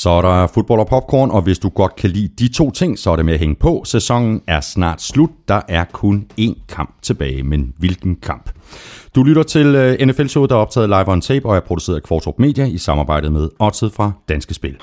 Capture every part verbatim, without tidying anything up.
Så er der fodbold og popcorn, og hvis du godt kan lide de to ting, så er det med at hænge på. Sæsonen er snart slut. Der er kun én kamp tilbage, men hvilken kamp? Du lytter til N F L-showet, der er optaget live on tape og er produceret af Kvartrup Media i samarbejde med Oddset fra Danske Spil.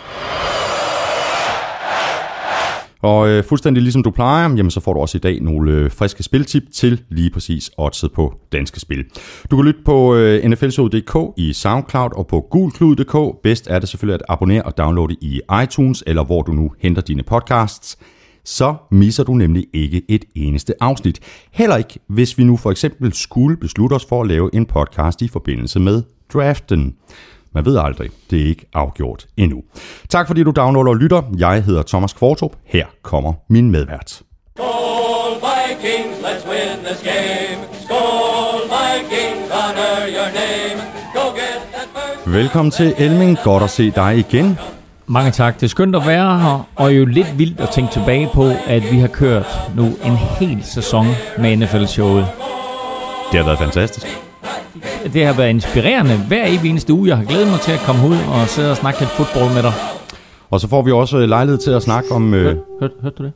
Og øh, fuldstændig ligesom du plejer, jamen, så får du også i dag nogle øh, friske spiltip til lige præcis Oddset på Danske Spil. Du kan lytte på øh, N F L showet punktum d k i SoundCloud og på gulklud punktum d k. Bedst er det selvfølgelig at abonnere og downloade i iTunes, eller hvor du nu henter dine podcasts. Så misser du nemlig ikke et eneste afsnit. Heller ikke, hvis vi nu for eksempel skulle beslutte os for at lave en podcast i forbindelse med draften. Man ved aldrig, det er ikke afgjort endnu. Tak fordi du downloader og lytter. Jeg hedder Thomas Kvartrup. Her kommer min medvært. Skål Vikings, let's win this game. Skål Vikings, honor your name. Go get that first... Velkommen til Elming. Godt at se dig igen. Mange tak. Det er skønt at være her, og jo lidt vildt at tænke tilbage på, at vi har kørt nu en hel sæson med N F L-showet. Det har været fantastisk. Det har været inspirerende hver evig eneste uge. Jeg har glædet mig til at komme ud og sidde og snakke lidt fodbold med dig. Og så får vi også lejlighed til at snakke om... Øh... Hørte hør, hør du det?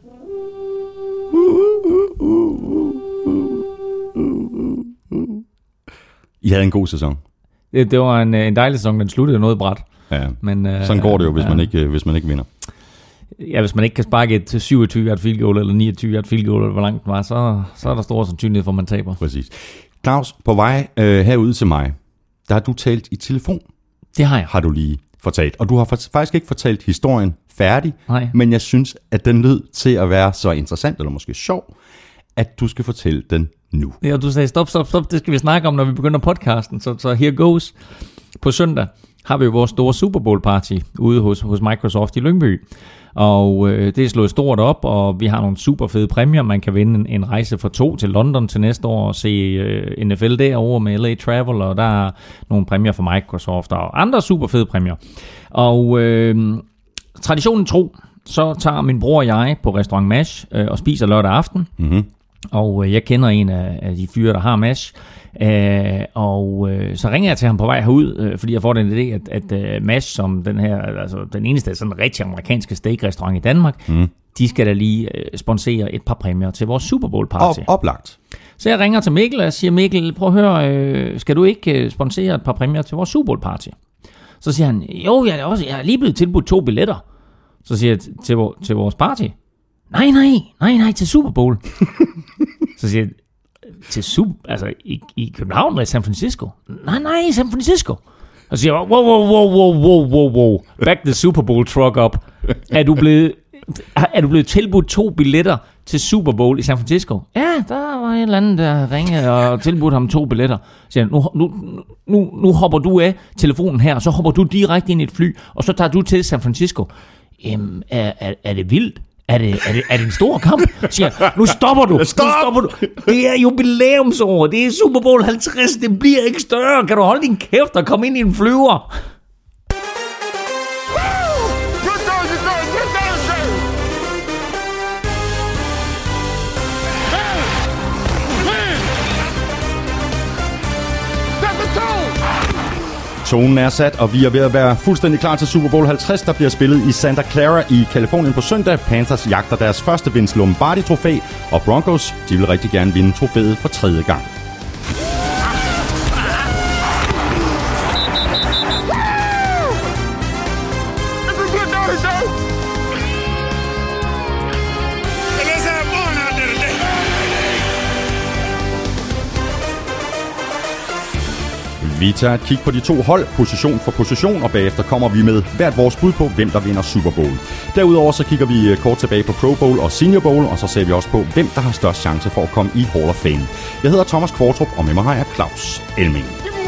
I havde en god sæson. Det, det var en, en dejlig sæson. Den sluttede noget bræt. Ja, men, øh, sådan går det jo, hvis, ja. man ikke, hvis man ikke vinder. Ja, hvis man ikke kan sparke et syvogtyve yard field goal, eller niogtyve yard field goal, eller hvor langt den var, så, så er der stor sandsynlighed for, at man taber. Præcis. Claus, på vej øh, herude til mig, der har du talt i telefon. Det har jeg. Har du lige fortalt. Og du har faktisk ikke fortalt historien færdig, Nej. Men jeg synes, at den lød til at være så interessant, eller måske sjov, at du skal fortælle den nu. Ja, du sagde, stop, stop, stop, det skal vi snakke om, når vi begynder podcasten, så, så here goes. På søndag har vi jo vores store Super Bowl party ude hos, hos Microsoft i Lyngby. Og øh, det er slået stort op, og vi har nogle super fede præmier. Man kan vinde en, en rejse for to til London til næste år og se øh, N F L derovre med L A Travel, og der er nogle præmier fra Microsoft og andre super fede præmier. Og øh, traditionen tro, så tager min bror og jeg på Restaurant Mash øh, og spiser lørdag aften. Mm-hmm. Og øh, jeg kender en af, af de fyre, der har Mash. Uh, og uh, så ringer jeg til ham på vej herud, uh, fordi jeg får den idé, at, at uh, Mash, som den her, altså den eneste sådan rigtig amerikanske steakrestaurant i Danmark, mm. de skal da lige uh, sponsere et par præmier til vores Super Bowl party. Op, oplagt. Så jeg ringer til Mikkel og siger, Mikkel, prøv at høre, uh, skal du ikke uh, sponsere et par præmier til vores Super Bowl party? Så siger han, jo, jeg er, også, jeg er lige blevet tilbudt to billetter. Så siger jeg, til, til vores party? Nej, nej, nej, nej, til Super Bowl. Så siger jeg, til super, altså i, i København eller i San Francisco? Nej, nej, i San Francisco. Og så siger jeg, wow, wow, wow, wow, wow, wow, wow. Back the Super Bowl truck up. Er du blevet, er du blevet tilbudt to billetter til Super Bowl i San Francisco? Ja, der var en eller anden, der ringede og tilbudte ham to billetter. Så siger jeg, nu, nu, nu, nu hopper du af telefonen her, og så hopper du direkte ind i et fly, og så tager du til San Francisco. Jamen, er, er, er det vildt? Er det, er, det, er det en stor kamp? Siger jeg, nu stopper du. Stop! Nu stopper du. Det er jubilæumsår. Det er Super Bowl halvtreds. Det bliver ikke større. Kan du holde din kæft og komme ind i en flyver? Tonen er sat, og vi er ved at være fuldstændig klar til Super Bowl halvtreds, der bliver spillet i Santa Clara i Californien på søndag. Panthers jagter deres første Vince Lombardi-trofæ, og Broncos, de vil rigtig gerne vinde trofæet for tredje gang. Vi tager et kig på de to hold, position for position, og bagefter kommer vi med hvert vores bud på, hvem der vinder Super Bowl. Derudover så kigger vi kort tilbage på Pro Bowl og Senior Bowl, og så ser vi også på, hvem der har størst chance for at komme i Hall of Fame. Jeg hedder Thomas Kvartrup, og med mig har jeg Claus Elming.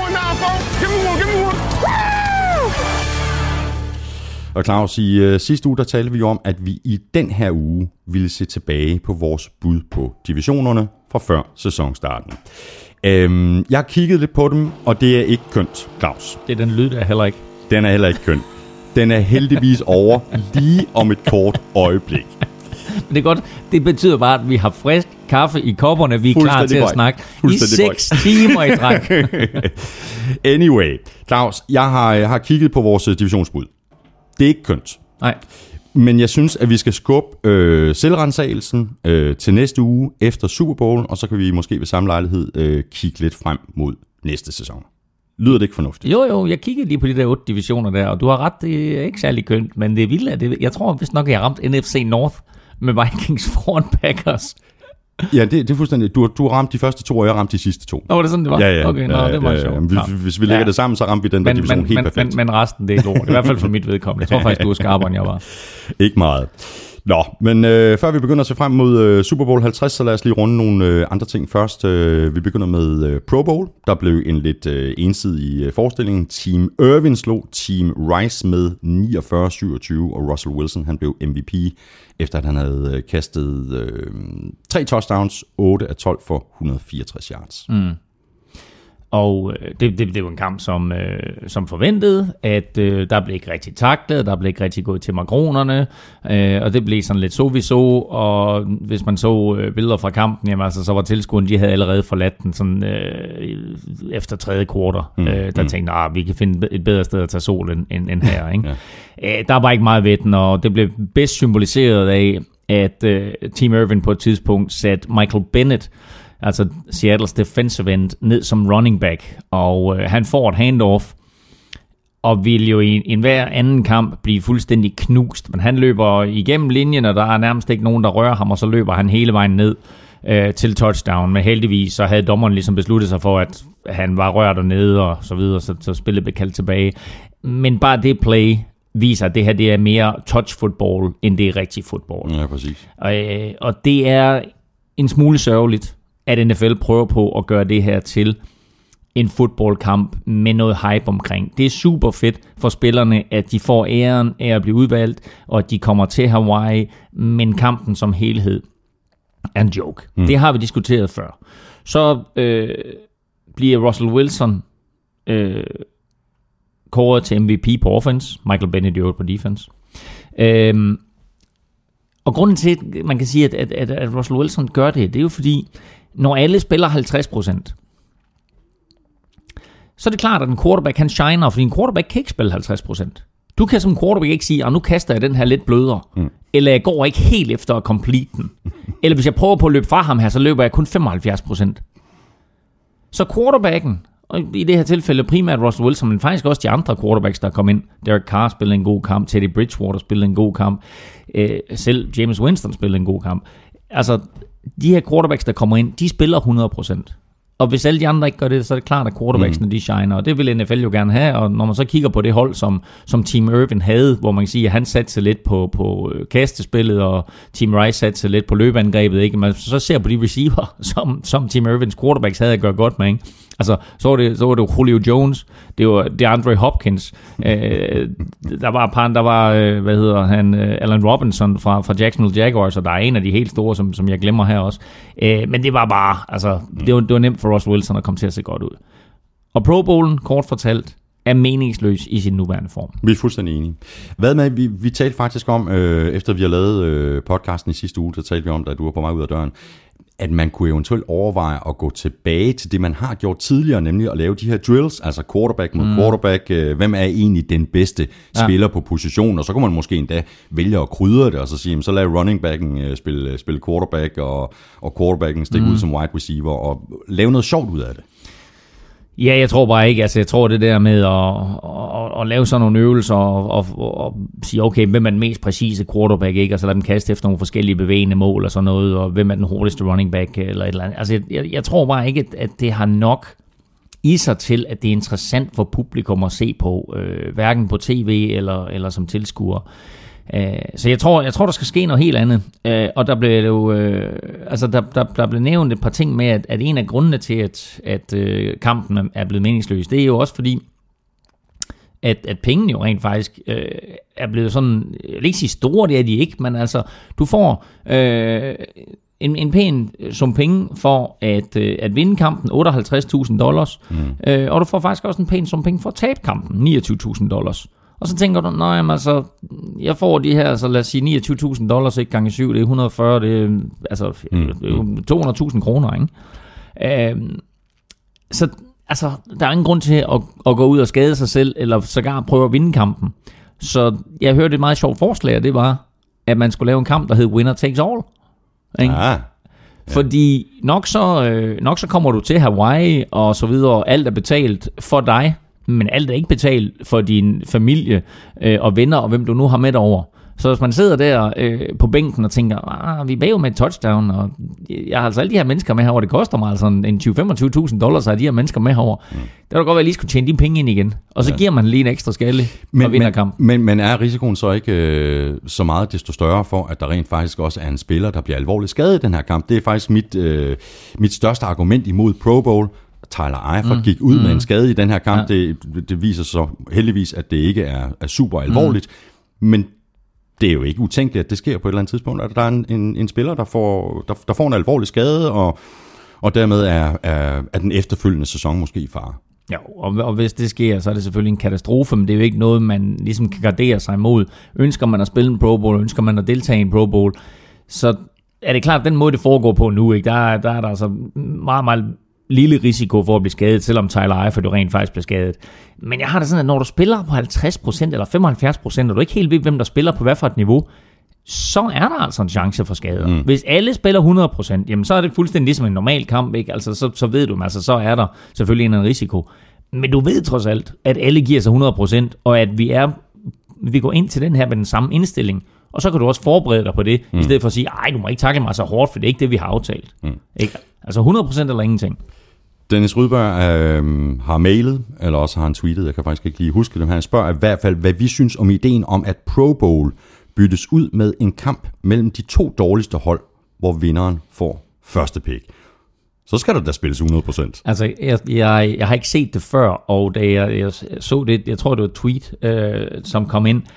Og Claus, i øh, sidste uge der talte vi om, at vi i den her uge ville se tilbage på vores bud på divisionerne fra før sæsonstarten. Øhm, jeg har kigget lidt på dem, og det er ikke kønt, Claus. Det er den lyd, der er heller ikke. Den er heller ikke kønt. Den er heldigvis over lige om et kort øjeblik. Men det er godt. Det betyder bare, at vi har frisk kaffe i kopperne. Vi er klar til at snakke i seks timer i træk. Anyway, Claus, jeg har, jeg har kigget på vores divisionsbud. Det er ikke kønt. Nej. Men jeg synes, at vi skal skubbe øh, selvrensagelsen øh, til næste uge efter Super Bowl, og så kan vi måske ved samme lejlighed øh, kigge lidt frem mod næste sæson. Lyder det ikke fornuftigt? Jo, jo, jeg kiggede lige på de der otte divisioner der, og du har ret, det er ikke særlig kønt, men det er vildt, det, jeg tror vist nok, jeg har ramt N F C North med Vikings foran Packers. Ja, det, det er fuldstændig. Du, du har ramt de første to, og jeg har ramt de sidste to. Nå, var det sådan, det var? Ja, ja. Okay, nå, ja, det var ja, sjovt. ja. Hvis, hvis vi lægger ja. det sammen, så ramte vi den der men, division men, helt men, perfekt. Men, men resten, det er lort. I hvert fald for mit vedkommende. Jeg tror faktisk, du er skarpere, end jeg var. Ikke meget. Nå, men øh, før vi begynder at se frem mod øh, Super Bowl halvtreds, så lad os lige runde nogle øh, andre ting først. Øh, vi begynder med øh, Pro Bowl. Der blev en lidt øh, ensidig øh, forestilling. Team Irvin slog Team Rice med niogfyrre syvogtyve, og Russell Wilson han blev M V P, efter at han havde øh, kastet øh, tre touchdowns, otte af tolv for et hundrede og fireogtres yards. Mm. Og øh, det, det, det var en kamp, som, øh, som forventede, at øh, der blev ikke rigtig taklet, der blev ikke rigtig gået til makronerne, øh, og det blev sådan lidt så vi så, og hvis man så øh, billeder fra kampen, jamen, altså, så var tilskuerne, de havde allerede forladt den sådan, øh, efter tredje kvarter, mm, øh, der mm. tænkte, at vi kan finde et bedre sted at tage sol end, end, end her. Ikke? Ja. øh, der var ikke meget ved den, og det blev bedst symboliseret af, at øh, Team Irvin på et tidspunkt satte Michael Bennett, altså Seattles defensive end, ned som running back, og øh, han får et handoff, og vil jo i, i hver anden kamp blive fuldstændig knust, men han løber igennem linjen, og der er nærmest ikke nogen, der rører ham, og så løber han hele vejen ned øh, til touchdown, men heldigvis så havde dommeren ligesom besluttet sig for, at han var rørt dernede, og så videre, så, så spillet blev kaldt tilbage. Men bare det play viser, at det her det er mere touch football, end det er rigtig fodbold. Ja, præcis. Og, øh, og det er en smule sørgeligt, at N F L prøver på at gøre det her til en fodboldkamp med noget hype omkring. Det er super fedt for spillerne, at de får æren af at blive udvalgt, og at de kommer til Hawaii, men kampen som helhed er en joke. Mm. Det har vi diskuteret før. Så øh, bliver Russell Wilson øh, kåret til M V P på offense, Michael Bennett på defense. Øh, og grunden til, at man kan sige, at, at, at Russell Wilson gør det, det er jo fordi, når alle spiller halvtreds procent, så er det klart, at en quarterback kan shiner, fordi en quarterback kan ikke spille halvtreds procent. Du kan som quarterback ikke sige, at nu kaster jeg den her lidt blødere, mm. eller jeg går ikke helt efter at complete den. Eller hvis jeg prøver på at løbe fra ham her, så løber jeg kun femoghalvfjerds procent. Så quarterbacken, og i det her tilfælde primært Russell Wilson, men faktisk også de andre quarterbacks, der kom ind. Derek Carr spillede en god kamp, Teddy Bridgewater spillede en god kamp, øh, selv James Winston spillede en god kamp. Altså, de her quarterbacks, der kommer ind, de spiller hundrede procent. Og hvis alle de andre ikke gør det, så er det klart, at quarterbacksene, mm. de shiner, og det vil N F L jo gerne have, og når man så kigger på det hold, som, som Team Irvin havde, hvor man kan sige, at han satte sig lidt på, på kastespillet, og Team Rice satte sig lidt på løbeangrebet, ikke? Man så ser på de receiver, som, som Team Irvins quarterbacks havde at gøre godt med, ikke? Altså, så var det, så var det Julio Jones, det var DeAndre Hopkins, øh, der var et par, der var, øh, hvad hedder han, øh, Allen Robinson fra, fra Jacksonville Jaguars, og der er en af de helt store, som, som jeg glemmer her også. Øh, men det var bare, altså, det var, det var nemt for Russell Wilson at komme til at se godt ud. Og Pro Bowlen, kort fortalt, er meningsløs i sin nuværende form. Vi er fuldstændig enige. Hvad med, vi, vi talte faktisk om, øh, efter vi har lavet øh, podcasten i sidste uge, så talte vi om, da du var på vej ud af døren, at man kunne eventuelt overveje at gå tilbage til det, man har gjort tidligere, nemlig at lave de her drills, altså quarterback mod mm. quarterback. Øh, hvem er egentlig den bedste ja. spiller på position? Og så kunne man måske endda vælge at krydre det, og så sige, så lad running backen øh, spille, spille quarterback, og, og quarterbacken stikke mm. ud som wide receiver, og lave noget sjovt ud af det. Ja, jeg tror bare ikke, altså jeg tror det der med at, at, at lave sådan nogle øvelser og, og, og sige, okay, hvem er den mest præcise quarterback, ikke? Og så lade dem kaste efter nogle forskellige bevægende mål og sådan noget, og hvem er den hurtigste running back eller et eller andet. Altså jeg, jeg tror bare ikke, at det har nok i sig til, at det er interessant for publikum at se på, øh, hverken på tv eller, eller som tilskuer. Så jeg tror, jeg tror, der skal ske noget helt andet. Og der blev jo, altså der, der, der blev nævnt et par ting med, at, at en af grundene til, at, at kampen er blevet meningsløs, det er jo også fordi, at, at pengene jo rent faktisk øh, er blevet sådan, jeg vil ikke sige store, det er de ikke, men altså, du får øh, en, en pæn sum penge for at, øh, at vinde kampen, otteoghalvtreds tusind dollars, mm. øh, og du får faktisk også en pæn sum penge for at tabe kampen, niogtyve tusind dollars. Og så tænker du, nej, altså, jeg får de her, så lad os sige niogtyve tusind dollars, ikke gange syv, det er et hundrede og fyrre, det er, altså, mm. to hundrede tusind kroner, ikke? Øh, så, altså, der er ingen grund til at, at gå ud og skade sig selv, eller sågar prøve at vinde kampen. Så jeg hørte et meget sjovt forslag, og det var, at man skulle lave en kamp, der hed Winner Takes All. Ikke? Ah, ja. Fordi nok så, øh, nok så kommer du til Hawaii og så videre, og alt er betalt for dig, men alt er ikke betalt for din familie øh, og venner, og hvem du nu har med over. Så hvis man sidder der øh, på bænken og tænker, ah, vi er bagud med et touchdown, og jeg har altså alle de her mennesker med herover, det koster mig altså en tyve til femogtyve tusind dollars, at de her mennesker med herover. Mm. Det var da godt være, at jeg lige skulle tjene de penge ind igen. Og så ja. giver man lige en ekstra skalle men, og vinder kamp. Men, men er risikoen så ikke øh, så meget desto større for, at der rent faktisk også er en spiller, der bliver alvorligt skadet i den her kamp? Det er faktisk mit, øh, mit største argument imod Pro Bowl. Tyler Eifert mm. gik ud mm. med en skade i den her kamp. Ja. Det, det viser så heldigvis, at det ikke er, er super alvorligt. Mm. Men det er jo ikke utænkeligt, at det sker på et eller andet tidspunkt, at der er en, en, en spiller, der får, der, der får en alvorlig skade, og, og dermed er, er, er den efterfølgende sæson måske i fare. Ja, og, og hvis det sker, så er det selvfølgelig en katastrofe, men det er jo ikke noget, man ligesom kan gardere sig imod. Ønsker man at spille en Pro Bowl, ønsker man at deltage i en Pro Bowl, så er det klart, at den måde, det foregår på nu, ikke, der, der er der altså meget, meget lille risiko for at blive skadet, selvom Tyler Eifert jo rent faktisk bliver skadet. Men jeg har det sådan, at når du spiller på halvtreds procent eller femoghalvfjerds procent, og du ikke helt ved, hvem der spiller på hvad for et niveau, så er der altså en chance for skader. Mm. Hvis alle spiller hundrede procent, jamen så er det fuldstændig ligesom en normal kamp, ikke? Altså så, så ved du, altså så er der selvfølgelig en risiko. Men du ved trods alt, at alle giver sig hundrede procent, og at vi er vi går ind til den her med den samme indstilling, og så kan du også forberede dig på det, mm. i stedet for at sige, ej, du må ikke tackle mig så hårdt, for det er ikke det, vi har aftalt. Mm. Ikke? Altså hundrede procent eller ingenting. Dennis Rydberg øh, har mailet, eller også har han tweetet, jeg kan faktisk ikke lige huske det, han spørger i hvert fald, hvad vi synes om ideen om, at Pro Bowl byttes ud med en kamp mellem de to dårligste hold, hvor vinderen får første pick. Så skal der da spilles hundrede procent. Altså, jeg, jeg, jeg har ikke set det før, og da jeg, jeg så det, jeg tror det var et tweet, øh, som kom ind,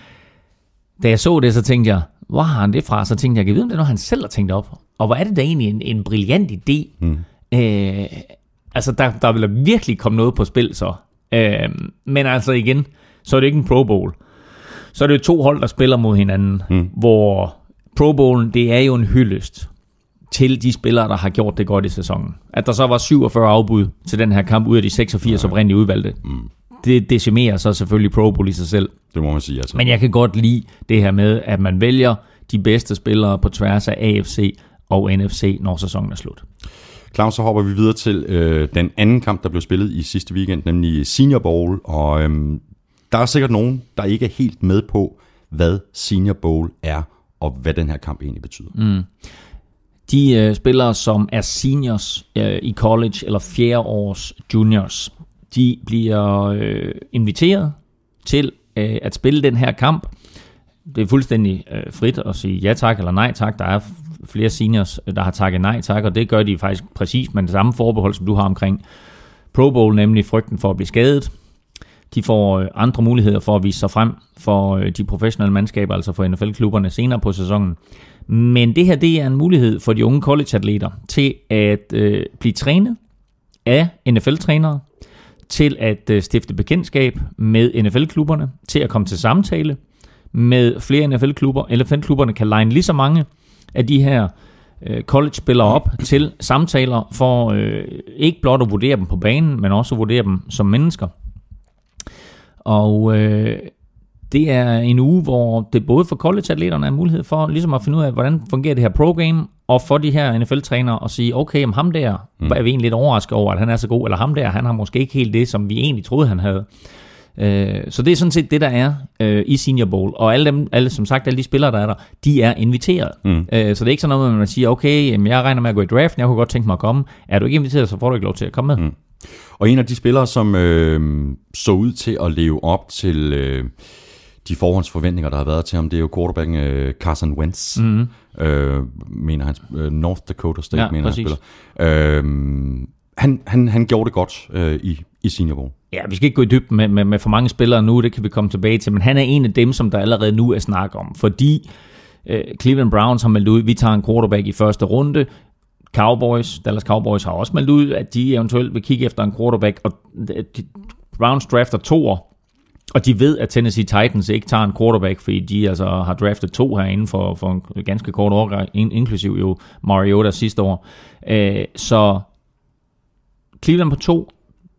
da jeg så det, så tænkte jeg, hvor har han det fra? Så tænkte jeg, jeg ved, om det er noget, han selv har tænkt op. Og hvor er det da egentlig en, en brilliant idé? Mm. Øh, altså, der, der vil virkelig komme noget på spil så. Øh, men altså igen, så er det ikke en Pro Bowl. Så er det jo to hold, der spiller mod hinanden, mm. hvor Pro Bowlen, det er jo en hyldest til de spillere, der har gjort det godt i sæsonen. At der så var syvogfyrre afbud til den her kamp, ud af de seksogfirs oprindeligt udvalgte. Mm. Det decimerer så selvfølgelig Pro Bowl i sig selv. Det må man sige, altså. Men jeg kan godt lide det her med, at man vælger de bedste spillere på tværs af A F C og N F C, når sæsonen er slut. Claus, så hopper vi videre til øh, den anden kamp, der blev spillet i sidste weekend, nemlig Senior Bowl. Og øhm, der er sikkert nogen, der ikke er helt med på, hvad Senior Bowl er, og hvad den her kamp egentlig betyder. Mm. De øh, spillere, som er seniors øh, i college eller fjerde års juniors, de bliver øh, inviteret til øh, at spille den her kamp. Det er fuldstændig øh, frit at sige ja tak eller nej tak. Der er flere seniors, der har takket nej tak, og det gør de faktisk præcis med det samme forbehold, som du har omkring Pro Bowl, nemlig frygten for at blive skadet. De får øh, andre muligheder for at vise sig frem for øh, de professionelle mandskaber, altså for N F L-klubberne senere på sæsonen. Men det her, det er en mulighed for de unge college-atleter til at øh, blive trænet af N F L-trænere, til at øh, stifte bekendtskab med N F L-klubberne, til at komme til samtale med flere N F L-klubber. N F L-klubberne kan line lige så mange af de her øh, college-spillere op til samtaler, for øh, ikke blot at vurdere dem på banen, men også at vurdere dem som mennesker. Og øh, det er en uge, hvor det både for college-atleterne er mulighed for ligesom at finde ud af, hvordan fungerer det her pro-game, og for de her N F L-trænere at sige, okay, om ham der, mm. er vi egentlig lidt overrasket over, at han er så god, eller ham der, han har måske ikke helt det, som vi egentlig troede, han havde. Øh, så det er sådan set det, der er øh, i Senior Bowl, og alle dem, alle, som sagt, alle de spillere, der er der, de er inviteret. Mm. Øh, så det er ikke sådan noget, man siger, okay, jamen, jeg regner med at gå i draften, jeg kunne godt tænke mig at komme. Er du ikke inviteret, så får du ikke lov til at komme med. Mm. Og en af de spillere, som øh, så ud til at leve op til øh, de forhåndsforventninger, der har været til ham, det er jo quarterbacken øh, Carson Wentz, mm-hmm. øh, mener han, øh, North Dakota State, ja, mener præcis. han spiller. Øh, han, han, han gjorde det godt øh, i, i Senior Bowl. Ja, vi skal ikke gå i dybden med, med, med for mange spillere nu, det kan vi komme tilbage til, men han er en af dem, som der allerede nu er snak om, fordi øh, Cleveland Browns har meldt ud, vi tager en quarterback i første runde. Cowboys, Dallas Cowboys har også meldt ud, at de eventuelt vil kigge efter en quarterback, og de, Browns drafter toer, og de ved, at Tennessee Titans ikke tager en quarterback, fordi de altså har draftet to herinde for, for en ganske kort år, inklusiv jo Mariota sidste år. Øh, så Cleveland på to,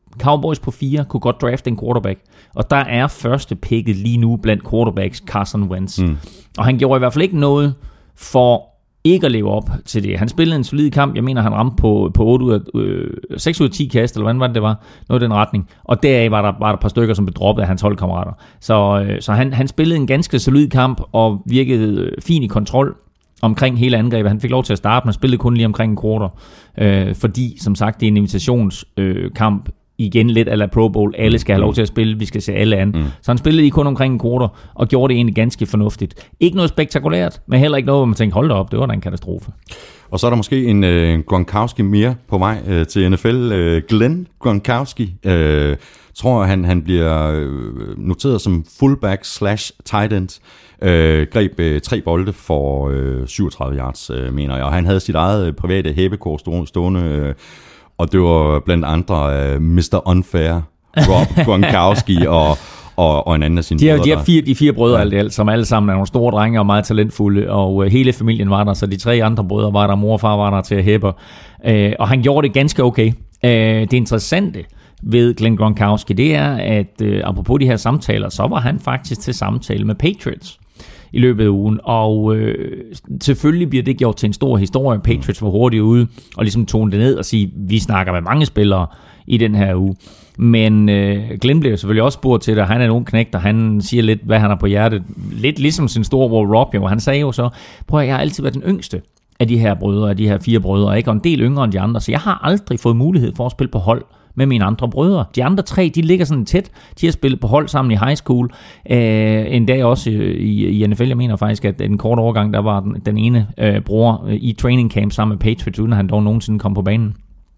Cowboys på fire kunne godt drafte en quarterback, og der er første picket lige nu blandt quarterbacks Carson Wentz. Mm. Og han gjorde i hvert fald ikke noget for ikke at leve op til det. Han spillede en solid kamp. Jeg mener, han ramte på, på otte ud af, øh, seks ud af ti kast, eller hvordan var det, det var? Noget i den retning. Og deraf var der, var der et par stykker, som blev droppet af hans holdkammerater. Så, øh, så han, han spillede en ganske solid kamp, og virkede fin i kontrol omkring hele angrebet. Han fik lov til at starte, men spillede kun lige omkring en quarter. Øh, fordi, som sagt, det er en invitationskamp. Øh, igen lidt ala Pro Bowl. Alle skal have lov til at spille. Vi skal se alle an. Mm. Så han spillede lige kun omkring en quarter, og gjorde det egentlig ganske fornuftigt. Ikke noget spektakulært, men heller ikke noget, hvor man tænkte, hold da op, det var da en katastrofe. Og så er der måske en øh, Gronkowski mere på vej øh, til N F L. Øh, Glenn Gronkowski. Øh, tror han, han bliver øh, noteret som fullback slash tight end. Øh, greb øh, tre bolde for øh, syvogtredive yards, øh, mener jeg. Og han havde sit eget øh, private hæbekor stående, øh, og det var blandt andre uh, mister Unfair, Rob Gronkowski og, og, og en anden af sine de har, brødre. De har fire, de fire brødre, ja. alt, alt, som alle sammen er nogle store drenge og meget talentfulde, og uh, hele familien var der, så de tre andre brødre var der, mor og far var der til at hæppe. Uh, og han gjorde det ganske okay. Uh, det interessante ved Glenn Gronkowski, det er, at uh, apropos de her samtaler, så var han faktisk til samtale med Patriots i løbet af ugen, og øh, selvfølgelig bliver det gjort til en stor historie. Patriots var hurtigt ude og ligesom tone det ned og sige, vi snakker med mange spillere i den her uge. Men øh, Glenn blev selvfølgelig også spurgt til det, han er en ung knægt, og han siger lidt, hvad han har på hjertet. Lidt ligesom sin store bror Rob, jo. Han sagde jo så, prøv at jeg har altid været den yngste af de her brødre, af de her fire brødre, ikke? Og en del yngre end de andre, så jeg har aldrig fået mulighed for at spille på hold med mine andre brødre. De andre tre, de ligger sådan tæt. De har spillet på hold sammen i high school. Øh, en dag også i, i N F L. Jeg mener faktisk, at en kort overgang, der var den, den ene øh, bror øh, i training camp sammen med Patriots, uden at han dog nogensinde kom på banen.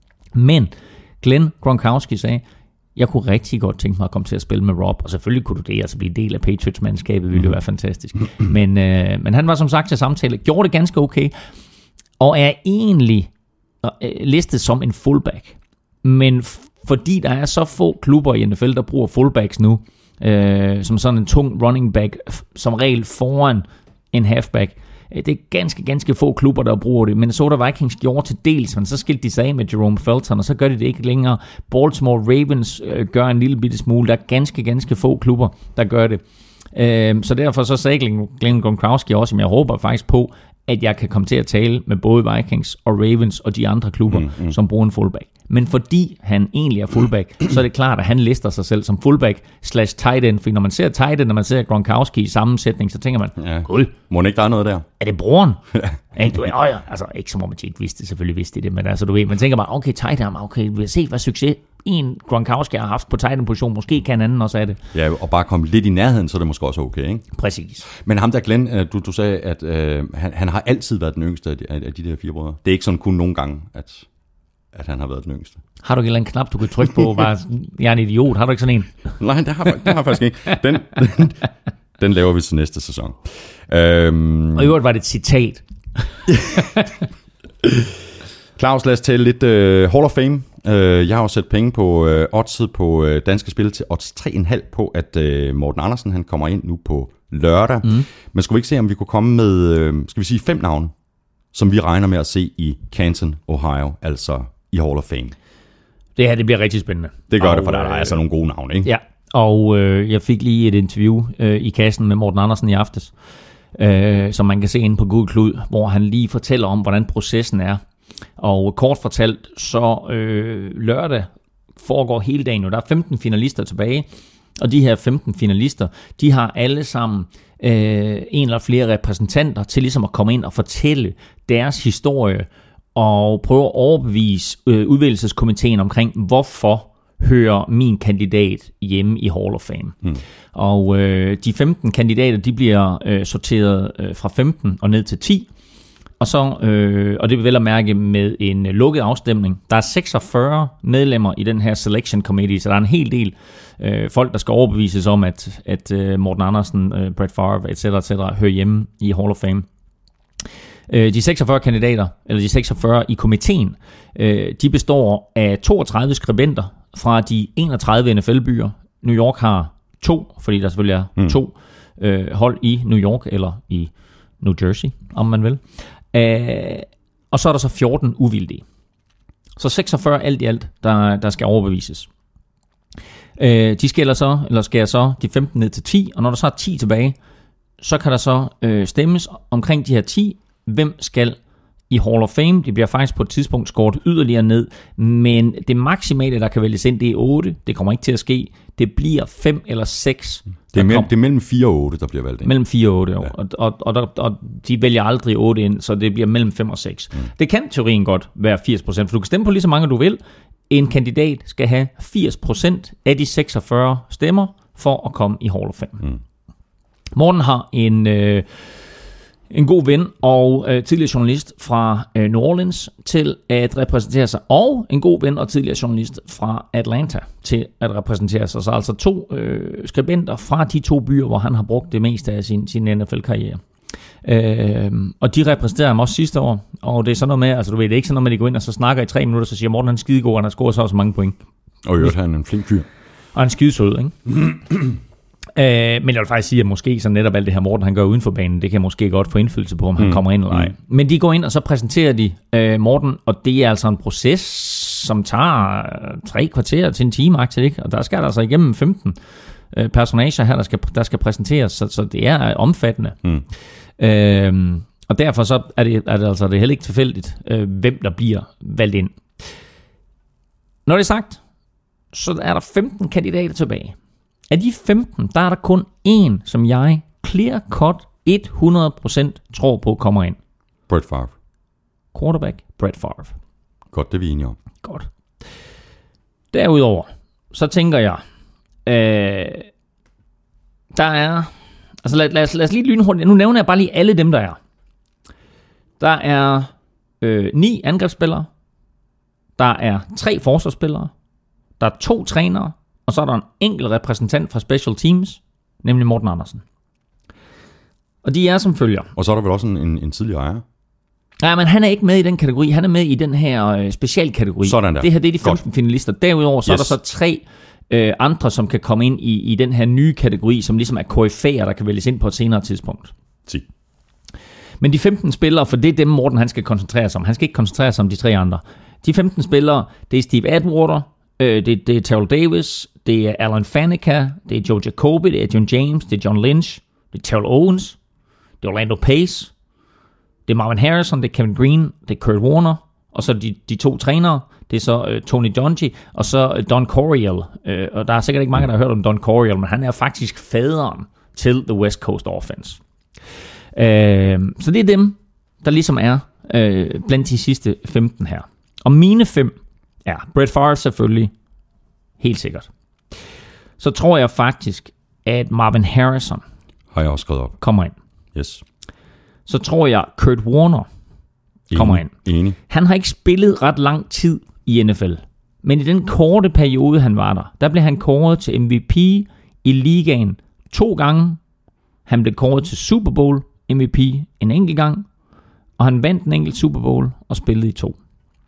Men Glenn Gronkowski sagde, jeg kunne rigtig godt tænke mig at komme til at spille med Rob, og selvfølgelig kunne du det, altså blive del af Patriots-mandskabet, ville jo være fantastisk. Men, øh, men han var som sagt til samtale, gjorde det ganske okay, og er egentlig øh, listet som en fullback. Men fordi der er så få klubber i N F L, der bruger fullbacks nu, øh, som sådan en tung running back, som regel foran en halfback, det er ganske, ganske få klubber, der bruger det. Minnesota Vikings gjorde til dels, men så skilte de sig af med Jerome Felton, og så gør de det ikke længere. Baltimore Ravens øh, gør en lille bitte smule. Der er ganske, ganske få klubber, der gør det. Øh, så derfor så sagde Glenn Gronkowski også, som jeg håber faktisk på, at jeg kan komme til at tale med både Vikings og Ravens og de andre klubber, mm, mm. som bruger en fullback. Men fordi han egentlig er fullback, så er det klart, at han lister sig selv som fullback slash tight end. For når man ser tight end, når man ser Gronkowski i sammensætning, så tænker man, ja. Gud, må ikke der er noget der? Er det broren? Ja. Du, øh, altså, ikke som om man ikke vidste det, selvfølgelig vidste det, men altså, du ved, man tænker bare, okay, tight end, okay, vi har set, hvad succes en Gronkowski har haft på tight end position, måske kan en anden også af det. Ja, og bare komme lidt i nærheden, så er det måske også okay, ikke? Præcis. Men ham der Glenn, du, du sagde, at øh, han, han har altid været den yngste af de, af de der fire brødre. Det er ikke sådan kun nogle gange, at, at han har været den yngste. Har du ikke en eller anden knap, du kan trykke på, bare, jeg er en idiot, har du ikke sådan en? Nej, det har, det har jeg faktisk ikke. Den, den, den laver vi til næste sæson. Øhm... Og i øvrigt var det et citat. Claus, lad os tale lidt uh, Hall of Fame. Uh, jeg har jo sat penge på uh, oddset på uh, danske spil til odds tre komma fem på, at uh, Morten Andersen han kommer ind nu på lørdag. Mm. Men skulle vi ikke se, om vi kunne komme med, uh, skal vi sige, fem navne, som vi regner med at se i Canton, Ohio, altså i Hall of Fame. Det her, det bliver rigtig spændende. Det gør og, det, for der er altså nogle gode navne, ikke? Ja, og øh, jeg fik lige et interview øh, i kassen med Morten Andersen i aftes, øh, som man kan se inde på Google Klud, hvor han lige fortæller om, hvordan processen er. Og kort fortalt, så øh, lørdag foregår hele dagen, og der er femten finalister tilbage, og de her femten finalister, de har alle sammen øh, en eller flere repræsentanter til ligesom at komme ind og fortælle deres historie, og prøve at overbevise øh, udvælgelseskomiteen omkring, hvorfor hører min kandidat hjemme i Hall of Fame. Hmm. Og øh, de femten kandidater, de bliver øh, sorteret øh, fra femten og ned til ti, og, så, øh, og det vil vel at mærke med en lukket afstemning. Der er seksogfyrre medlemmer i den her selection committee, så der er en hel del øh, folk, der skal overbevises om, at, at øh, Morten Andersen, øh, Brett Favre, et cetera et cetera hører hjemme i Hall of Fame. De seksogfyrre kandidater, eller de seksogfyrre i komiteen, de består af toogtredive skribenter fra de enogtredive N F L-byer. New York har to, fordi der selvfølgelig er mm. to øh, hold i New York, eller i New Jersey, om man vil. Øh, og så er der så fjorten uvildige. Så seksogfyrre alt i alt, der, der skal overbevises. Øh, de skælder så, eller skærer så de femten ned til ti, og når der så er ti tilbage, så kan der så øh, stemmes omkring de her ti, hvem skal i Hall of Fame. Det bliver faktisk på et tidspunkt skåret yderligere ned, men det maksimale, der kan vælges ind, det er otte. Det kommer ikke til at ske. Det bliver fem eller seks. Det er, mellem, det er mellem fire og otte, der bliver valgt ind. Mellem fire og otte, ja. og, og, og, og, og de vælger aldrig otte ind, så det bliver mellem fem og seks. Mm. Det kan teorien godt være firs procent, for du kan stemme på lige så mange, du vil. En kandidat skal have firs procent af de seksogfyrre stemmer for at komme i Hall of Fame. Mm. Morten har en... Øh, En god ven og øh, tidligere journalist fra øh, New Orleans til at repræsentere sig, og en god ven og tidligere journalist fra Atlanta til at repræsentere sig. Så altså to øh, skribenter fra de to byer, hvor han har brugt det meste af sin, sin N F L-karriere. Øh, og de repræsenterer ham også sidste år, og det er sådan noget med, altså du ved, det er ikke sådan noget med, at de går ind og så snakker i tre minutter, så siger Morten, han er skidegod, og han har scoret så også mange point. Og i øvrigt, han er en flink fyr. Og han er skidesød, ikke? Uh, men jeg vil faktisk sige, at måske så netop alt det her Morten, han gør uden for banen, det kan måske godt få indflydelse på, om han mm. kommer ind eller ej. Mm. Men de går ind, og så præsenterer de uh, Morten, og det er altså en proces, som tager tre kvarter til en time, ikke? Og der skal der altså igennem femten uh, personager her, der skal, der skal præsenteres, så, så det er omfattende. Mm. Uh, og derfor så er det, er det altså det er heller ikke tilfældigt, uh, hvem der bliver valgt ind. Når det er sagt, så er der femten kandidater tilbage. Af de femten, der er der kun én, som jeg clear cut hundrede procent tror på kommer ind. Brett Favre. Quarterback, Brett Favre. Godt, det er vi enige om. Godt. Derudover, så tænker jeg, øh, der er, altså lad, lad, os, lad os lige lynhurtigt, nu nævner jeg bare lige alle dem, der er. Der er øh, ni angrebsspillere, der er tre forsvarsspillere, der er to trænere, og så er der en enkelt repræsentant fra Special Teams, nemlig Morten Andersen. Og de er som følger. Og så er der vel også en, en, en tidligere ejer? Nej, men han er ikke med i den kategori. Han er med i den her øh, specialkategori. Sådan der. Det her, det er de femten Godt. Finalister. Derudover så yes. er der så tre øh, andre, som kan komme ind i, i den her nye kategori, som ligesom er koryfæer, der kan vælges ind på et senere tidspunkt. Si. Men de femten spillere, for det er dem, Morten han skal koncentrere sig om. Han skal ikke koncentrere sig om de tre andre. De femten spillere, det er Steve Atwater, øh, det, det er Terrell Davis, det er Alan Faneca, det er Joe Jacoby, det er John James, det er John Lynch, det er Terrell Owens, det er Orlando Pace, det er Marvin Harrison, det er Kevin Green, det er Kurt Warner, og så de, de to trænere, det er så uh, Tony Dungy, og så uh, Don Coryell. Uh, og der er sikkert ikke mange, der har hørt om Don Coryell, men han er faktisk faderen til The West Coast Offense. Uh, så det er dem, der ligesom er uh, blandt de sidste femten her. Og mine fem er Brett Favre selvfølgelig, helt sikkert. Så tror jeg faktisk, at Marvin Harrison har jeg også skrevet op. Kommer ind. Yes. Så tror jeg, Kurt Warner kommer ind. Enig. Han har ikke spillet ret lang tid i N F L. Men i den korte periode, han var der, der blev han kåret til M V P i ligaen to gange. Han blev kåret til Super Bowl M V P en enkelt gang. Og han vandt en enkelt Super Bowl og spillede i to.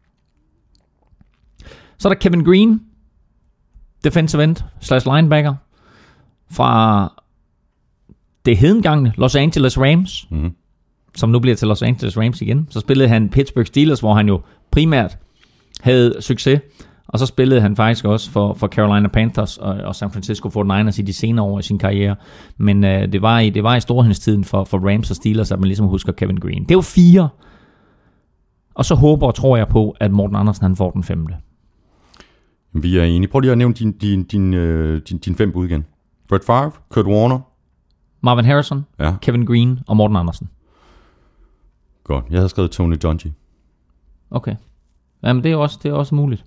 Så er der Kevin Green, defensive end slash linebacker, fra det hedengangne Los Angeles Rams, mm-hmm. som nu bliver til Los Angeles Rams igen. Så spillede han Pittsburgh Steelers, hvor han jo primært havde succes. Og så spillede han faktisk også for, for Carolina Panthers og, og San Francisco forty-niners i de senere år i sin karriere. Men øh, det, var i, det var i storhedstiden for, for Rams og Steelers, at man ligesom husker Kevin Green. Det er jo fire. Og så håber og tror jeg på, at Morten Andersen han får den femte. Vi er enige. Prøv lige at nævne din, din, din, din, din fem bud igen. Brett Favre, Kurt Warner, Marvin Harrison, ja. Kevin Green og Morten Andersen. Godt. Jeg havde skrevet Tony Dungy. Okay. Jamen, det er også, det er også muligt.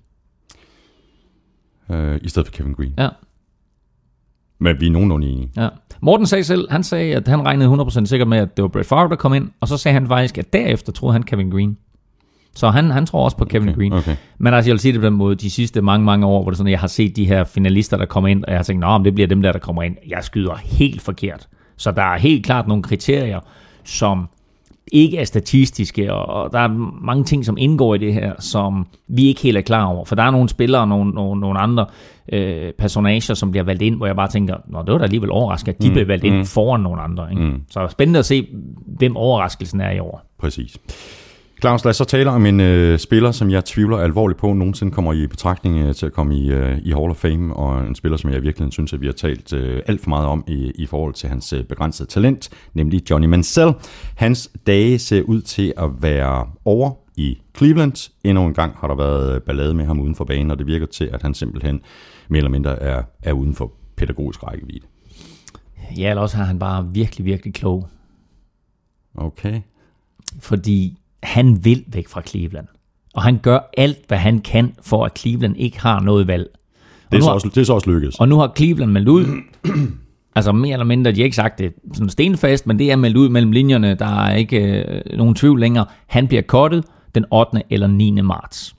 Uh, I stedet for Kevin Green. Ja. Men vi er nogenlunde enige. Ja. Morten sagde selv, han sagde, at han regnede hundrede procent sikkert med, at det var Brett Favre, der kom ind. Og så sagde han faktisk, at derefter troede han Kevin Green. Så han, han tror også på Kevin okay, Green. Okay. Men altså, jeg vil sige det på den måde, de sidste mange, mange år, hvor det sådan, jeg har set de her finalister, der kommer ind, og jeg har tænkt, nå, det bliver dem der, der kommer ind. Jeg skyder helt forkert. Så der er helt klart nogle kriterier, som ikke er statistiske, og der er mange ting, som indgår i det her, som vi ikke helt er klar over. For der er nogle spillere og nogle, nogle, nogle andre øh, personager, som bliver valgt ind, hvor jeg bare tænker, nå, det var da alligevel overraskende, at de mm, blev valgt mm. ind foran nogle andre. Ikke? Mm. Så det er spændende at se, hvem overraskelsen er i år. Præcis. Claus, lad os så tale om en øh, spiller, som jeg tvivler alvorligt på, nogensinde kommer i betragtning øh, til at komme i, øh, i Hall of Fame, og en spiller, som jeg virkelig synes, at vi har talt øh, alt for meget om i, i forhold til hans øh, begrænsede talent, nemlig Johnny Manziel. Hans dage ser ud til at være over i Cleveland. Endnu en gang har der været ballade med ham uden for banen, og det virker til, at han simpelthen mere eller mindre er, er uden for pædagogisk rækkevidde. Ja, eller også har han bare virkelig, virkelig klog. Okay. Fordi han vil væk fra Cleveland. Og han gør alt, hvad han kan, for at Cleveland ikke har noget valg. Det er, så også, det er så også lykkedes. Og nu har Cleveland meldt ud, altså mere eller mindre, de har ikke sagt det sådan stenfast, men det er meldt ud mellem linjerne, der er ikke øh, nogen tvivl længere. Han bliver cuttet den ottende eller niende marts.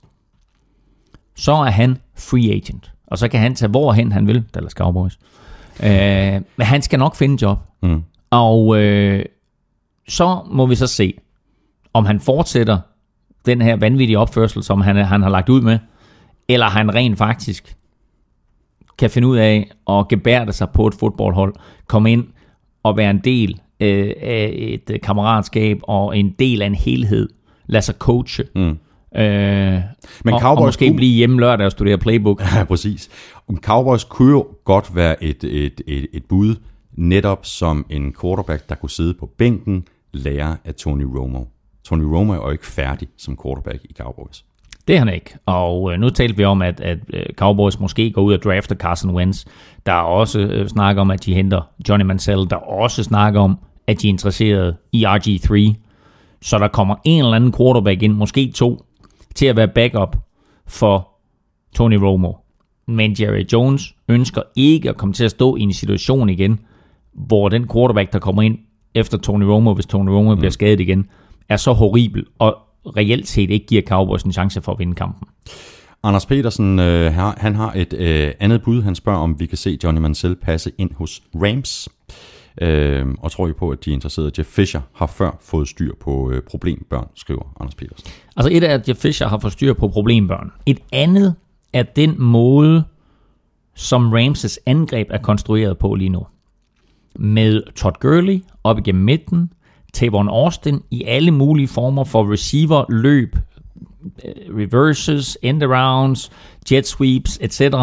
Så er han free agent. Og så kan han tage hvorhen han vil, Dallas Cowboys. Øh, men han skal nok finde job. Mm. Og øh, så må vi så se, om han fortsætter den her vanvittige opførsel, som han, han har lagt ud med, eller han rent faktisk kan finde ud af at gebærde sig på et fodboldhold, komme ind og være en del øh, af et kammeratskab og en del af en helhed, lade sig coache. Mm. Øh, Men og, og måske kunne... blive hjemme lørdag og studere playbook. Ja, præcis. Cowboys kunne jo godt være et, et, et, et bud, netop som en quarterback, der kunne sidde på bænken, lære af Tony Romo. Tony Romo er jo ikke færdig som quarterback i Cowboys. Det er han ikke. Og øh, nu talte vi om, at, at Cowboys måske går ud og drafter Carson Wentz. Der er også øh, snak om, at de henter Johnny Manziel. Der er også snak om, at de er interesseret i R G tre. Så der kommer en eller anden quarterback ind, måske to, til at være backup for Tony Romo. Men Jerry Jones ønsker ikke at komme til at stå i en situation igen, hvor den quarterback, der kommer ind efter Tony Romo, hvis Tony Romo mm. bliver skadet igen, er så horribel, og reelt set ikke giver Cowboys en chance for at vinde kampen. Anders Petersen, øh, han har et øh, andet bud. Han spørger, om vi kan se Johnny Manziel passe ind hos Rams. Øh, og tror I på, at de er interesserede? Jeff Fisher har før fået styr på øh, problembørn, skriver Anders Petersen. Altså et er, at Jeff Fisher har fået styr på problembørn. Et andet er den måde, som Ramses angreb er konstrueret på lige nu. Med Todd Gurley op igennem midten, Tavon Austin i alle mulige former for receiver, løb, reverses, end-arounds, jet sweeps, et cetera.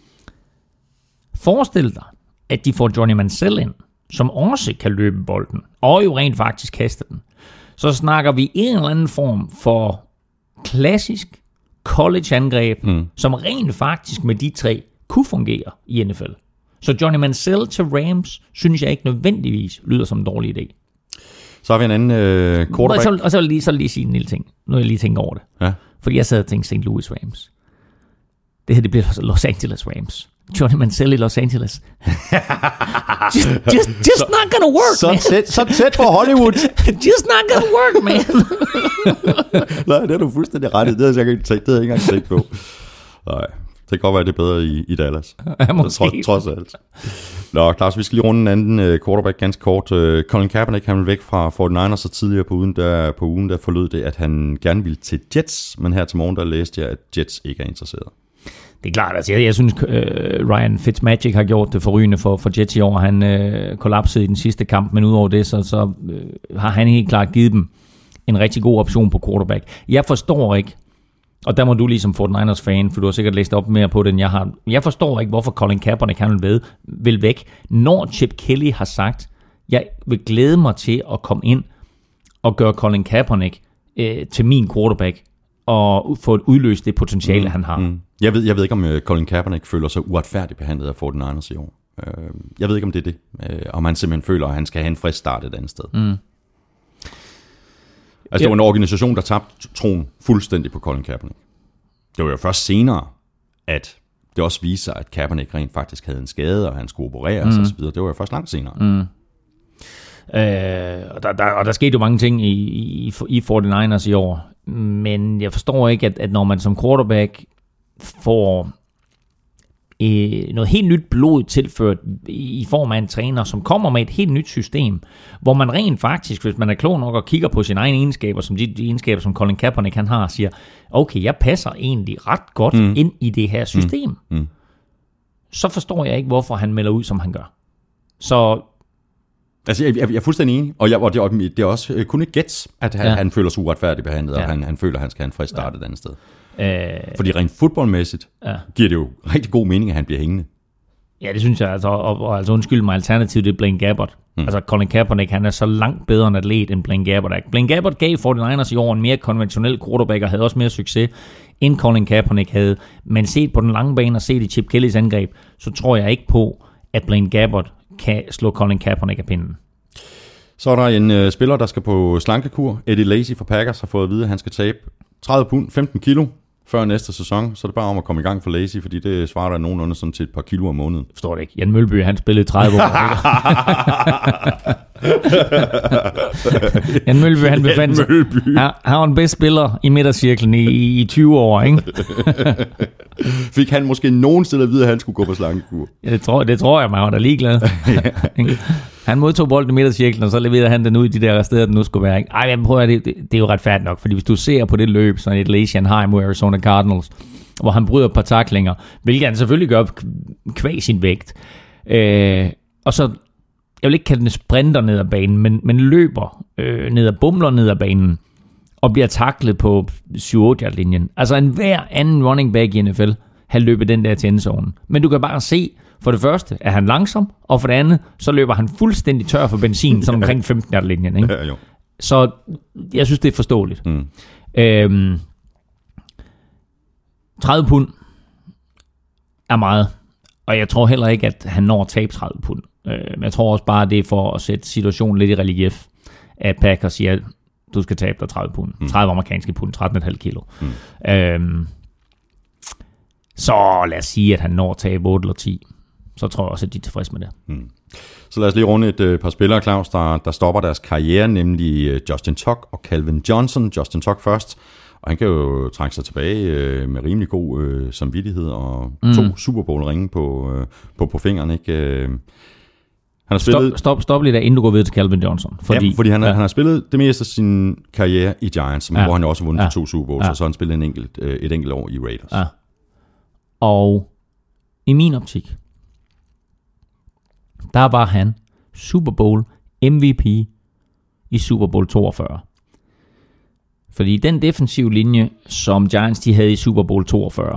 Forestil dig, at de får Johnny Manziel ind, som også kan løbe bolden, og jo rent faktisk kaste den. Så snakker vi en eller anden form for klassisk college-angreb, mm. som rent faktisk med de tre kunne fungere i N F L. Så Johnny Manziel til Rams, synes jeg ikke nødvendigvis lyder som en dårlig idé. Så har vi en anden øh, quarterback. Og så, og så vil jeg lige, så lige sige en lille ting. Nu har jeg lige tænkt over det. Ja. Fordi jeg sad og tænkte Saint Louis Rams. Det her, det bliver Los Angeles Rams. Johnny Manziel i Los Angeles. just, just, just so, not gonna work, så man. Tæt, så tæt på Hollywood. Just not gonna work, man. Nej, det er du fuldstændig ret i. Det havde jeg ikke, det havde jeg ikke engang tænkt på. Nej. Det kan godt være, at det er bedre i, i Dallas. Ja, måske. Trods, trods alt. Nå, Claus, vi skal lige runde en anden uh, quarterback ganske kort. Uh, Colin Kaepernick, han vil væk fra forty-niners, så tidligere på ugen, der, på ugen, der forlød det, at han gerne ville til Jets, men her til morgen, der læste jeg, at Jets ikke er interesseret. Det er klart, altså jeg, jeg synes, uh, Ryan Fitzmagic har gjort det forrygende for, for Jets i år. Han uh, kollapsede i den sidste kamp, men udover det, så, så uh, har han helt klart givet dem en rigtig god option på quarterback. Jeg forstår ikke, og der må du ligesom forty-niners fan, for du har sikkert læst op mere på det, end jeg har. Jeg forstår ikke, hvorfor Colin Kaepernick han vil, ved, vil væk, når Chip Kelly har sagt, jeg vil glæde mig til at komme ind og gøre Colin Kaepernick øh, til min quarterback, og få et udløst det potentiale, mm, han har. Mm. Jeg ved, jeg ved ikke, om Colin Kaepernick føler sig uretfærdigt behandlet af forty-niners i år. Jeg ved ikke, om det er det. Om han simpelthen føler, at han skal have en frisk start et andet sted. Mm. Altså, det var en organisation, der tabte troen fuldstændig på Colin Kaepernick. Det var jo først senere, at det også viste sig, at Kaepernick rent faktisk havde en skade, og han skulle opereres mm. og så videre. Det var jo først langt senere. Mm. Øh, og, der, der, og der skete jo mange ting i, i, i forty-niners i år. Men jeg forstår ikke, at, at når man som quarterback får øh, noget helt nyt blod tilført i form af en træner, som kommer med et helt nyt system, hvor man rent faktisk, hvis man er klog nok og kigger på sine egne egenskaber, som de, de egenskaber, som Colin Kaepernick han har, siger, okay, jeg passer egentlig ret godt mm. ind i det her system. Mm. Mm. Så forstår jeg ikke, hvorfor han melder ud, som han gør. Så Altså, jeg, jeg, jeg er fuldstændig enig, og, jeg, og det, det er også kun et gæt, at han, ja. han føler sig uretfærdigt behandlet, ja. og han, han føler, at han skal have en frisk start ja. et andet sted. Æh... Fordi rent fodboldmæssigt ja. giver det jo rigtig god mening, at han bliver hængende. Ja, det synes jeg, altså, og, og altså undskyld mig, alternativet det er Blaine Gabbert. Mm. Altså Colin Kaepernick, han er så langt bedre en atlet end Blaine Gabbert. Blaine Gabbert gav forty-niners i år en mere konventionel quarterback og havde også mere succes, end Colin Kaepernick havde. Men set på den lange bane og set i Chip Kellys angreb, så tror jeg ikke på, at Blaine Gabbert kan slå Colin Kaepernick af pinden. Så er der en øh, spiller, der skal på slankekur. Eddie Lacy fra Packers har fået at vide, at han skal tabe tredive pund, femten kilo før næste sæson. Så er det bare om at komme i gang for Lacy, fordi det svarer der nogenlunde sådan til et par kilo om måneden. Forstår det ikke. Jan Mølby, han spillede tredive år. Jan Mølby, han befandt sig. Han, han var den bedste spiller i midtercirklen i, i tyve år, ikke? Fik han måske nogensinde at vide, at han skulle gå på slankekur? Ja, det tror, det tror jeg, man var da ligeglad. Han modtog bolden i midtercirklen, og så leverede han den ud i de der steder, den nu skulle være. Ikke? Ej, jeg prøver, det, det, det er jo retfærdigt nok, fordi hvis du ser på det løb, sådan et Lacy han har imod Arizona Cardinals, hvor han bryder et par tacklinger, hvilket han selvfølgelig gør kvæg sin vægt. Øh, og så, jeg vil ikke kalde den sprinter ned ad banen, men, men løber øh, ned ad bumler ned ad banen, og bliver tacklet på syv otte yard linjen. Altså en hver anden running back i N F L har løbet den der til endzonen. Men du kan bare se, for det første er han langsom, og for det andet, så løber han fuldstændig tør for benzin, sådan omkring femten yard linjen. Ikke? Ja, jo. Så jeg synes, det er forståeligt. Mm. Øhm, tredive pund er meget, og jeg tror heller ikke, at han når at tabe tredive pund. Men jeg tror også bare, det er for at sætte situationen lidt i relief, at Packers siger, at du skal tabe dig tredive pund. Mm. tredive amerikanske pund, tretten komma fem kilo. Mm. Øhm, så lad os sige, at han når at tabe otte eller ti. Så tror jeg også, at de er tilfredse med det. Mm. Så lad os lige runde et øh, par spillere, Claus, der, der stopper deres karriere, nemlig øh, Justin Tuck og Calvin Johnson. Justin Tuck først, og han kan jo trække sig tilbage øh, med rimelig god øh, samvittighed og mm. to Super Bowl-ringe på, øh, på, på fingrene. Ikke? Øh, han har spillet... Stop, stop, stop lige der, inden du går videre til Calvin Johnson. Fordi, ja, fordi han, ja. han har spillet det meste af sin karriere i Giants, ja. hvor han også har vundet ja. to Super Bowls, ja. og så har han spillet en enkelt, øh, et enkelt år i Raiders. Ja. Og i min optik, der var han Super Bowl M V P i Super Bowl toogfyrre. Fordi den defensive linje, som Giants de havde i Super Bowl toogfyrre,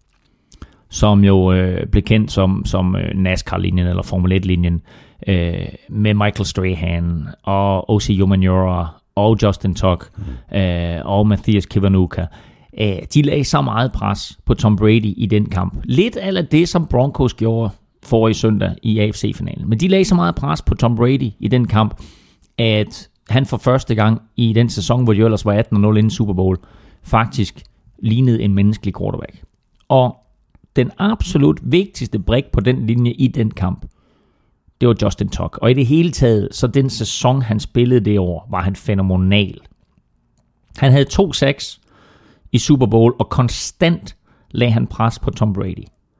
som jo øh, blev kendt som, som øh, NASCAR-linjen eller Formel et-linjen, øh, med Michael Strahan og O C Umenyiora og Justin Tuck mm. øh, og Matthias Kiwanuka, øh, de lagde så meget pres på Tom Brady i den kamp. Lidt af det, som Broncos gjorde forrige søndag i A F C-finalen. Men de lagde så meget pres på Tom Brady i den kamp, at han for første gang i den sæson, hvor de ellers var atten nul inden Super Bowl, faktisk lignede en menneskelig quarterback. Og den absolut vigtigste brik på den linje i den kamp, det var Justin Tuck. Og i det hele taget, så den sæson, han spillede det år, var han fænomenal. Han havde to sacks i Super Bowl, og konstant lagde han pres på Tom Brady.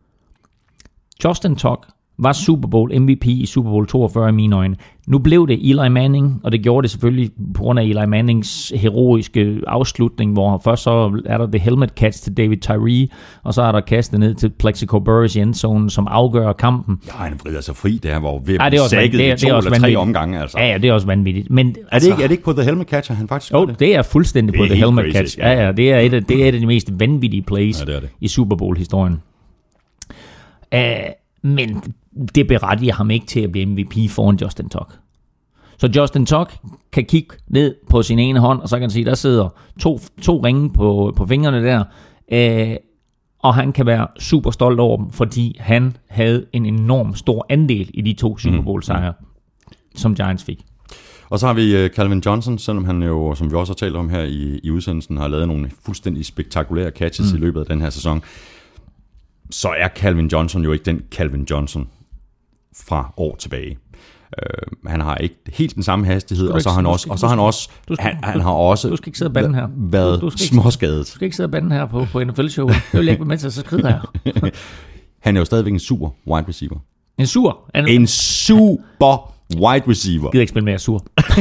Justin Tuck var Super Bowl M V P i Super Bowl toogfyrre i mine øjne. Nu blev det Eli Manning, og det gjorde det selvfølgelig på grund af Eli Mannings heroiske afslutning, hvor først så er der det helmet catch til David Tyree, og så er der kastet ned til Plexico Burress i endzone, som afgør kampen. Ja, han vrider sig fri der, hvor vi har sækket i to eller tre omgange. Altså. Ja, ja, det er også vanvittigt. Men, er, det altså, ikke, er det ikke på The Helmet Catch, han faktisk jo, det? det er fuldstændig det er på The Helmet crazy, Catch. Ja, ja, det er et af, det er et af de mest vanvittige plays ja, det det. i Super Bowl-historien. Uh, men det berettiger ham ikke til at blive M V P foran Justin Tuck. Så Justin Tuck kan kigge ned på sin ene hånd, og så kan han sige, der sidder to, to ringe på, på fingrene der, øh, og han kan være super stolt over dem, fordi han havde en enorm stor andel i de to Super Bowl-sejre, mm. som Giants fik. Og så har vi Calvin Johnson, selvom han jo, som vi også har talt om her i, i udsendelsen, har lavet nogle fuldstændig spektakulære catches mm. i løbet af den her sæson. Så er Calvin Johnson jo ikke den Calvin Johnson fra år tilbage. Uh, han har ikke helt den samme hastighed, og så har han også, og så har han også, han, han har også du skal ikke sidde banden her. været du, du småskadet. Du skal ikke sidde banden her på, på N F L-show. Det vil jeg ikke være med til, så skrider jeg. Han er jo stadigvæk en super wide receiver. En sur? En, en super wide receiver. Jeg gider ikke spille mere sur.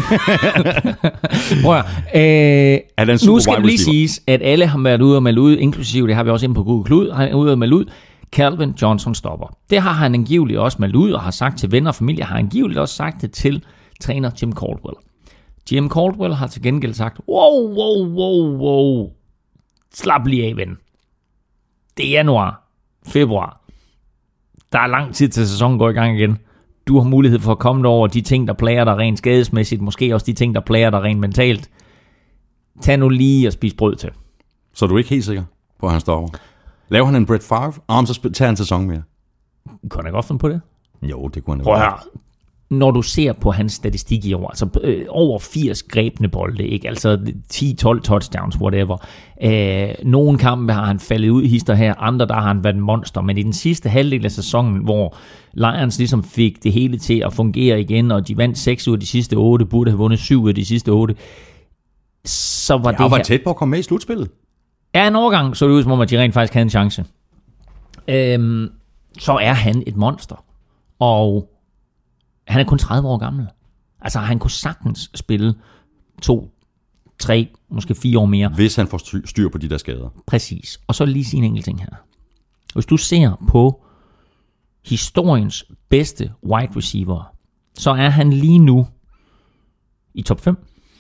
Prøv at, øh, nu skal det lige siges, at alle har været ude og melde ud, inklusive, det har vi også inde på Google Klud, han er ude og melde ud, Calvin Johnson stopper. Det har han angiveligt også meldt ud, og har sagt til venner og familie, har angiveligt også sagt det til træner Jim Caldwell. Jim Caldwell har til gengæld sagt, wow, wow, wow, wow, slap lige af, ven. Det er januar, februar. Der er lang tid til sæsonen går i gang igen. Du har mulighed for at komme over de ting, der plager dig rent skadesmæssigt, måske også de ting, der plager dig rent mentalt. Tag nu lige og spis brød til. Så er du ikke helt sikker på, at han står over? Laver han en Brett Favre, og så tager han en sæson mere? Kan han ikke godt finde på det? Jo, det kunne han. Prøv at høre. Når du ser på hans statistik i år, altså øh, over firs grebne bolde, ikke? Altså ti tolv touchdowns, whatever. Øh, nogle kampe har han faldet ud i hister her, andre der har han været en monster, men i den sidste halvdel af sæsonen, hvor Lions ligesom fik det hele til at fungere igen, og de vandt seks ud af de sidste otte, burde have vundet syv ud af de sidste otte, så var jeg det var her... tæt på at komme med i slutspillet. Ja, en overgang så det ud som om, at de rent faktisk havde en chance. Øh, så er han et monster, og han er kun tredive år gammel. Altså, han kunne sagtens spille to, tre, måske fire år mere. Hvis han får styr på de der skader. Præcis. Og så lige sige en enkelt ting her. Hvis du ser på historiens bedste wide receiver, så er han lige nu i top fem.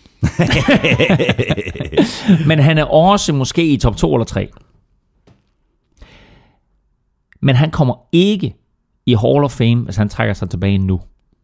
Men han er også måske i top to eller tre. Men han kommer ikke i Hall of Fame, hvis han trækker sig tilbage nu.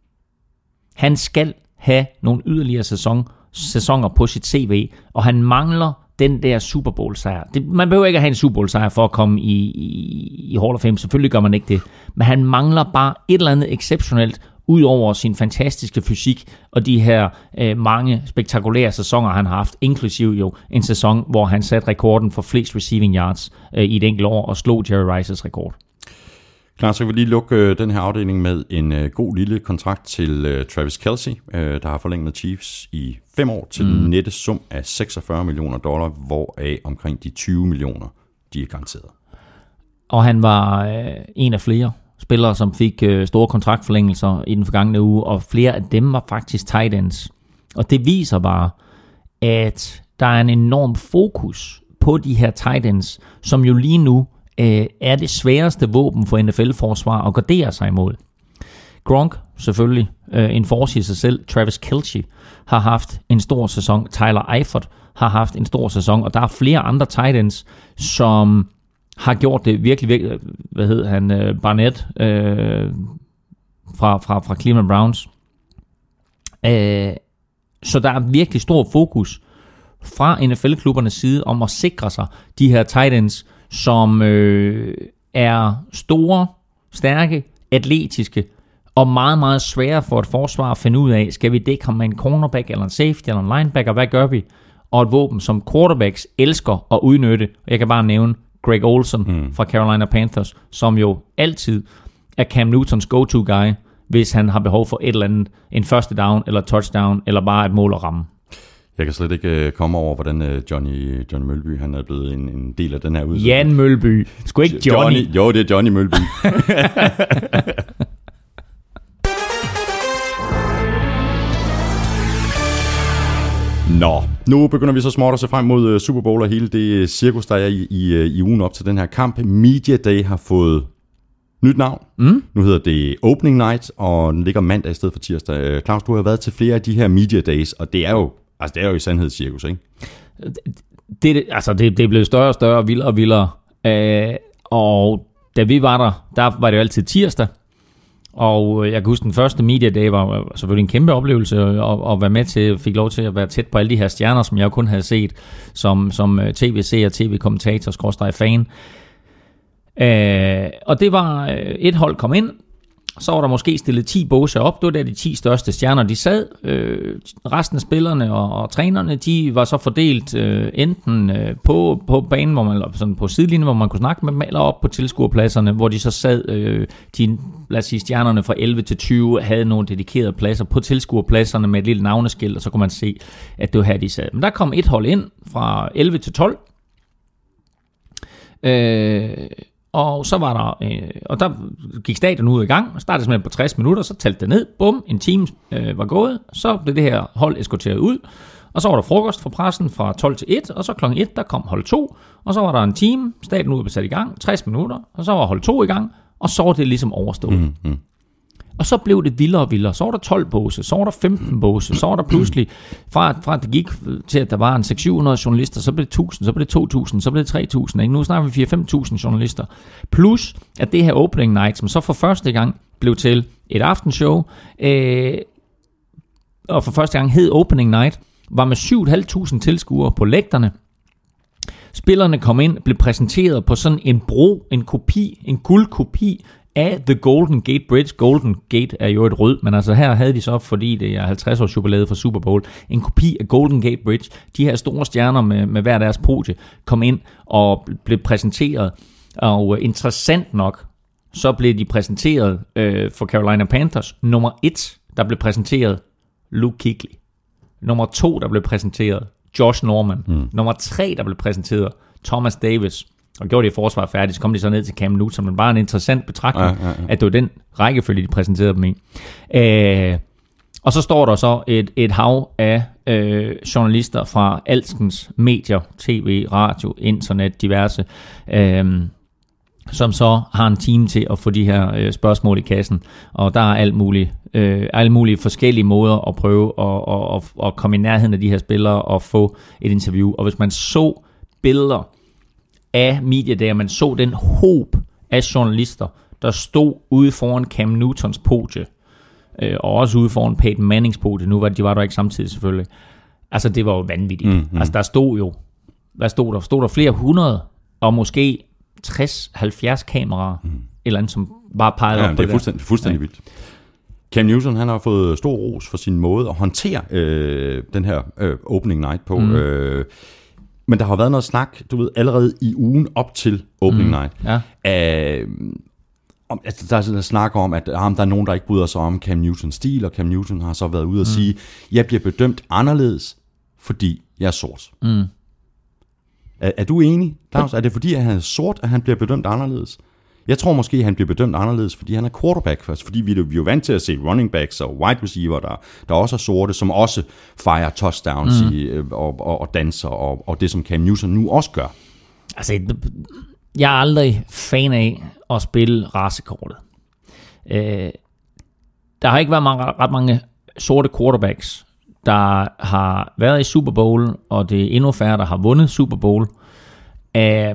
Han skal have nogle yderligere sæson, sæsoner på sit C V, og han mangler den der Super Bowl sejr. Det, man behøver ikke at have en Super Bowl sejr for at komme i, i, i Hall of Fame. Selvfølgelig gør man ikke det. Men han mangler bare et eller andet exceptionelt, ud over sin fantastiske fysik og de her øh, mange spektakulære sæsoner, han har haft, inklusiv jo en sæson, hvor han satte rekorden for flest receiving yards øh, i et enkelt år og slog Jerry Rice's rekord. Klar, så kan vi lige lukke øh, den her afdeling med en øh, god lille kontrakt til øh, Travis Kelce, øh, der har forlænget med Chiefs i fem år til mm. en nette sum af seksogfyrre millioner dollar, hvoraf omkring de tyve millioner, de er garanteret. Og han var øh, en af flere spillere, som fik øh, store kontraktforlængelser i den forgangne uge, og flere af dem var faktisk tight ends. Og det viser bare, at der er en enorm fokus på de her tight ends, som jo lige nu øh, er det sværeste våben for N F L-forsvar at gardere sig imod. Gronk, selvfølgelig, øh, en force i sig selv. Travis Kelce har haft en stor sæson. Tyler Eifert har haft en stor sæson, og der er flere andre tight ends, som har gjort det virkelig, virkelig, hvad hedder han, uh, Barnett uh, fra, fra, fra Cleveland Browns. Uh, så der er virkelig stor fokus fra N F L-klubbernes side om at sikre sig de her tight ends, som uh, er store, stærke, atletiske og meget, meget svære for et forsvar at finde ud af, skal vi dække ham med en cornerback eller en safety eller en linebacker, hvad gør vi? Og et våben, som quarterbacks elsker at udnytte. Jeg kan bare nævne Greg Olsen mm. fra Carolina Panthers, som jo altid er Cam Newtons go-to-guy, hvis han har behov for et eller andet, en første down eller touchdown, eller bare et mål at ramme. Jeg kan slet ikke uh, komme over, hvordan uh, Johnny, Johnny Mølby han er blevet en, en del af den her udsendelse. Jan Mølby. Sgu ikke Johnny. Johnny. Jo, det er Johnny Mølby. Nå, nu begynder vi så småt at se frem mod uh, Super Bowl og hele det uh, cirkus, der er i, i, uh, i ugen op til den her kamp. Media Day har fået nyt navn. Mm. Nu hedder det Opening Night, og den ligger mandag i stedet for tirsdag. Uh, Claus, du har været til flere af de her Media Days, og det er jo, altså, det er jo i sandhed cirkus, ikke? Det, altså, det, det er blevet større og større, vildere og vildere. Uh, og da vi var der, der var det jo altid tirsdag. Og jeg kan huske, den første Media Day var selvfølgelig en kæmpe oplevelse at, at være med til. Fik lov til at være tæt på alle de her stjerner, som jeg kun havde set som, som tv-seer, tv-kommentator, skråstreg fan. Øh, og det var et hold kom ind, så var der måske stillet ti båse op. Det var der de ti største stjerner, de sad. Øh, resten af spillerne og, og trænerne, de var så fordelt øh, enten øh, på, på banen, hvor man, eller sådan på sidelinjen, hvor man kunne snakke med dem, eller op på tilskuerpladserne, hvor de så sad, øh, de, lad os sige, stjernerne fra elleve til tyve havde nogle dedikerede pladser på tilskuerpladserne med et lille navneskilt, og så kunne man se, at det var her, de sad. Men der kom et hold ind fra elleve til tolv. Øh... Og så var der, øh, og der gik stadion ud i gang, og startede simpelthen på tres minutter, så talte det ned, bum, en time øh, var gået, så blev det her hold eskorteret ud, og så var der frokost for pressen fra tolv til et, og så klokken et, der kom hold to, og så var der en time, stadion ud blev sat i gang, tres minutter, og så var hold to i gang, og så var det ligesom overstået. Mm-hmm. Og så blev det vildere og vildere. Så var der tolv båse, så var der femten båse, så var der pludselig, fra, fra at det gik til, at der var en seks til syv hundrede journalister, så blev det tusind, så blev det to tusind, så blev det tre tusind. Ikke? Nu snakker vi fire til fem tusind journalister. Plus, at det her opening night, som så for første gang blev til et aftenshow, øh, og for første gang hed opening night, var med syv tusind fem hundrede tilskuere på lægterne. Spillerne kom ind, blev præsenteret på sådan en bro, en kopi, en guldkopi af The Golden Gate Bridge. Golden Gate er jo et rød, men altså her havde de så, fordi det er halvtreds års jubilæet for Super Bowl, en kopi af Golden Gate Bridge. De her store stjerner med, med hver deres podie kom ind og blev præsenteret. Og interessant nok, så blev de præsenteret øh, for Carolina Panthers. Nummer et, der blev præsenteret, Luke Kuechly. Nummer to, der blev præsenteret, Josh Norman. Mm. Nummer tre, der blev præsenteret, Thomas Davis. Og gjorde det i forsvaret færdigt, så kom de så ned til Cam Newton, men bare en interessant betragtning, ja, ja, ja. At det var den rækkefølge, de præsenterede dem i. Øh, og så står der så et, et hav af øh, journalister fra alskens medier, tv, radio, internet, diverse, øh, som så har en team til at få de her øh, spørgsmål i kassen. Og der er alt muligt, øh, alle mulige forskellige måder at prøve at, at, at, at komme i nærheden af de her spillere og få et interview. Og hvis man så billeder af media der, man så den håb af journalister, der stod ude foran Cam Newtons podie, øh, og også ude foran Peyton Mannings podie. Nu var de var der ikke samtidig selvfølgelig. Altså det var jo vanvittigt. Mm, mm. Altså der stod jo, hvad stod der? Stod der flere hundrede, og måske tres til halvfjerds kameraer, mm. eller andet, som bare pegede ja, op på det. Det er fuldstændig, fuldstændig ja. vildt. Cam Newton, han har fået stor ros for sin måde at håndtere øh, den her øh, opening night på. Mm. Øh, Men der har været noget snak, du ved, allerede i ugen op til opening mm, night. Ja. Æh, om, altså, der er sådan en snak om, at ah, der er nogen, der ikke bryder sig om Cam Newtons stil, og Cam Newton har så været ude og mm. sige, jeg bliver bedømt anderledes, fordi jeg er sort. Mm. Er, er du enig, Claus? Er det fordi, at han er sort, at han bliver bedømt anderledes? Jeg tror måske, at han bliver bedømt anderledes, fordi han er quarterback først. Fordi vi er jo vant til at se running backs og wide receiver, der, der også er sorte, som også fejrer touchdowns mm. i, og, og, og danser, og, og det som Cam Newton nu også gør. Altså, jeg er aldrig fan af at spille racekortet. Øh, der har ikke været mange, ret mange sorte quarterbacks, der har været i Super Bowl, og det er endnu færre, der har vundet Super Bowl. Øh,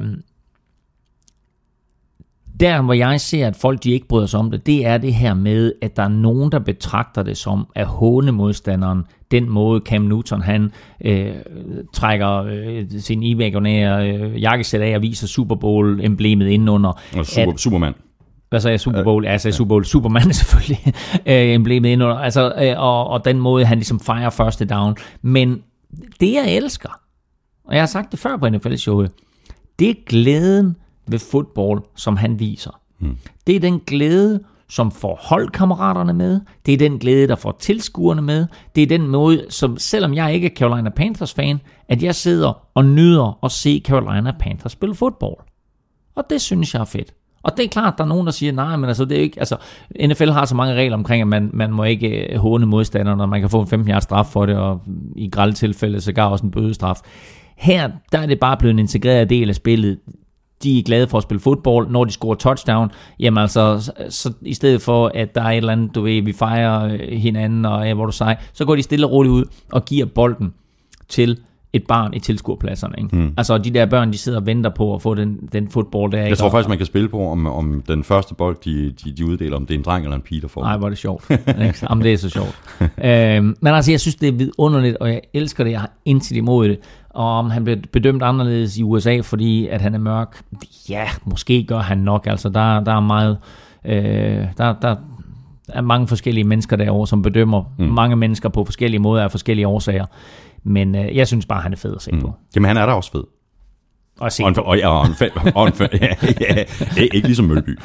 Der, hvor jeg ser, at folk de ikke bryder sig om det, det er det her med, at der er nogen, der betragter det som at håne modstanderen. Den måde Cam Newton, han øh, trækker øh, sin imaginære øh, jakkesæt af og viser Super Bowl-emblemet indenunder. Super, at, Superman. Hvad sagde jeg? Super Bowl? Uh, altså ja. Super Bowl. Superman selvfølgelig. øh, emblemet indenunder. Altså, øh, og, og den måde, han ligesom fejrer første down. Men det, jeg elsker, og jeg har sagt det før på N F L-showet, det er glæden ved fodbold, som han viser. Hmm. Det er den glæde, som får holdkammeraterne med. Det er den glæde, der får tilskuerne med. Det er den måde, som selvom jeg ikke er Carolina Panthers-fan, at jeg sidder og nyder at se Carolina Panthers spille fodbold. Og det synes jeg er fedt. Og det er klart, der er nogen, der siger, nej, men altså, det er ikke, altså, N F L har så mange regler omkring, at man, man må ikke håne modstanderne, og man kan få en femten yards straf for det, og i grelle tilfælde, så gar også en bødestraf. Her, der er det bare blevet en integreret del af spillet. De er glade for at spille fodbold, når de scorer touchdown, jamen altså, så, så i stedet for, at der er et eller andet, du ved, vi fejrer hinanden, og ja, hvor du siger, så går de stille og roligt ud og giver bolden til et barn i tilskuerpladserne. Ikke? Mm. Altså, de der børn, de sidder og venter på at få den, den fodbold der. Jeg tror faktisk, man kan spille på, om, om den første bold, de, de, de uddeler, om det er en dreng eller en pige, der får. Nej, hvor er det sjovt. Jamen, det er så sjovt. øhm, men altså, jeg synes, det er vidunderligt, og jeg elsker det. Jeg har intet imod det. Og om han bliver bedømt anderledes i U S A, fordi at han er mørk, ja, måske gør han nok. Altså, der, der er meget... Øh, der, der er mange forskellige mennesker derovre, som bedømmer mm. mange mennesker på forskellige måder af forskellige årsager. Men øh, jeg synes bare, han er fed at se mm. på. Jamen, han er der også fed. Og se og en, på. Og, og, og, og, og, ja, ja, ikke ligesom Mølby.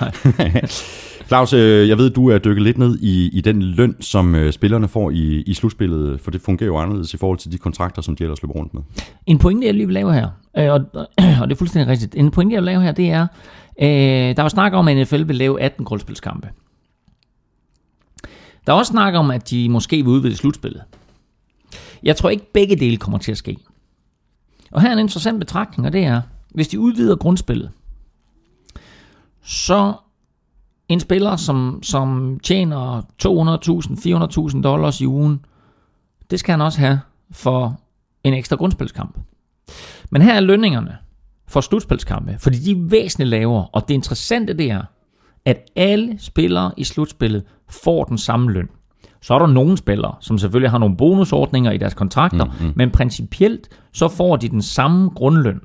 Claus, jeg ved, du er dykket lidt ned i, i den løn, som spillerne får i, i slutspillet, for det fungerer jo anderledes i forhold til de kontrakter, som de ellers løber rundt med. En pointe, jeg lige vil lave her, og, og det er fuldstændig rigtigt, en pointe, jeg vil lave her, det er, øh, der er jo snak om, at N F L vil lave atten grundspilskampe. Der er også snak om, at de måske vil udvide slutspillet. Jeg tror ikke, begge dele kommer til at ske. Og her er en interessant betragtning, og det er, hvis de udvider grundspillet, så en spiller, som, som tjener to hundrede tusind, fire hundrede tusind dollars i ugen, det skal han også have for en ekstra grundspilskamp. Men her er lønningerne for slutspilskampe, fordi de er væsentligt lavere, og det interessante det er, at alle spillere i slutspillet får den samme løn. Så er der nogle spillere, som selvfølgelig har nogle bonusordninger i deres kontrakter, mm-hmm. men principielt så får de den samme grundløn.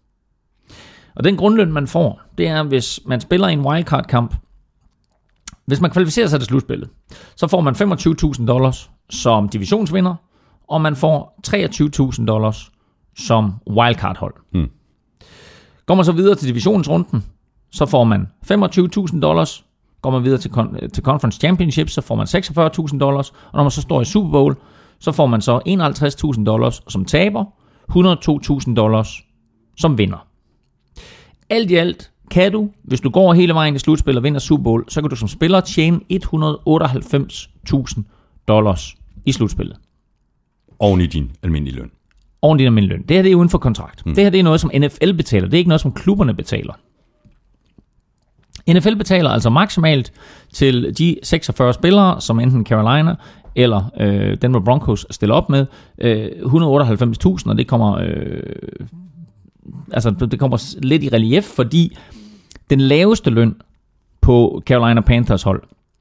Og den grundløn, man får, det er, hvis man spiller i en wildcard-kamp. Hvis man kvalificerer sig til slutspillet, så får man femogtyve tusind dollars som divisionsvinder, og man får treogtyve tusind dollars som wildcard-hold. Mm. Går man så videre til divisionsrunden, så får man femogtyve tusind dollars. Går man videre til, con- til Conference Championship, så får man seksogfyrre tusind dollars. Og når man så står i Super Bowl, så får man så enoghalvtreds tusind dollars som taber, et hundrede og to tusind dollars som vinder. Alt i alt kan du, hvis du går hele vejen i slutspil og vinder Super Bowl, så kan du som spiller tjene et hundrede og otteoghalvfems tusind dollars i slutspillet. Oven i din almindelige løn. Oven i din almindelige løn. Det her det er uden for kontrakt. Mm. Det her det er noget, som N F L betaler. Det er ikke noget, som klubberne betaler. N F L betaler altså maksimalt til de seksogfyrre spillere, som enten Carolina eller øh, Denver Broncos stiller op med, øh, et hundrede og otteoghalvfems tusind, og det kommer, øh, altså, det kommer lidt i relief, fordi den laveste løn på Carolina Panthers hold,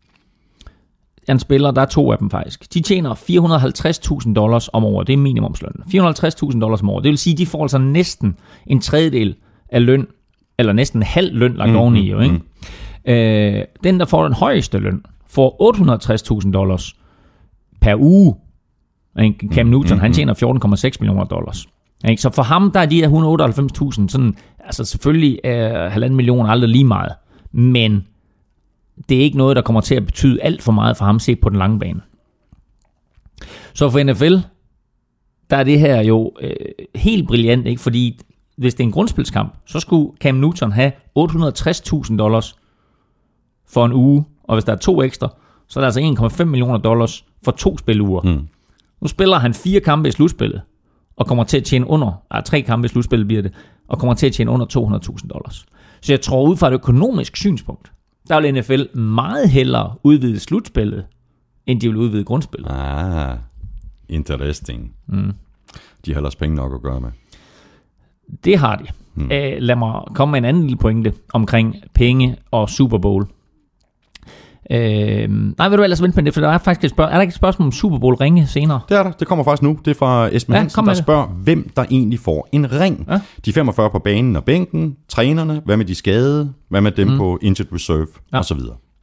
en spiller, der er to af dem faktisk, de tjener fire hundrede og halvtreds tusind dollars om året, det er minimumsløn. fire hundrede og halvtreds tusind dollars om året, det vil sige, de får altså næsten en tredjedel af løn, eller næsten en halv løn lagt mm, oveni, jo, ikke? Mm. Øh, den, der får den højeste løn, får otte hundrede og tres tusind dollars per uge. Cam Newton, mm, han tjener fjorten komma seks millioner dollars. Ikke? Så for ham, der er de her et hundrede og otteoghalvfems tusind, sådan, altså selvfølgelig er halvanden million aldrig lige meget, men det er ikke noget, der kommer til at betyde alt for meget for ham set på den lange bane. Så for N F L, der er det her jo øh, helt brilliant, ikke? Fordi hvis det er en grundspilskamp, så skulle Cam Newton have otte hundrede og tres tusind dollars for en uge, og hvis der er to ekstra, så er der altså en komma fem millioner dollars for to spiluger. Mm. Nu spiller han fire kampe i slutspillet, og kommer til at tjene under, ah, tre kampe i slutspillet bliver det, og kommer til at tjene under to hundrede tusind dollars. Så jeg tror, ud fra et økonomisk synspunkt, der vil N F L meget hellere udvide slutspillet, end de vil udvide grundspillet. Ah, interesting. Mm. De har ellers penge nok at gøre med. Det har de. Hmm. Æh, lad mig komme med en anden lille pointe omkring penge og Super Bowl. Øh, nej, vil du ellers vente på det, for der er faktisk et spørgsmål. Er der ikke et spørgsmål om Super Bowl ringe senere? Det er der. Det kommer faktisk nu. Det er fra Esben ja, Hansen, der spørger, hvem der egentlig får en ring. Ja? De femogfyrre på banen og bænken, trænerne, hvad med de skadede, hvad med dem hmm. på injured reserve, ja. osv.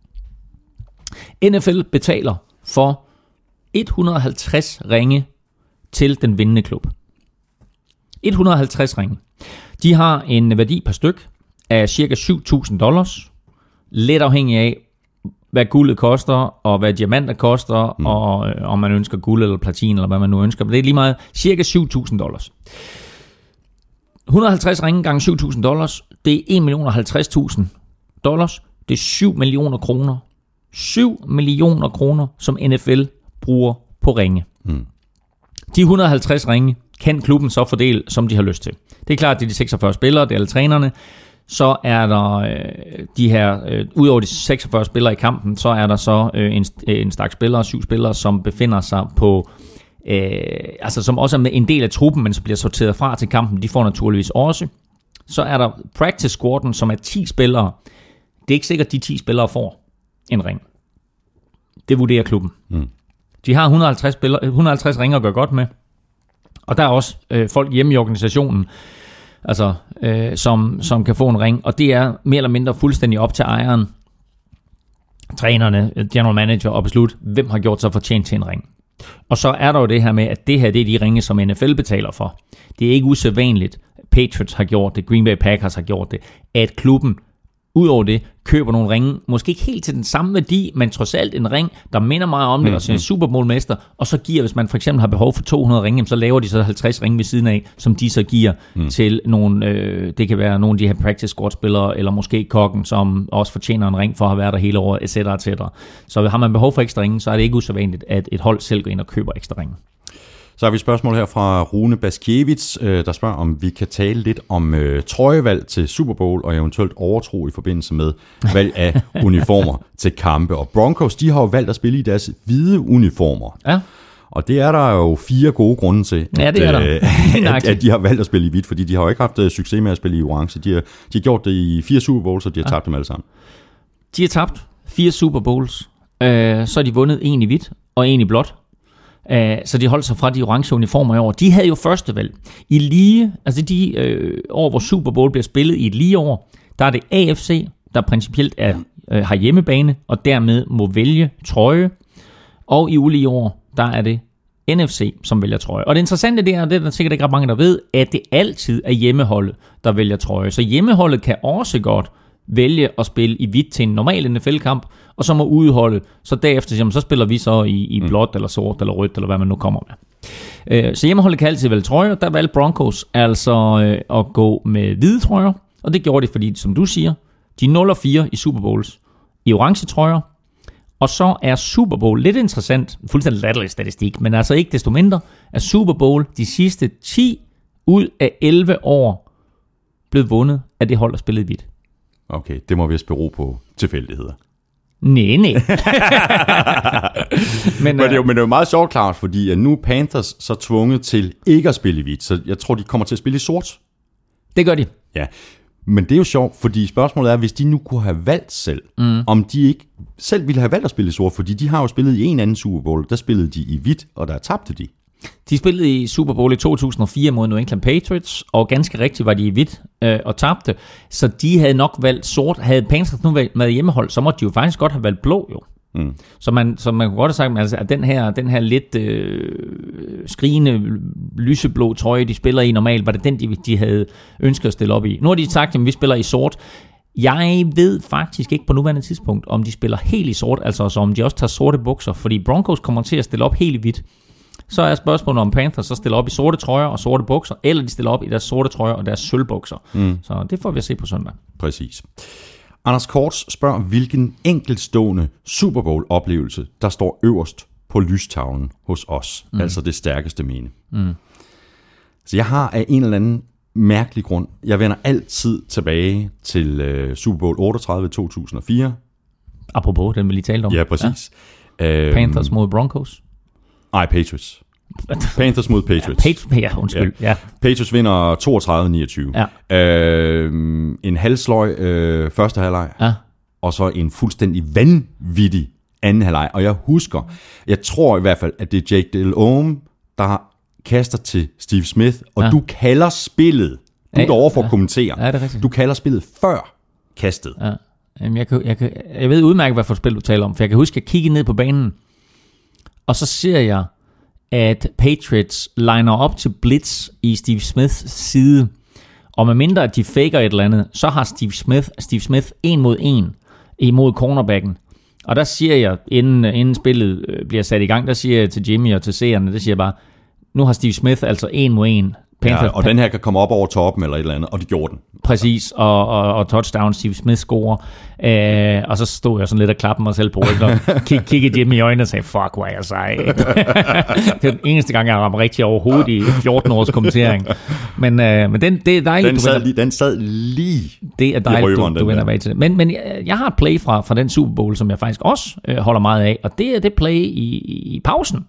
N F L betaler for et hundrede og halvtreds ringe til den vindende klub. et hundrede og halvtreds ringe. De har en værdi per styk af cirka syv tusind dollars. Lidt afhængig af, hvad guldet koster, og hvad diamanter koster, mm. og øh, om man ønsker guld eller platin, eller hvad man nu ønsker. Men det er lige meget cirka syv tusind dollars. et hundrede og halvtreds ringe gange syv tusind dollars, det er en million og halvtreds tusind dollars. Det er syv millioner kroner. syv millioner kroner, som N F L bruger på ringe. Mm. De et hundrede og halvtreds ringe kan klubben så fordele, som de har lyst til. Det er klart, det er de seksogfyrre spillere, det er alle trænerne. Så er der øh, de her, øh, udover de seksogfyrre spillere i kampen, så er der så øh, en, en stak spillere, syv spillere, som befinder sig på, øh, altså som også er en del af truppen, men som bliver sorteret fra til kampen. De får naturligvis også. Så er der practice squaden, som er ti spillere. Det er ikke sikkert, at de ti spillere får en ring. Det vurderer klubben. Mm. De har et hundrede og halvtreds, spillere, et hundrede og halvtreds ringer at gøre godt med. Og der er også øh, folk hjemme i organisationen, altså, øh, som, som kan få en ring. Og det er mere eller mindre fuldstændig op til ejeren, trænerne, general manager og beslutte, hvem har gjort sig fortjent til en ring. Og så er der jo det her med, at det her det er de ringe, som N F L betaler for. Det er ikke usædvanligt. Patriots har gjort det, Green Bay Packers har gjort det, at klubben udover det køber nogle ringe, måske ikke helt til den samme værdi, men trods alt en ring, der minder meget om det, mm-hmm. og så en Super Bowl-mester, og så giver, hvis man for eksempel har behov for to hundrede ringe, så laver de så halvtreds ringe ved siden af, som de så giver mm. til nogle, øh, det kan være nogle af de her practice squad-spillere, eller måske kokken, som også fortjener en ring for at have været der hele året, et cetera, et cetera. Så har man behov for ekstra ringe, så er det ikke usædvanligt, at et hold selv går ind og køber ekstra ringe. Så har vi et spørgsmål her fra Rune Baskiewicz, der spørger, om vi kan tale lidt om øh, trøjevalg til Super Bowl og eventuelt overtro i forbindelse med valg af uniformer til kampe. Og Broncos, de har jo valgt at spille i deres hvide uniformer. Ja. Og det er der jo fire gode grunde til, ja, at, det er der. øh, at, at de har valgt at spille i hvidt, fordi de har jo ikke haft uh, succes med at spille i orange. De har, de har gjort det i fire Super Bowls, og de har ja. tabt dem alle sammen. De har tabt fire Super Bowls, øh, så har de vundet en i hvidt og en i blåt. Øh, så de holdt sig fra de orange uniformer i år. De havde jo første valg. I lige, altså de øh, år, hvor Super Bowl bliver spillet i et lige år, der er det A F C, der principielt er, øh, har hjemmebane, og dermed må vælge trøje. Og i ulige år, der er det N F C, som vælger trøje. Og det interessante det er, det er der sikkert ikke ret mange, der ved, at det altid er hjemmeholdet, der vælger trøje. Så hjemmeholdet kan også godt vælge at spille i hvidt til en normal N F L-kamp, og så må udholdet, så derefter jamen, så spiller vi så i, i blåt eller sort eller rødt, eller hvad man nu kommer med. Så hjemmeholdet kan altid vælge trøjer. Der valgte Broncos altså at gå med hvide trøjer, og det gjorde de, fordi, som du siger, de nul og fire i Super Bowls i orange trøjer. Og så er Super Bowl lidt interessant, fuldstændig latterlig statistik, men altså ikke desto mindre, er Super Bowl de sidste ti ud af elleve år blevet vundet af det hold, der spillede hvidt. Okay, det må vist bero på tilfældigheder. Nej, nej. men, men, det er jo, men det er jo meget sjovt, Claus, fordi at nu er Panthers så tvunget til ikke at spille i hvidt, så jeg tror, de kommer til at spille i sort. Det gør de. Ja, men det er jo sjovt, fordi spørgsmålet er, hvis de nu kunne have valgt selv, mm. om de ikke selv ville have valgt at spille i sort, fordi de har jo spillet i en anden Super Bowl, der spillede de i hvidt, og der tabte de. De spillede i Super Bowl i to tusind og fire mod New England Patriots, og ganske rigtigt var de i hvidt øh, og tabte. Så de havde nok valgt sort. Havde Panthers nu været hjemmehold, så måtte de jo faktisk godt have valgt blå jo. Mm. Så, man, så man kunne godt have sagt, altså, at den her, den her lidt øh, skrigende lyseblå trøje, de spiller i normalt, var det den, de, de havde ønsket at stille op i. Nu har de sagt, at vi spiller i sort. Jeg ved faktisk ikke på nuværende tidspunkt, om de spiller helt i sort, altså så om de også tager sorte bukser, fordi Broncos kommer til at stille op helt i hvidt. Så er spørgsmålet om Panthers så stiller op i sorte trøjer og sorte bukser, eller de stiller op i deres sorte trøjer og deres sølvbukser. Mm. Så det får vi at se på søndag. Præcis. Anders Korts spørger, hvilken enkeltstående Super Bowl-oplevelse, der står øverst på lystavlen hos os. Mm. Altså det stærkeste mene. Mm. Så jeg har af en eller anden mærkelig grund, jeg vender altid tilbage til uh, Super Bowl otteogtredive to tusind og fire. Apropos, den vi lige talte om. Ja, præcis. Ja. Uh, Panthers mod Broncos. Nej, Patriots. Panthers mod Patriots. Ja, Pat- ja undskyld. Ja. Ja. Patriots vinder toogtredive niogtyve. Ja. Øh, en halvsløj øh, første halvleg, ja. Og så en fuldstændig vanvittig anden halvleg. Og jeg husker, jeg tror i hvert fald, at det er Jake Delhomme, der kaster til Steve Smith, og ja. Du kalder spillet, du er derovre for ja. At kommentere, ja, det er du kalder spillet før kastet. Ja. Jamen, jeg, kan, jeg, kan, jeg ved udmærket, hvad for et spil du taler om, for jeg kan huske, at jeg kiggede ned på banen, og så ser jeg, at Patriots liner op til blitz i Steve Smiths side. Og medmindre at de faker et eller andet, så har Steve Smith, Steve Smith en mod en imod cornerbacken. Og der siger jeg, inden, inden spillet bliver sat i gang, der siger jeg til Jimmy og til seerne, der siger jeg bare, nu har Steve Smith altså en mod en. Ja, og den her kan komme op over toppen eller et eller andet, og det gjorde den. Præcis, og, og, og touchdown, Steve Smith scorer. Øh, og så stod jeg sådan lidt og klappede mig selv på ryggen, og kig, kiggede Jimmy i øjnene og sagde, fuck, hvor er jeg sej. Det er den eneste gang, jeg ramte rigtig overhovedet i fjorten års kommentering. Men, øh, men den, det er dejligt, den du sad, vinder. Lige, den sad lige Det er dejligt, du, du vinder bag til det. Men, men jeg, jeg har et play fra, fra den Super Bowl, som jeg faktisk også øh, holder meget af, og det er det play i, i pausen.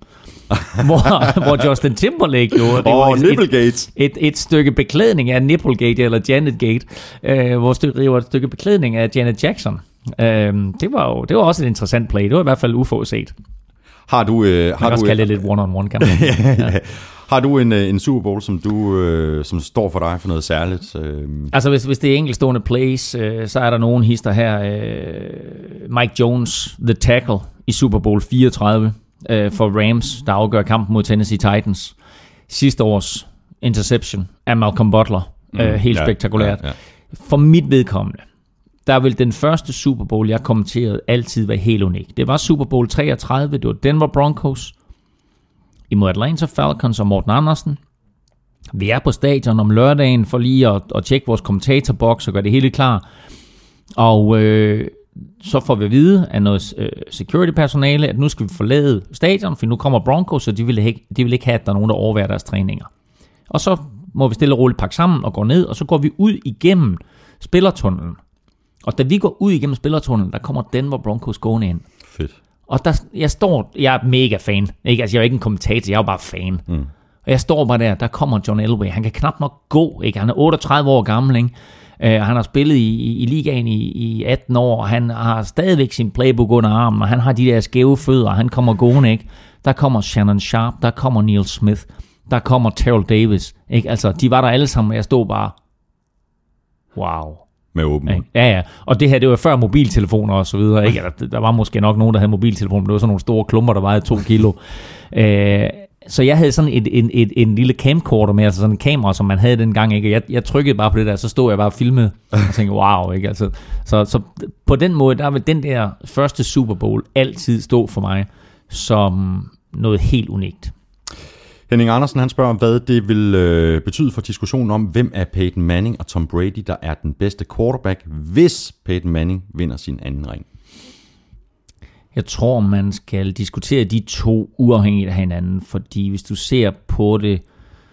hvor, hvor Justin Timberlake jo det oh, var et, et, et, et stykke beklædning af Nipplegate eller Janetgate, øh, hvor det var et stykke beklædning af Janet Jackson. Øh, det var jo det var også et interessant play. Det var i hvert fald uforudset. Har du øh, man har kan også du kalde det lidt one-on-one, kan man. Ja. Har du en, en Super Bowl, som du øh, som står for dig for noget særligt? Øh? Altså hvis, hvis det er enkeltstående plays, øh, så er der nogen hister her. Øh, Mike Jones, the tackle i Super Bowl fireogtredive øh, for Rams, der afgør kampen mod Tennessee Titans. Sidste års interception af Malcolm Butler. Mm, øh, helt ja, spektakulært. Ja, ja. For mit vedkommende, der vil den første Super Bowl, jeg kommenterede, altid være helt unik. Det var Super Bowl treogtredive, det var Denver Broncos imod Atlanta Falcons og Morten Andersen. Vi er på stadion om lørdagen for lige at, at tjekke vores kommentatorboks og gøre det hele klar. Og øh, så får vi at vide af noget øh, security-personale, at nu skal vi forlade stadion, for nu kommer Broncos, så de vil, ikke, de vil ikke have, at der er nogen, der overværer deres træninger. Og så må vi stille og roligt pakke sammen og gå ned, og så går vi ud igennem spillertunnelen. Og da vi går ud igennem spillertunnelen, der kommer Denver Broncos gående ind. Fedt. Og der, jeg står, jeg er mega fan. Ikke? Altså, jeg er ikke en kommentator, jeg er bare fan. Mm. Og jeg står bare der, der kommer John Elway. Han kan knap nok gå, ikke? Han er otteogtredive år gammel, ikke? Uh, han har spillet i, i, i ligaen i, i atten år, og han har stadigvæk sin playbook under armen, og han har de der skæve fødder, og han kommer gående, ikke? Der kommer Shannon Sharp, der kommer Neil Smith, der kommer Terrell Davis, ikke? Altså, de var der alle sammen, og jeg stod bare, wow. Med åben. Ja, ja, og det her, det var før mobiltelefoner og så videre, ikke? Der, der var måske nok nogen, der havde mobiltelefoner, men det var sådan nogle store klumper, der vejede to kilo. Uh, Så jeg havde sådan et, et, et, en lille camcorder med, altså sådan en kamera, som man havde dengang, ikke? Jeg, jeg trykkede bare på det der, så stod jeg bare og filmede, og tænkte, wow, ikke? Altså, så, så på den måde, der vil den der første Super Bowl altid stå for mig som noget helt unikt. Henning Andersen, han spørger, hvad det vil øh, betyde for diskussionen om, hvem er Peyton Manning og Tom Brady, der er den bedste quarterback, hvis Peyton Manning vinder sin anden ring. Jeg tror, man skal diskutere de to uafhængigt af hinanden, fordi hvis du ser på det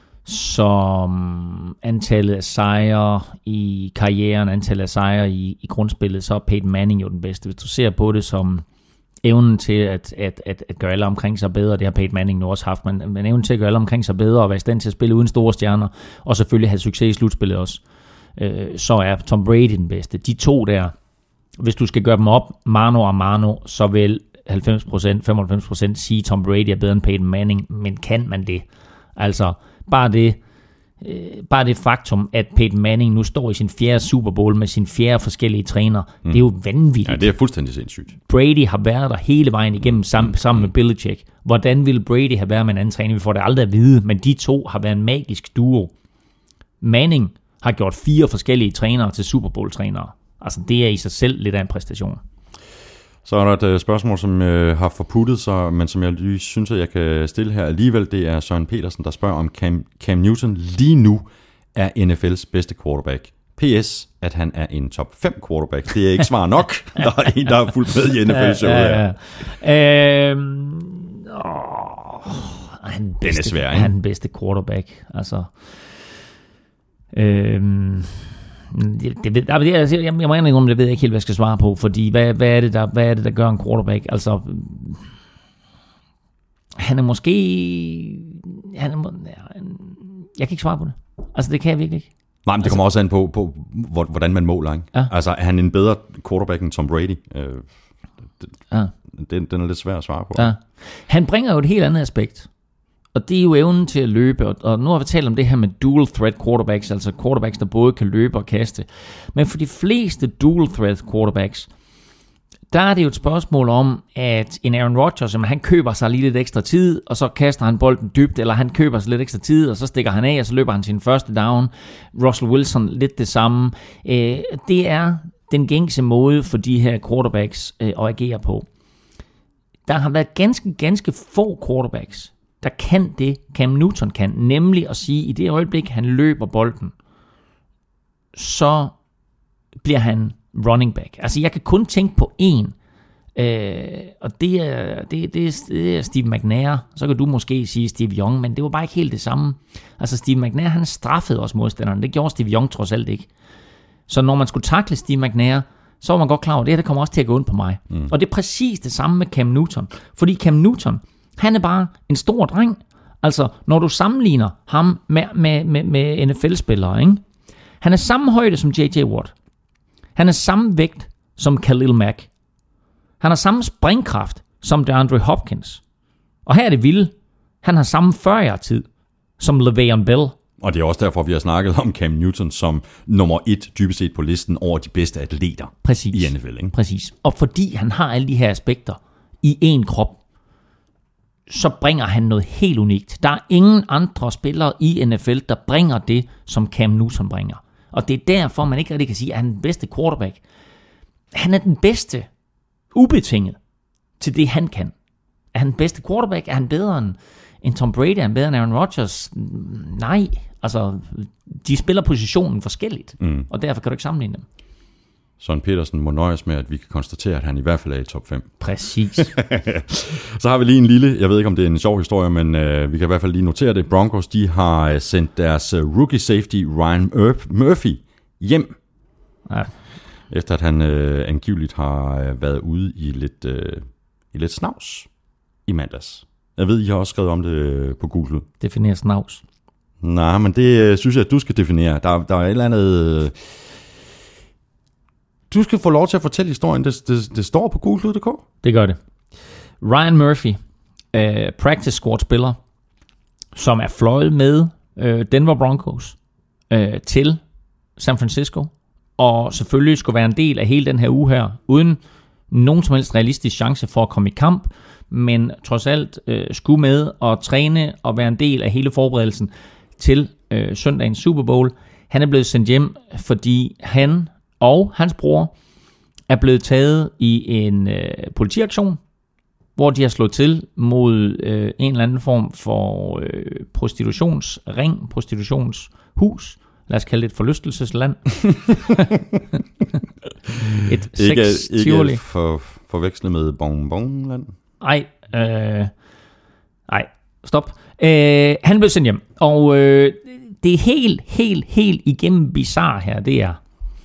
som antallet af sejre i karrieren, antallet af sejre i, i grundspillet, så er Peyton Manning jo den bedste. Hvis du ser på det som evnen til at, at, at, at gøre alle omkring sig bedre, det har Peyton Manning nu også haft, men, men evnen til at gøre alle omkring sig bedre og være i stand til at spille uden store stjerner, og selvfølgelig have succes i slutspillet også, øh, så er Tom Brady den bedste. De to der, hvis du skal gøre dem op mano og mano, så vil halvfems procent, femoghalvfems procent sige, Tom Brady er bedre end Peyton Manning, men kan man det? Altså, bare det, øh, bare det faktum, at Peyton Manning nu står i sin fjerde Super Bowl med sine fjerde forskellige træner, mm. det er jo vanvittigt. Ja, det er fuldstændig sindssygt. Brady har været der hele vejen igennem sammen, sammen med Belichick. Hvordan ville Brady have været med en anden træner? Vi får det aldrig at vide, men de to har været en magisk duo. Manning har gjort fire forskellige trænere til Super Bowl-trænere. Altså, det er i sig selv lidt af en præstation. Så er der et spørgsmål, som øh, har forputtet sig, men som jeg lige synes, at jeg kan stille her alligevel. Det er Søren Petersen, der spørger om Cam, Cam Newton lige nu er N F L's bedste quarterback. P S, at han er en top fem quarterback. Det er ikke svar nok. Der er en, der er fuldt med i N F L-showet ja, her. Ja, ja. Øhm, åh, han bedste, den er svær, ikke? Han er den bedste quarterback. Altså... Øhm, Det, det, det, jeg, jeg, jeg må ikke om det ved jeg ikke helt, hvad jeg skal svare på, fordi hvad, hvad, er det, der, hvad er det, der gør en quarterback? Altså, han er måske... Han er, jeg kan ikke svare på det. Altså, det kan jeg virkelig ikke. Nej, men det kommer altså, også an på, på, hvordan man måler, ikke? Ja. Altså, er han en bedre quarterback end Tom Brady? Øh, det, ja. den, den er lidt svær at svare på. Ja. Han bringer jo et helt andet aspekt. Og det er jo evnen til at løbe, og nu har vi talt om det her med dual threat quarterbacks, altså quarterbacks, der både kan løbe og kaste. Men for de fleste dual threat quarterbacks, der er det jo et spørgsmål om, at en Aaron Rodgers, han køber sig lige lidt ekstra tid, og så kaster han bolden dybt, eller han køber sig lidt ekstra tid, og så stikker han af, og så løber han sin første down. Russell Wilson, lidt det samme. Det er den gængse måde for de her quarterbacks at agere på. Der har været ganske, ganske få quarterbacks, der kan det, Cam Newton kan, nemlig at sige, i det øjeblik, han løber bolden, så bliver han running back. Altså, jeg kan kun tænke på én, øh, og det er, det, det, er, det er Steve McNair. Så kan du måske sige Steve Young, men det var bare ikke helt det samme. Altså, Steve McNair, han straffede også modstanderen. Det gjorde Steve Young trods alt ikke. Så når man skulle takle Steve McNair, så var man godt klar over, det her det kommer også til at gå ondt på mig. Mm. Og det er præcis det samme med Cam Newton. Fordi Cam Newton, han er bare en stor dreng. Altså, når du sammenligner ham med, med, med, med N F L-spillere, ikke? Han er samme højde som J J Watt. Han er samme vægt som Khalil Mack. Han har samme springkraft som DeAndre Hopkins. Og her er det vildt. Han har samme fyrre-yard-tid som Le'Veon Bell. Og det er også derfor, vi har snakket om Cam Newton som nummer et dybest set på listen over de bedste atleter. Præcis. I N F L. Ikke? Præcis. Og fordi han har alle de her aspekter i én krop, så bringer han noget helt unikt. Der er ingen andre spillere i N F L, der bringer det, som Cam Newton bringer. Og det er derfor, man ikke rigtig kan sige, at han er den bedste quarterback. Han er den bedste, ubetinget, til det han kan. Er han den bedste quarterback? Er han bedre end, end Tom Brady? Er han bedre end Aaron Rodgers? Nej. Altså, de spiller positionen forskelligt, mm. og derfor kan du ikke sammenligne dem. Søren Petersen må nøjes med, at vi kan konstatere, at han i hvert fald er i top fem. Præcis. Så har vi lige en lille, jeg ved ikke om det er en sjov historie, men øh, vi kan i hvert fald lige notere det. Broncos, de har sendt deres rookie safety Ryan Murphy hjem. Ja. Efter at han øh, angiveligt har været ude i lidt, øh, i lidt snavs i mandags. Jeg ved, I har også skrevet om det på Google. Definér snavs. Nej, men det øh, synes jeg, at du skal definere. Der, der er et eller andet... Øh, du skal få lov til at fortælle historien. Det, det, det står på google punktum d k. Det gør det. Ryan Murphy, øh, practice squad-spiller, som er fløjet med øh, Denver Broncos øh, til San Francisco, og selvfølgelig skulle være en del af hele den her uge her, uden nogen som helst realistisk chance for at komme i kamp, men trods alt øh, skulle med og træne og være en del af hele forberedelsen til øh, søndagens Super Bowl. Han er blevet sendt hjem, fordi han og hans bror er blevet taget i en øh, politiaktion, hvor de har slået til mod øh, en eller anden form for øh, prostitutionsring, prostitutionshus. Lad os kalde det et forlystelsesland. et ikke ikke for, forvekslet med bonbonland? Nej, øh, nej, stop. Øh, han blev sendt hjem, og øh, det er helt, helt, helt igennem bizarre her, det er,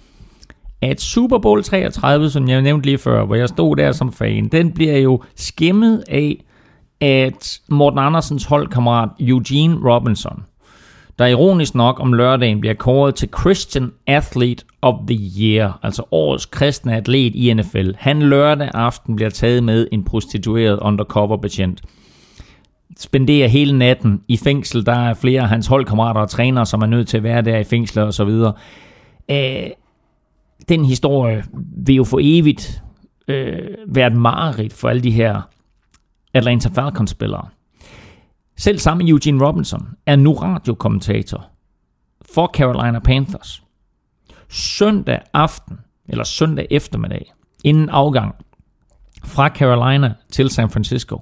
at Super Bowl treogtredive, som jeg nævnte lige før, hvor jeg stod der som fan, den bliver jo skæmmet af, at Morten Andersens holdkammerat Eugene Robinson, der ironisk nok om lørdagen bliver kåret til Christian Athlete of the Year, altså årets kristne atlet i N F L. Han lørdag aften bliver taget med en prostitueret undercover betjent. Spenderer hele natten i fængsel. Der er flere af hans holdkammerater og trænere, som er nødt til at være der i fængsel og så videre. Æh, den historie vil jo for evigt øh, være et mareridt for alle de her Atlanta Falcons-spillere. Selv samme Eugene Robinson er nu radiokommentator for Carolina Panthers. Søndag aften, eller søndag eftermiddag, inden afgang fra Carolina til San Francisco,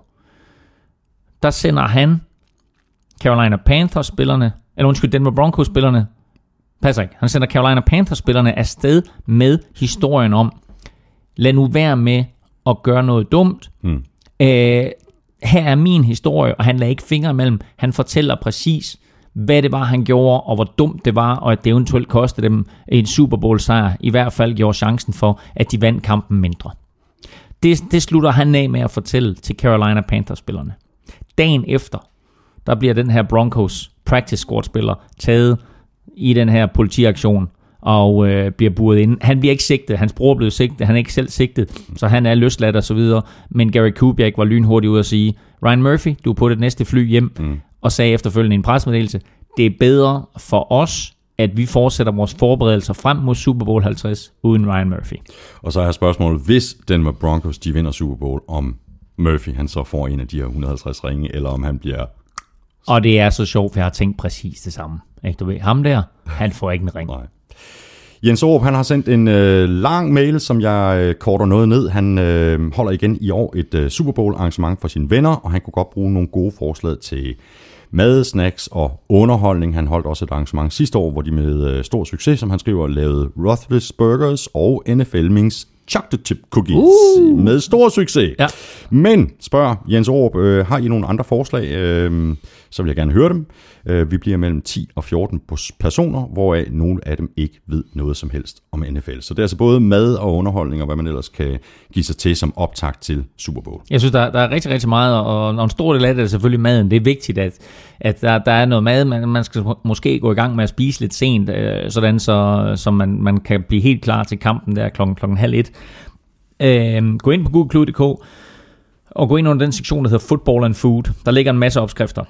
der sender han Carolina Panthers-spillerne, eller undskyld, Denver Broncos-spillerne, passer ikke, han sender Carolina Panthers-spillerne afsted med historien om, lad nu være med at gøre noget dumt. Hmm. Æh, her er min historie, og han lader ikke fingre imellem. Han fortæller præcis, hvad det var, han gjorde, og hvor dumt det var, og at det eventuelt kostede dem en Super Bowl-sejr. I hvert fald gjorde chancen for, at de vandt kampen mindre. Det, det slutter han af med at fortælle til Carolina Panthers-spillerne. Dagen efter, der bliver den her Broncos practice squad-spiller taget i den her politiaktion, og øh, bliver buret ind. Han bliver ikke sigtet, hans bror blev sigtet, han er ikke selv sigtet, så han er løsladt og så videre. Men Gary Kubiak var lynhurtig ud at sige, Ryan Murphy, du er på det næste fly hjem, mm. og sagde efterfølgende i en pressemeddelelse, det er bedre for os, at vi fortsætter vores forberedelser frem mod Super Bowl halvtreds uden Ryan Murphy. Og så er spørgsmålet, hvis Denver Broncos de vinder Super Bowl, om Murphy han så får en af de her et hundrede og halvtreds ringe, eller om han bliver... Og det er så sjovt, for jeg har tænkt præcis det samme. Ikke, du ved, ham der, han får ikke en ring. Nej. Jens Aarup, han har sendt en øh, lang mail, som jeg øh, korter noget ned. Han øh, holder igen i år et øh, Super Bowl arrangement for sine venner, og han kunne godt bruge nogle gode forslag til mad, snacks og underholdning. Han holdt også et arrangement sidste år, hvor de med øh, stor succes, som han skriver, lavede Rothwich Burgers og N F L Mings chocolate chip cookies uh. med stor succes. Ja. Men, spørger Jens Aarup, øh, har I nogle andre forslag? Øh, så vil jeg gerne høre dem. Øh, vi bliver mellem ti og fjorten personer, hvoraf nogle af dem ikke ved noget som helst om N F L. Så det er altså både mad og underholdning, og hvad man ellers kan give sig til som optakt til Super Bowl. Jeg synes, der, der er rigtig, rigtig meget, og en stor del af det er selvfølgelig maden. Det er vigtigt, at, at der, der er noget mad, man, man skal måske gå i gang med at spise lidt sent, øh, sådan så, så man, man kan blive helt klar til kampen der klokken, klokken halv et. Øh, gå ind på google punktum d k og gå ind under den sektion, der hedder Football and Food. Der ligger en masse opskrifter.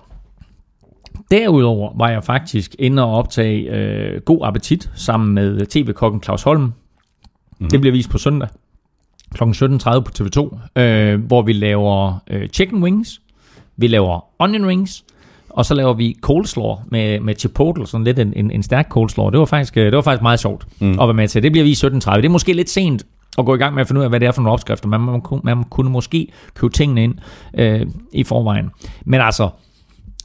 Derudover var jeg faktisk inde og optage øh, God Appetit sammen med tv-kokken Claus Holm. Mm-hmm. Det bliver vist på søndag klokken sytten tredive på T V to, øh, hvor vi laver øh, chicken wings, vi laver onion rings, og så laver vi coleslaw med, med chipotle, sådan lidt en, en, en stærk coleslaw. Det var faktisk, det var faktisk meget sjovt mm. at være med til. Det bliver vist sytten tredive. Det er måske lidt sent at gå i gang med at finde ud af, hvad det er for nogle opskrifter. Man, man, man kunne måske købe tingene ind øh, i forvejen. Men altså,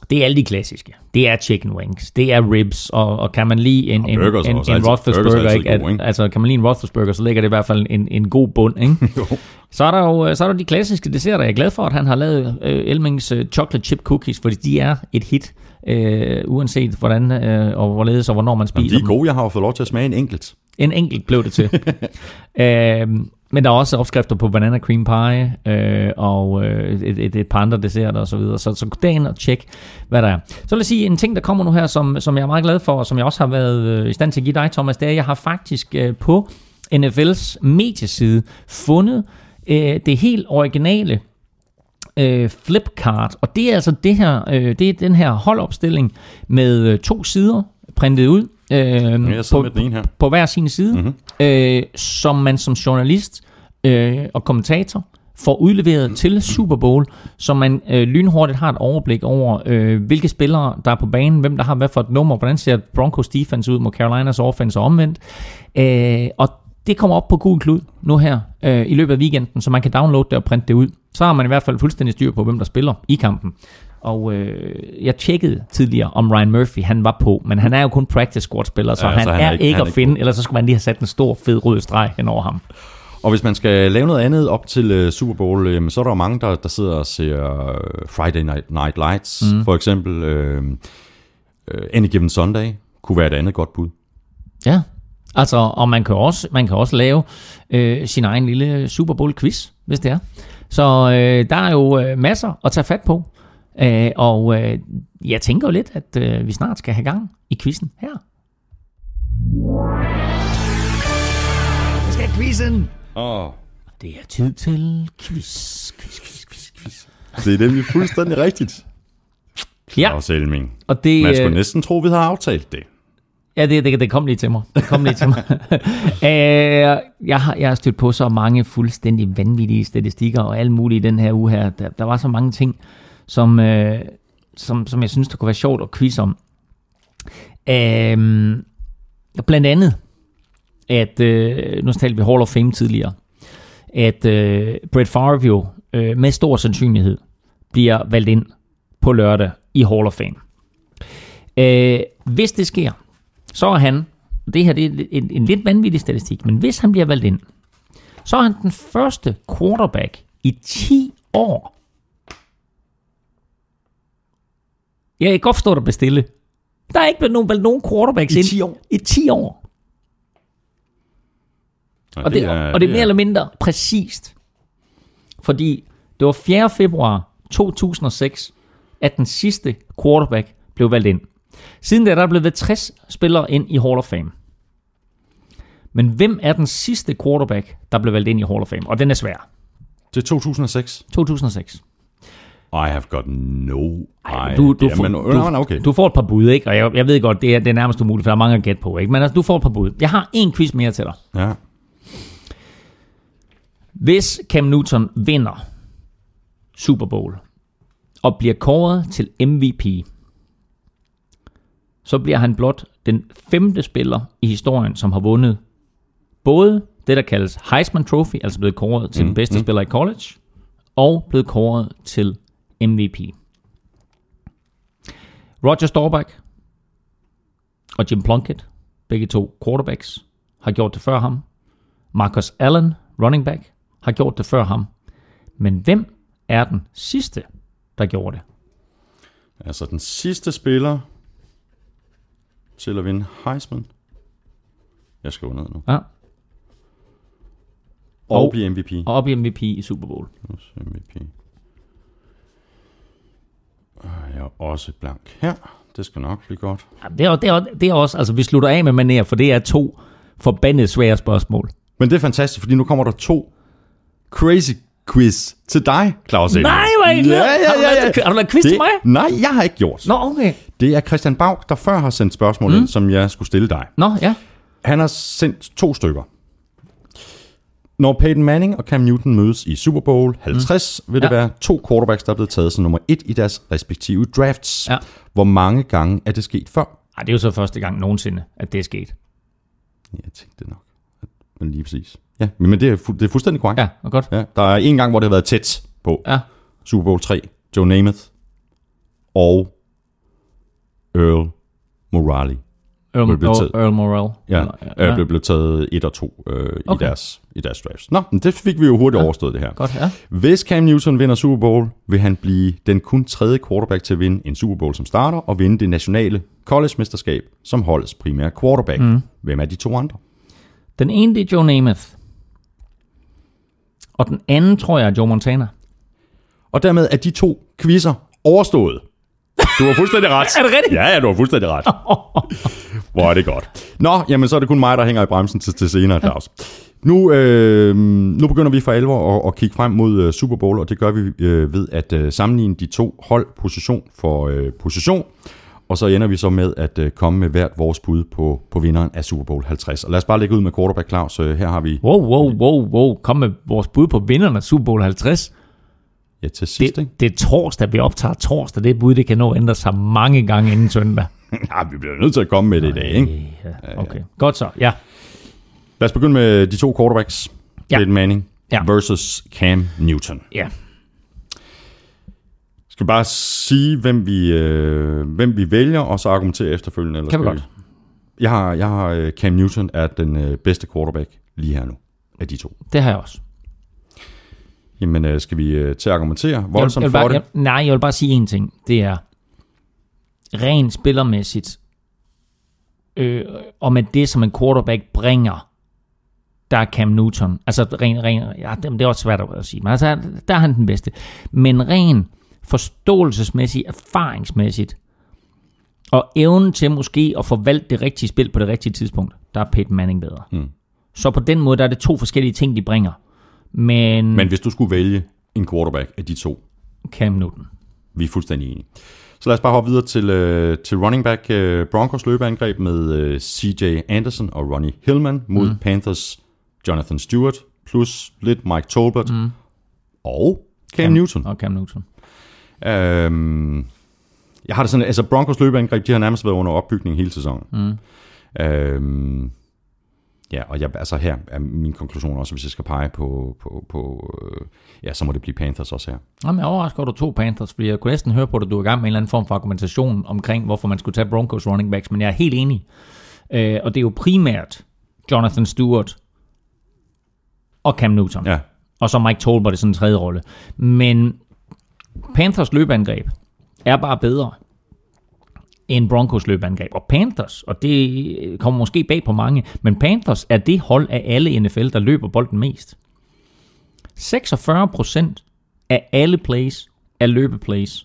Det er alle de klassiske. Det er chicken wings, det er ribs, og, og kan man lide en, en, en, en, en Roethlisberger, ikke? At, altså kan man lide en Roethlisberger, så ligger det i hvert fald en, en god bund, ikke? Så er der jo så er der de klassiske desserter. Jeg er glad for, at han har lavet øh, Elmings øh, chocolate chip cookies, fordi de er et hit, øh, uanset hvordan øh, og hvorledes og hvornår man spiser. Jamen, de er gode. Jeg har jo fået lov til at smage en enkelt. En enkelt blev det til. øh, Men der er også opskrifter på banana cream pie øh, og øh, et, et, et par andre desserter og så videre. Så, så gå derind og tjek, hvad der er. Så vil jeg sige, en ting, der kommer nu her, som, som jeg er meget glad for, og som jeg også har været øh, i stand til at give dig, Thomas, det er, at jeg har faktisk øh, på N F L's medieside fundet øh, det helt originale øh, flipkart. Og det er altså det her, øh, det er den her holdopstilling med øh, to sider printet ud. Øh, på, her. på hver sin side, mm-hmm. øh, som man som journalist øh, og kommentator får udleveret til Super Bowl, så man øh, lynhurtigt har et overblik over, øh, hvilke spillere der er på banen, hvem der har hvad for et nummer, hvordan ser Broncos defense ud mod Carolinas offense og omvendt. Øh, og det kommer op på Google Klud nu her øh, i løbet af weekenden, så man kan downloade det og printe det ud. Så har man i hvert fald fuldstændig styr på, hvem der spiller i kampen. Og øh, jeg tjekkede tidligere, om Ryan Murphy han var på, men han er jo kun practice squad-spiller, så, ja, han, så han er ikke, ikke at finde, ikke ellers så skulle man lige have sat en stor, fed rød streg hen over ham. Og hvis man skal lave noget andet op til uh, Super Bowl, øh, så er der jo mange, der, der sidder og ser uh, Friday Night, Night Lights, mm. for eksempel. Uh, uh, Any Given Sunday kunne være et andet godt bud. Ja, altså, og man kan også, man kan også lave øh, sin egen lille Super Bowl-quiz, hvis det er. Så øh, der er jo øh, masser at tage fat på. Uh, og uh, jeg tænker jo lidt, at uh, vi snart skal have gang i quizzen her. Jeg skal have quizzen. Oh. Det er tid til quiz. quiz, quiz, quiz, quiz. Det er nemlig fuldstændig rigtigt. Claus Elming. Og det, man skulle næsten tro, vi havde aftalt det. Ja, det, det, det kom lige til mig. Det kom lige til mig. uh, jeg, har, jeg har stødt på så mange fuldstændig vanvittige statistikker og alt muligt i den her uge her. Der, der var så mange ting, Som, øh, som, som jeg synes, der kunne være sjovt at quiz om. Øh, blandt andet, at, øh, nu talte vi Hall of Fame tidligere, at øh, Brett Favre jo øh, med stor sandsynlighed bliver valgt ind på lørdag i Hall of Fame. Øh, hvis det sker, så er han, det her det er en, en lidt vanvittig statistik, men hvis han bliver valgt ind, så er han den første quarterback i ti år, jeg kan godt forstå dig bestille. Der er ikke blevet nogen, nogen quarterbacks i ti år. I ti år. Ja, og det, det er, og det er mere det er. eller mindre præcist. Fordi det var fjerde februar to tusind og seks, at den sidste quarterback blev valgt ind. Siden da der er blevet ved tres spillere ind i Hall of Fame. Men hvem er den sidste quarterback, der blev valgt ind i Hall of Fame? Og den er svær. Det er to tusind og seks. to tusind og seks. I have got no idea. Du, du, får, men, du, okay. du får et par bud, ikke? Og jeg, jeg ved godt, det er, det er nærmest umuligt, for der er mange at gætte på, ikke? Men altså, du får et par bud. Jeg har en quiz mere til dig. Ja. Hvis Cam Newton vinder Super Bowl og bliver kåret til M V P, så bliver han blot den femte spiller i historien, som har vundet både det, der kaldes Heisman Trophy, altså blevet kåret til mm. den bedste mm. spiller i college, og blevet kåret til M V P. Roger Staubach og Jim Plunkett, begge to quarterbacks, har gjort det før ham. Marcus Allen, running back, har gjort det før ham. Men hvem er den sidste, der gjorde det? Altså den sidste spiller til at vinde Heisman. Jeg skriver ned nu. Ja. Og, og blive M V P. Og blive M V P i Super Bowl. M V P. Jeg er også blank her. Det skal nok blive godt. Ja, det, er, det, er, det er også, altså vi slutter af med manér, for det er to forbandet svære spørgsmål. Men det er fantastisk, fordi nu kommer der to crazy quiz til dig, Claus Elming. Nej, hvor er det? Ja, ja, ja, ja. Har du lavet quiz det, til mig? Nej, jeg har ikke gjort. Nå, okay. Det er Christian Baug, der før har sendt spørgsmål mm. ind, som jeg skulle stille dig. Nå, ja. Han har sendt to stykker. Når Peyton Manning og Cam Newton mødes i Super Bowl halvtreds, mm. vil det ja. være to quarterbacks, der er blevet taget som nummer et i deres respektive drafts. Ja. Hvor mange gange er det sket før? Ej, det er jo så første gang nogensinde, at det er sket. Ja, jeg tænkte det nok. Men lige præcis. Ja, men det er, fu- det er fuldstændig korrekt. Ja, og godt. Ja, der er en gang, hvor det har været tæt på. Ja. Super Bowl tre, Joe Namath og Earl Morale. Earl, blev taget- Earl Morrell. Ja, Eller- øh, blev, blev taget et og to øh, i, Okay. deres, i deres drafts. Nå, men det fik vi jo hurtigt ja. overstået det her. Godt, ja. Hvis Cam Newton vinder Super Bowl, vil han blive den kun tredje quarterback til at vinde en Super Bowl som starter, og vinde det nationale college-mesterskab som holdets primære quarterback. Mm. Hvem er de to andre? Den ene, det er Joe Namath. Og den anden, tror jeg, er Joe Montana. Og dermed er de to quizzer overstået. Du har fuldstændig ret. Er det rigtigt? Ja, ja, du har fuldstændig ret. Hvor er det godt. Nå, jamen så er det kun mig, der hænger i bremsen til, til senere, Claus. Nu, øh, nu begynder vi for alvor at, at kigge frem mod uh, Super Bowl, og det gør vi øh, ved at uh, sammenligne de to hold position for uh, position. Og så ender vi så med at uh, komme med hvert vores bud på, på vinderen af Super Bowl halvtreds. Og lad os bare lægge ud med quarterback, Claus. Uh, her har vi Wow, wow, wow, wow. Kom med vores bud på vinderne af Super Bowl halvtreds. ja, til sidst, ikke? Det, det er torsdag, vi optager torsdag. Det bud, det kan nå at ændre sig mange gange inden søndag. Ja, vi bliver nødt til at komme med det i dag, ikke? Ja, okay. Godt så, ja. Lad os begynde med de to quarterbacks. Ja. Peyton Manning Ja. versus Cam Newton. Ja. Skal vi bare sige, hvem vi, øh, hvem vi vælger, og så argumentere efterfølgende? Eller Kan vi skal godt. Jeg har, jeg har øh, Cam Newton er den øh, bedste quarterback lige her nu, af de to. Det har jeg også. Jamen, øh, skal vi øh, til at argumentere Jeg vil, voldsomt jeg vil for bare, det? jeg, nej, jeg vil bare sige én ting. Det er rent spillermæssigt, øh, og med det, som en quarterback bringer, der er Cam Newton. Altså, rent, rent, ja, det, det er også svært at sige, men altså, der er han den bedste. Men rent forståelsesmæssigt, erfaringsmæssigt, og evnen til måske at forvalte det rigtige spil på det rigtige tidspunkt, der er Peyton Manning bedre. Mm. Så på den måde, der er det to forskellige ting, de bringer. Men, Men hvis du skulle vælge en quarterback af de to, Cam Newton. vi er fuldstændig enige. Så lad os bare hoppe videre til, øh, til running back øh, Broncos løbeangreb med øh, C J Anderson og Ronnie Hillman mod mm. Panthers Jonathan Stewart, plus lidt Mike Tolbert mm. og Cam, Cam Newton. Og Cam Newton. Øhm, jeg har det sådan, altså Broncos løbeangreb, de har nærmest været under opbygning hele sæsonen. Mm. Øhm, ja, og jeg, altså her er min konklusion også, hvis jeg skal pege på, på, på øh, ja, så må det blive Panthers også her. Jamen, jeg overrasker, at du tog Panthers, fordi jeg kunne næsten høre på, at du er i gang med en eller anden form for argumentation omkring, hvorfor man skulle tage Broncos running backs, men jeg er helt enig. Øh, og det er jo primært Jonathan Stewart og Cam Newton. Ja. Og så Mike Tolbert i sådan en tredje rolle. Men Panthers løbeangreb er bare bedre end Broncos løbeangreb. Og Panthers, og det kommer måske bag på mange, men Panthers er det hold af alle i N F L, der løber bolden mest. seksogfyrre procent af alle plays er løbeplays.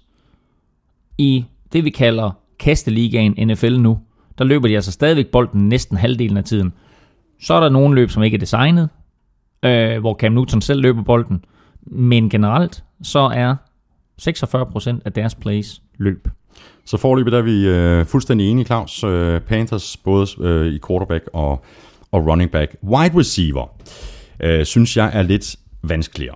I det, vi kalder kasteligaen N F L nu, der løber de altså stadigvæk bolden næsten halvdelen af tiden. Så er der nogle løb, som ikke er designet, øh, hvor Cam Newton selv løber bolden. Men generelt, så er seksogfyrre procent af deres plays løb. Så foreløbig der er vi øh, fuldstændig enige, Claus. Øh, Panthers, både øh, i quarterback og, og running back. Wide receiver, øh, synes jeg er lidt vanskeligere.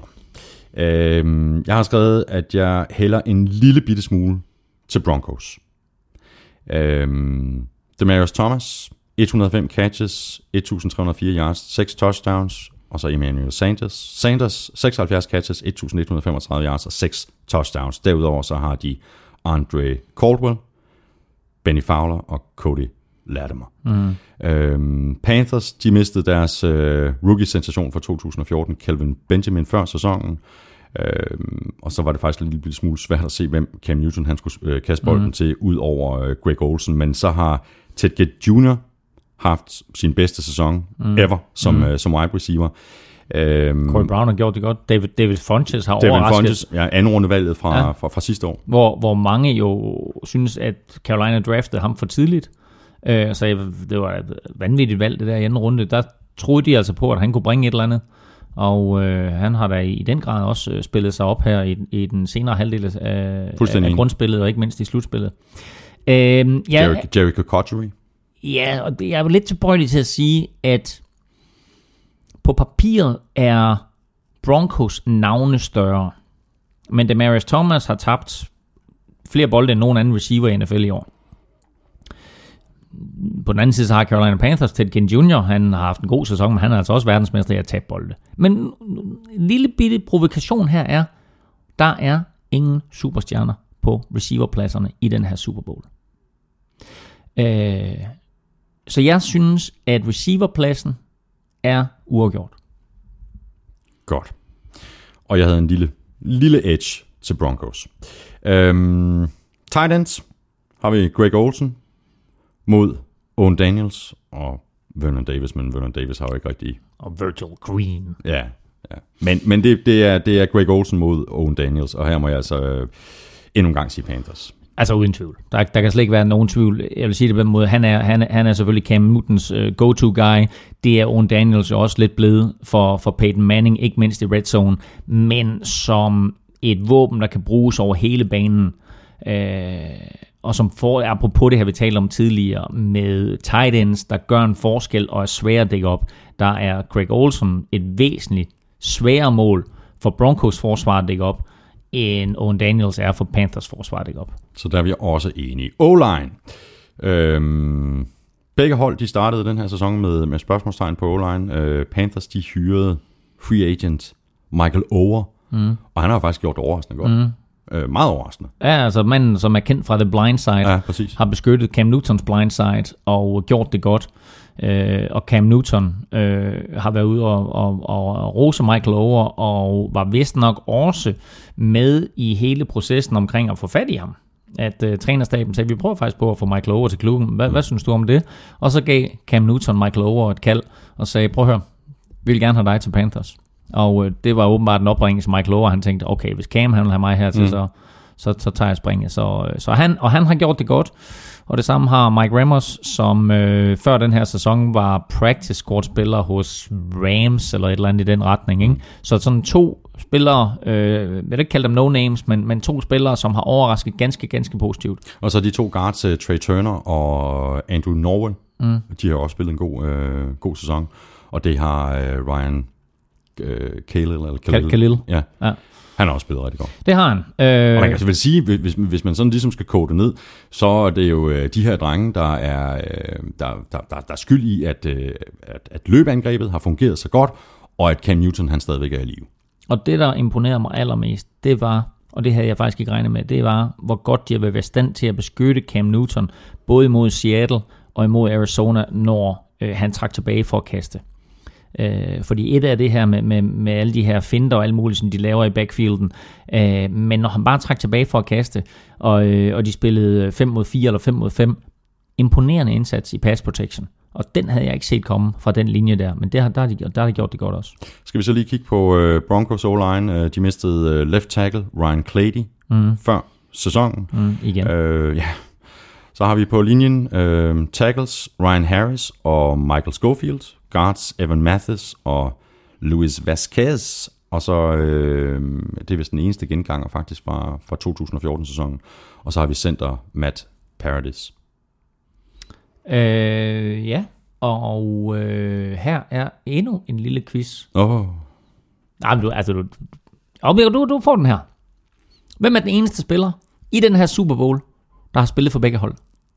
Øh, jeg har skrevet, at jeg hælder en lille bitte smule til Broncos. Øh, Demaryius Thomas, et hundrede og fem catches, et tusind tre hundrede og fire yards, seks touchdowns, og så Emmanuel Sanders. Sanders, seksoghalvfjerds catches, et tusind et hundrede og femogtredive yards og seks touchdowns. Derudover så har de Andre Caldwell, Benny Fowler og Cody Latimer. Mm. Øhm, Panthers, de mistede deres øh, rookie-sensation fra to tusind og fjorten, Kelvin Benjamin, før sæsonen. Øhm, og så var det faktisk en lille smule svært at se, hvem Cam Newton han skulle øh, kaste bolden mm. til, ud over øh, Greg Olsen. Men så har Ted Ginn junior haft sin bedste sæson mm. ever som, mm. øh, som wide receiver. Øhm, Corey Brown har gjort det godt. David, David Funches har David overrasket. Funches, ja, anden rundevalget fra, ja. fra, fra sidste år. Hvor, hvor mange jo synes, at Carolina draftede ham for tidligt. Øh, så jeg, det var et vanvittigt valg, det der i anden runde. Der troede de altså på, at han kunne bringe et eller andet. Og øh, han har da i den grad også øh, spillet sig op her i, i den senere halvdel af, af grundspillet, og ikke mindst i slutspillet. Øh, ja, Jericho, Jericho Cotchery. Ja, og det, jeg er jo lidt tilbøjelig til at sige, at på papiret er Broncos navne større. Men Demaryius Thomas har tabt flere bolde end nogen anden receiver i N F L i år. På den anden side så har Carolina Panthers Ted Ginn junior Han har haft en god sæson, men han er altså også verdensmester i at tabe bolde. Men en lille bitte provokation her er, der er ingen superstjerner på receiverpladserne i den her Super Bowl. Øh, så jeg synes, at receiverpladsen er uafgjort. Godt. Og jeg havde en lille, lille edge til Broncos. Øhm, tight ends har vi Greg Olsen mod Owen Daniels og Vernon Davis, men Vernon Davis har jo ikke rigtig... Og Virgil Green. Ja, ja. Men, men det, det, er, det er Greg Olsen mod Owen Daniels, og her må jeg altså øh, endnu en gang sige Panthers. Altså uden tvivl. Der, der kan slet ikke være nogen tvivl. Jeg vil sige det på den måde. Han er, han er, han er selvfølgelig Cam Newtons uh, go-to-guy. Det er Owen Daniels også lidt blevet for, for Peyton Manning, ikke mindst i red zone, men som et våben, der kan bruges over hele banen. Øh, og som får, apropos det her, vi talte om tidligere, med tight ends, der gør en forskel og er svære at dække op, der er Greg Olsen et væsentligt sværere mål for Broncos forsvar at dække op, end Owen Daniels er for Panthers forsvar at dække op. Så der er vi også enige. O-line. Øhm, begge hold, de startede den her sæson med, med spørgsmålstegn på O-line. Øh, Panthers, de hyrede free agent Michael Oher, mm. og han har faktisk gjort det overraskende godt. Mm. Øh, meget overraskende. Ja, altså manden, som er kendt fra The Blind Side, ja, har beskyttet Cam Newtons blind side og gjort det godt. Øh, og Cam Newton øh, har været ude og, og, og rose Michael Oher, og var vist nok også med i hele processen omkring at få fat i ham. At øh, trænerstaben sagde, vi prøver faktisk på at få Michael Oher til klubben. Hvad, mm. hvad synes du om det? Og så gav Cam Newton Michael Oher et kald og sagde, prøv at høre, vi vil gerne have dig til Panthers. Og øh, det var åbenbart en opringning til Michael Oher. Han tænkte, okay, hvis Cam han vil have mig her til, mm. så, så, så tager jeg springet. Så, så han, og han har gjort det godt. Og det samme har Mike Ramos, som øh, før den her sæson var practice squad-spiller hos Rams, eller et eller andet i den retning. Ikke? Så sådan to spillere, øh, jeg vil ikke kalde dem no-names, men, men to spillere, som har overrasket ganske, ganske positivt. Og så de to guards, uh, Trey Turner og Andrew Norwell, mm. de har også spillet en god, øh, god sæson. Og det har øh, Ryan øh, Khalil, eller Khalil. Khalil. Ja. ja. Han har også spillet rigtig godt. Det har han. Øh... Og man kan altså vel sige, hvis, hvis man sådan ligesom skal kode det ned, så er det jo øh, de her drenge, der er, øh, der, der, der, der er skyld i, at, øh, at, at løbeangrebet har fungeret så godt, og at Cam Newton han stadigvæk er i live. Og det, der imponerede mig allermest, det var, og det havde jeg faktisk ikke regnet med, det var, hvor godt de har været i stand til at beskytte Cam Newton, både imod Seattle og imod Arizona, når øh, han trak tilbage for at kaste. Øh, fordi et af det her med, med, med alle de her finter og alt muligt, som de laver i backfielden, øh, men når han bare trak tilbage for at kaste, og, øh, og de spillede fem mod fire eller fem mod fem, imponerende indsats i pass protection. Og den havde jeg ikke set komme fra den linje der, men det har, der, har de, der har de gjort det godt også. Skal vi så lige kigge på uh, Broncos O-line. Uh, de mistede uh, left tackle Ryan Clady mm. før sæsonen. Mm, igen. Uh, ja. Så har vi på linjen uh, tackles Ryan Harris og Michael Schofield, guards Evan Mathis og Luis Vasquez, og så øh, det er vist den eneste genganger faktisk fra, fra to tusind og fjorten-sæsonen. Og så har vi center Matt Paradis. Øh, ja, og øh, her er endnu en lille quiz. Åh. Oh. Nej, men du, altså du, du, du får den her. Hvem er den eneste spiller i den her Super Bowl, der har spillet for begge hold?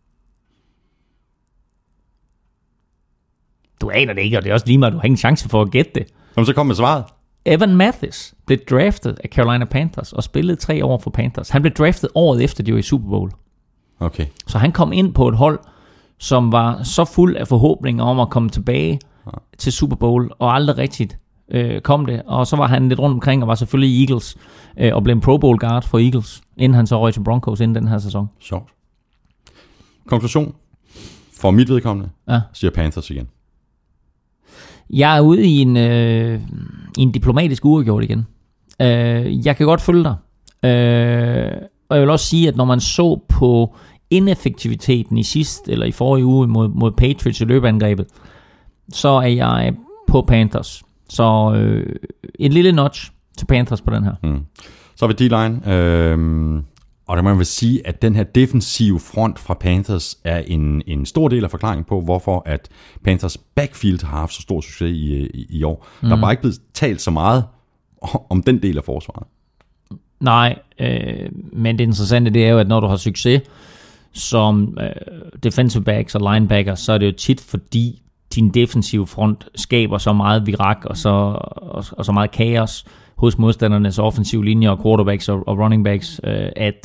Du aner det ikke, og det er også lige meget, du har ingen chance for at gætte det. Jamen, så kom med svaret. Evan Mathis blev draftet af Carolina Panthers og spillede tre år for Panthers. Han blev draftet året efter, de var i Super Bowl. Okay. Så han kom ind på et hold, som var så fuld af forhåbninger om at komme tilbage ja. til Super Bowl, og aldrig rigtigt øh, kom det. Og så var han lidt rundt omkring, og var selvfølgelig i Eagles, øh, og blev en Pro Bowl guard for Eagles, inden han så røg til Broncos inden den her sæson. Sjovt. Konklusion. For mit vedkommende, ja. siger Panthers igen. Jeg er ude i en, øh, i en diplomatisk uafgjort igen. Øh, jeg kan godt følge dig. Øh, og jeg vil også sige, at når man så på ineffektiviteten i sidste eller i forrige uge mod, mod Patriots i løbeangrebet, så er jeg på Panthers. Så øh, en lille notch til Panthers på den her. Mm. Så har vi D-line. Øh, og der må man vel sige, at den her defensive front fra Panthers er en, en stor del af forklaringen på, hvorfor at Panthers backfield har haft så stor succes i, i, i år. Mm. Der er bare ikke blevet talt så meget om den del af forsvaret. Nej, øh, men det interessante det er jo, at når du har succes som øh, defensive backs og linebackers, så er det jo tit fordi din defensive front skaber så meget virak og så, og, og så meget kaos hos modstandernes offensive linjer og quarterbacks og, og running backs, øh, at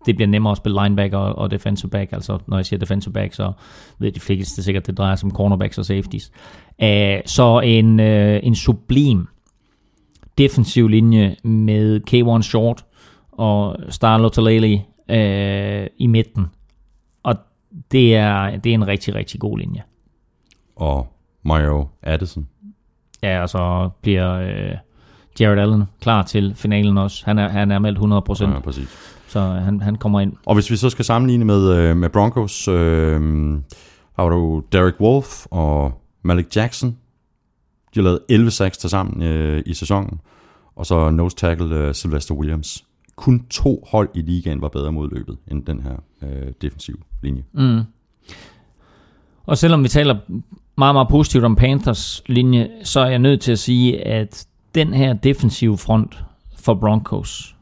det bliver nemmere at spille linebacker og, og defensive back. Altså når jeg siger defensive back, så ved de fleste sikkert, det drejer sig om cornerbacks og safeties. Uh, så en, uh, en sublim defensiv linje med K et Short og Star Lotulelei uh, i midten. Og det er, det er en rigtig, rigtig god linje. Og Mario Addison. Ja, og så bliver uh, Jared Allen klar til finalen også. Han er, han er meldt hundrede procent. Ja, præcis. Så han, han kommer ind. Og hvis vi så skal sammenligne med, med Broncos, øh, har du Derek Wolfe og Malik Jackson. De har lavet elleve sacks til sammen øh, i sæsonen. Og så nose tackle øh, Sylvester Williams. Kun to hold i ligaen var bedre mod løbet end den her øh, defensiv linje. Mm. Og selvom vi taler meget, meget positivt om Panthers linje, så er jeg nødt til at sige, at den her defensive front for Broncos,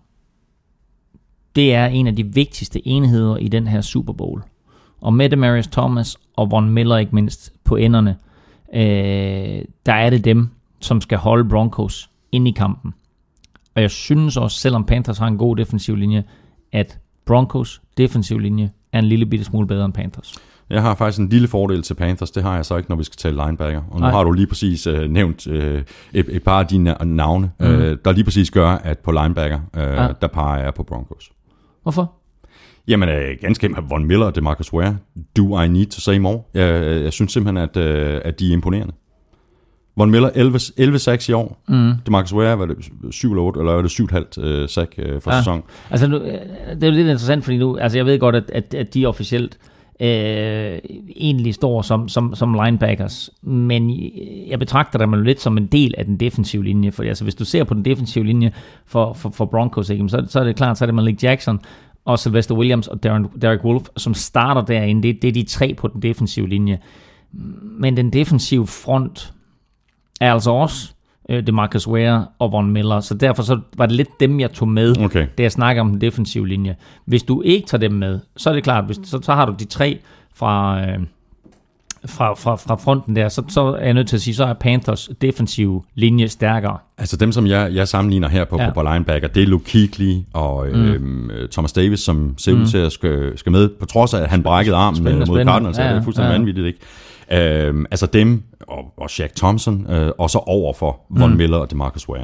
det er en af de vigtigste enheder i den her Super Bowl. Og med Demaryius Thomas og Von Miller ikke mindst på enderne, øh, der er det dem, som skal holde Broncos inde i kampen. Og jeg synes også, selvom Panthers har en god defensiv linje, at Broncos defensiv linje er en lille bitte smule bedre end Panthers. Jeg har faktisk en lille fordel til Panthers, det har jeg så ikke, når vi skal tale linebacker. Og nu Nej. har du lige præcis øh, nævnt øh, et, et par af dine navne, mm. øh, der lige præcis gør, at på linebacker, øh, ja. der peger jeg på Broncos. Hvorfor? Jamen, øh, ganske enkelt Von Miller og DeMarcus Ware. Do I need to say more? Jeg, jeg synes simpelthen, at, øh, at de er imponerende. Von Miller elleve sacks i år. Mm. DeMarcus Ware var det syv eller otte, eller var det syv komma fem øh, sack øh, for ja. sæsonen. Altså, nu, det er jo lidt interessant, fordi nu, altså jeg ved godt, at, at, at de officielt øh, egentlig står som, som, som linebackers, men jeg betragter dem jo lidt som en del af den defensive linje, for altså, hvis du ser på den defensive linje for, for, for Broncos, ikke, så, så er det klart, så er det Malik Jackson og Sylvester Williams og Darren, Derek Wolfe, som starter derinde. Det, det er de tre på den defensive linje. Men den defensive front er altså også øh, DeMarcus Ware og Von Miller, så derfor så var det lidt dem, jeg tog med, okay. da jeg snakker om den defensive linje. Hvis du ikke tager dem med, så er det klart, hvis, så, så har du de tre fra, øh, fra, fra, fra fronten der, så, så er jeg nødt til at sige, så er Panthers defensive linje stærkere. Altså dem, som jeg, jeg sammenligner her på, ja. på, på linebacker, det er Luke Kuechly og mm. øh, Thomas Davis, som ser mm. ud til at skal, skal med, på trods af, at han brækkede armen spændende, mod Cardinals, så ja, ja. det er fuldstændig ja. vanvittigt, ikke? Øhm, altså dem og, og Shaq Thompson, øh, og så over for Von mm. Miller og DeMarcus Ware.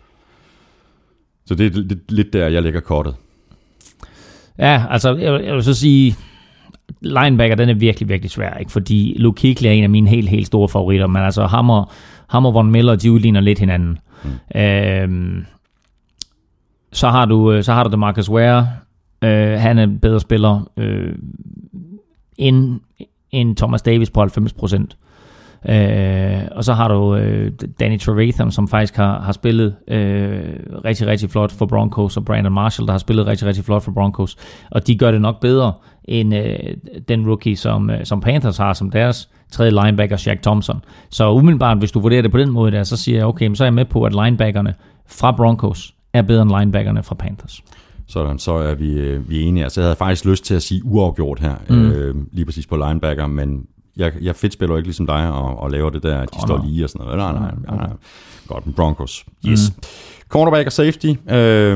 Så det er lidt, lidt der, jeg lægger kortet. Ja, altså jeg, jeg vil så sige, linebacker, den er virkelig, virkelig svær, ikke? Fordi Luke Kuechly er en af mine helt, helt store favoritter, men altså ham og, ham og Von Miller, de udligner lidt hinanden. Mm. Øhm, så har du så har du DeMarcus Ware, øh, han er en bedre spiller øh, end end Thomas Davis på halvfems procent. Øh, og så har du øh, Danny Trevathan, som faktisk har, har spillet øh, rigtig, rigtig flot for Broncos, og Brandon Marshall, der har spillet rigtig, rigtig flot for Broncos. Og de gør det nok bedre end øh, den rookie, som, øh, som Panthers har som deres tredje linebacker, Shaq Thompson. Så umiddelbart, hvis du vurderer det på den måde der, så siger jeg, okay, så er jeg med på, at linebackerne fra Broncos er bedre end linebackerne fra Panthers. Sådan, så er vi, vi er enige. Altså, jeg havde faktisk lyst til at sige uafgjort her, mm. øh, lige præcis på linebacker, men jeg, jeg fedtspiller ikke ligesom dig og, og laver det der, at de oh, står no. lige og sådan noget. Nej, nej, nej, nej. Godt, men Broncos. Yes. Mm. Cornerback og safety. Øh,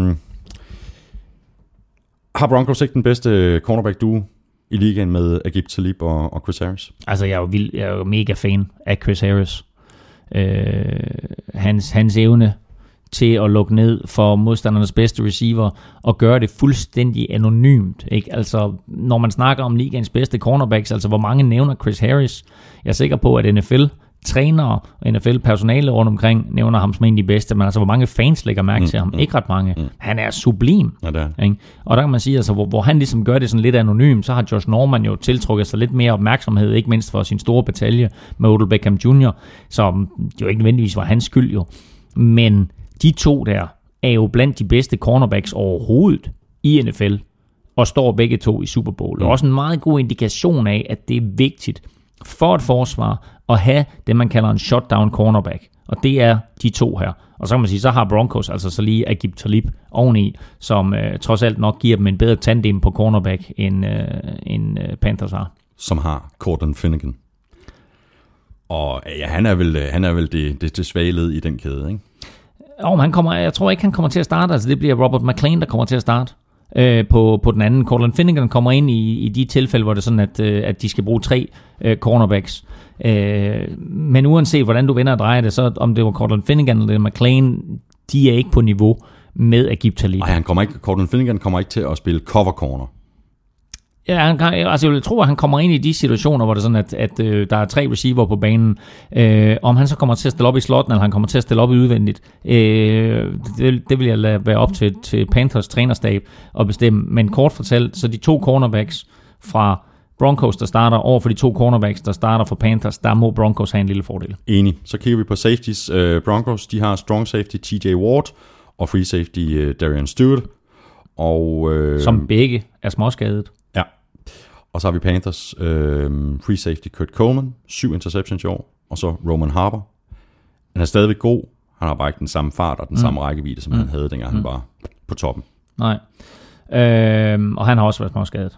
har Broncos ikke den bedste cornerback duo i ligaen med Aqib Talib og, og Chris Harris? Altså, jeg er jo, vild, jeg er jo mega fan af Chris Harris. Øh, hans, hans evne til at lukke ned for modstandernes bedste receiver og gøre det fuldstændig anonymt, ikke? Altså, når man snakker om ligaens bedste cornerbacks, altså hvor mange nævner Chris Harris? Jeg er sikker på, at N F L-trænere og N F L-personale rundt omkring nævner ham som en af de bedste, men altså hvor mange fans lægger mærke mm, til ham? Mm, ikke ret mange. Mm. Han er sublim. Ja, det er. Ikke? Og der kan man sige, altså, hvor, hvor han ligesom gør det sådan lidt anonymt, så har Josh Norman jo tiltrukket sig lidt mere opmærksomhed, ikke mindst for sin store batalje med Odell Beckham junior, som jo ikke nødvendigvis var hans skyld jo. Men de to der er jo blandt de bedste cornerbacks overhovedet i N F L, og står begge to i Super Bowl. Mm. Og også en meget god indikation af, at det er vigtigt for et forsvar at have det, man kalder en shutdown cornerback. Og det er de to her. Og så kan man sige, så har Broncos altså så lige Aqib Talib oveni, som øh, trods alt nok giver dem en bedre tandem på cornerback, end, øh, end øh, Panthers har. Som har Cortland Finnegan. Og ja, han er vel, han er vel det, det, det svage led i den kæde, ikke? Oh, han kommer, jeg tror ikke, han kommer til at starte. Altså, det bliver Robert McClain, der kommer til at starte. øh, på, på den anden. Cortland Finnegan kommer ind i, i de tilfælde, hvor det er sådan, at, øh, at de skal bruge tre øh, cornerbacks. Øh, men uanset hvordan du vender og drejer det, så om det var Cortland Finnegan eller McLean, de er ikke på niveau med Aqib Talib. Nej, han kommer ikke, Cortland Finnegan kommer ikke til at spille cover corner. Ja, han, altså jeg vil tro, at han kommer ind i de situationer, hvor det er sådan, at, at øh, der er tre receiver på banen. Øh, om han så kommer til at stille op i slotten, eller han kommer til at stille op i udvendigt, øh, det, det vil jeg lade være op til, til Panthers trænerstab at bestemme. Men kort fortalt, så de to cornerbacks fra Broncos, der starter over for de to cornerbacks, der starter for Panthers, der må Broncos have en lille fordel. Enig. Så kigger vi på safeties. Uh, Broncos, de har strong safety T J Ward og free safety uh, Darian Stewart. Og, uh, som begge er småskadet. Ja. Og så har vi Panthers uh, free safety Kurt Coleman, syv interceptions i år, og så Roman Harper. Han er stadigvæk god. Han har bare ikke den samme fart og den mm. samme rækkevidde, som mm. han havde, dengang mm. han var på toppen. Nej. Øh, og han har også været småskadet.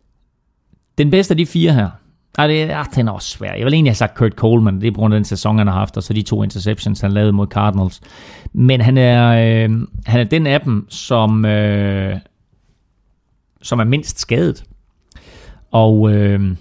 Den bedste af de fire her, ej, det er, den er også svær. Jeg vil egentlig have sagt Kurt Coleman, det er på grund af den sæson, han har haft, og så de to interceptions, han lavede mod Cardinals. Men han er, øh, han er den af dem, som, øh, som er mindst skadet. Og øh,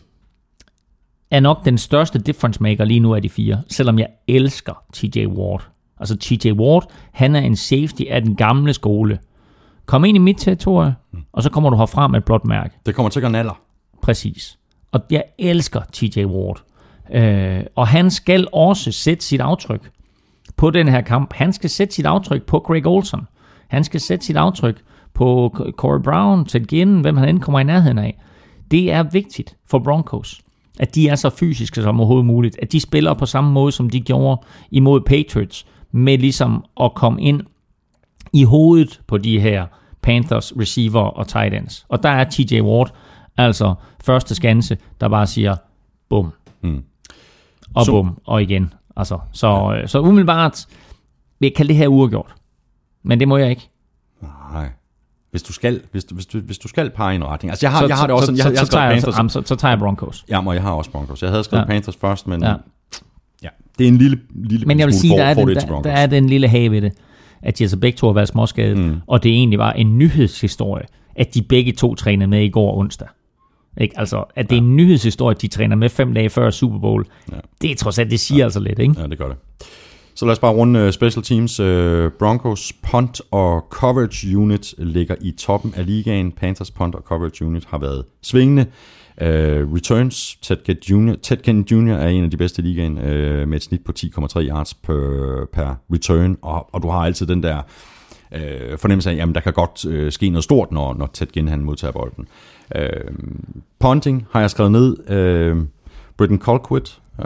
er nok den største difference maker lige nu af de fire, selvom jeg elsker T J Ward. Altså T J Ward, han er en safety af den gamle skole. Kom ind i mit territorie, og så kommer du herfra med et blåt mærke. Det kommer til at gøre naller. Præcis. Og jeg elsker T J Ward. Øh, og han skal også sætte sit aftryk på den her kamp. Han skal sætte sit aftryk på Greg Olsen. Han skal sætte sit aftryk på Corey Brown, Ted Ginn, hvem han end kommer i nærheden af. Det er vigtigt for Broncos, at de er så fysiske som overhovedet muligt. At de spiller på samme måde, som de gjorde imod Patriots, med ligesom at komme ind i hovedet på de her Panthers receiver og tight ends. Og der er T J Ward altså første skanse, der bare siger bum. Mm. Og så, bum, og igen. Altså, så, ja. så umiddelbart vil jeg kalde det her uafgjort. Men det må jeg ikke. Nej. Hvis du skal, hvis du, hvis du, hvis du skal pege en retning. Altså, jeg har, så, jeg har det også sådan, jeg, så, jeg, jeg så, tager jeg, så, så, så tager jeg Broncos. Ja, og jeg har også Broncos. Jeg havde skrevet ja. Panthers først, men ja. ja, det er en lille, lille men jeg vil sige, for, der, er den, der, der er den lille have ved det, at de altså begge to har været småskadet, mm. og det egentlig var en nyhedshistorie, at de begge to trænede med i går onsdag. Ikke? Altså, at det er en nyhedshistorie, at de træner med fem dage før Super Bowl. Ja. Det er trods alt, det siger ja. altså lidt, ikke? Ja, det gør det. Så lad os bare runde uh, special teams. Uh, Broncos punt og coverage unit ligger i toppen af ligaen. Panthers punt og coverage unit har været svingende. Uh, returns, Ted Ginn junior Ted Ginn junior er en af de bedste i ligaen, uh, med et snit på ti komma tre yards per, per return. Og, og du har altid den der uh, fornemmelse af, at der kan godt uh, ske noget stort, når, når Ted Ginn han modtager bolden. Uh, punting har jeg skrevet ned. Uh, Britton Colquitt uh,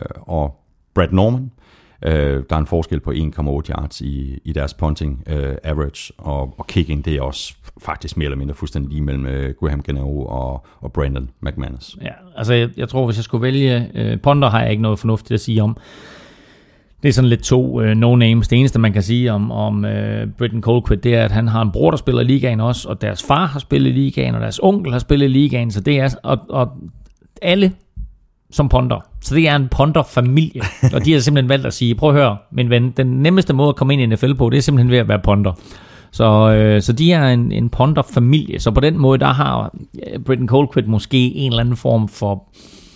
og Brad Norman. Uh, der er en forskel på en komma otte yards i, i deres punting uh, average, og, og kicking, det er også faktisk mere eller mindre fuldstændig lige mellem uh, Graham Gano og, og Brandon McManus. Ja, altså jeg, jeg tror, hvis jeg skulle vælge uh, punter, har jeg ikke noget fornuftigt at sige om. Det er sådan lidt to uh, no-names. Det eneste, man kan sige om, om uh, Britton Colquitt, det er, at han har en bror, der spiller i ligaen også, og deres far har spillet i ligaen, og deres onkel har spillet i ligaen, så det er, og, og alle som punter. Så det er en punter-familie, og de har simpelthen valgt at sige, prøv at høre, min ven, den nemmeste måde at komme ind i N F L på, det er simpelthen ved at være punter. Så, øh, så de er en, en punter-familie, så på den måde, der har Britton Colquitt måske en eller anden form for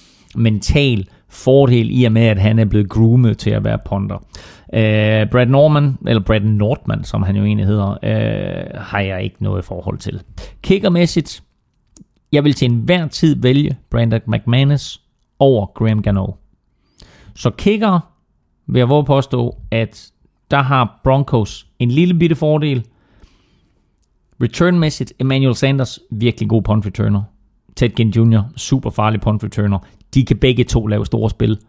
mental fordel i og med, at han er blevet groomet til at være punter. Øh, Brad Norman, eller Brad Nordman, som han jo egentlig hedder, øh, har jeg ikke noget forhold til. Kickermæssigt, jeg vil til enhver tid vælge Brandon McManus over Graham Gano. Så kicker vil jeg våge påstå, at der har Broncos en lille bitte fordel. Returnmæssigt, Emmanuel Sanders, virkelig god punt returner. Ted Ginn junior, super farlig punt returner. De kan begge to lave store spil.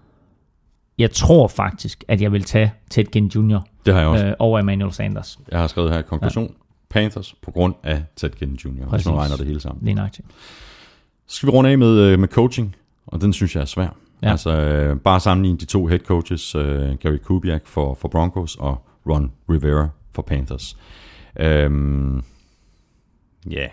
Jeg tror faktisk, at jeg vil tage Ted Ginn junior Det har jeg også. Øh, over Emmanuel Sanders. Jeg har skrevet her i konklusion. Ja. Panthers på grund af Ted Ginn junior Hvis man regner det hele sammen. Det er nøjagtigt. Så skal vi runde af med, med coaching. Og den synes jeg er svær. Ja. Altså øh, bare sammenligne de to head coaches, øh, Gary Kubiak for, for Broncos og Ron Rivera for Panthers. Øhm, ja, yeah.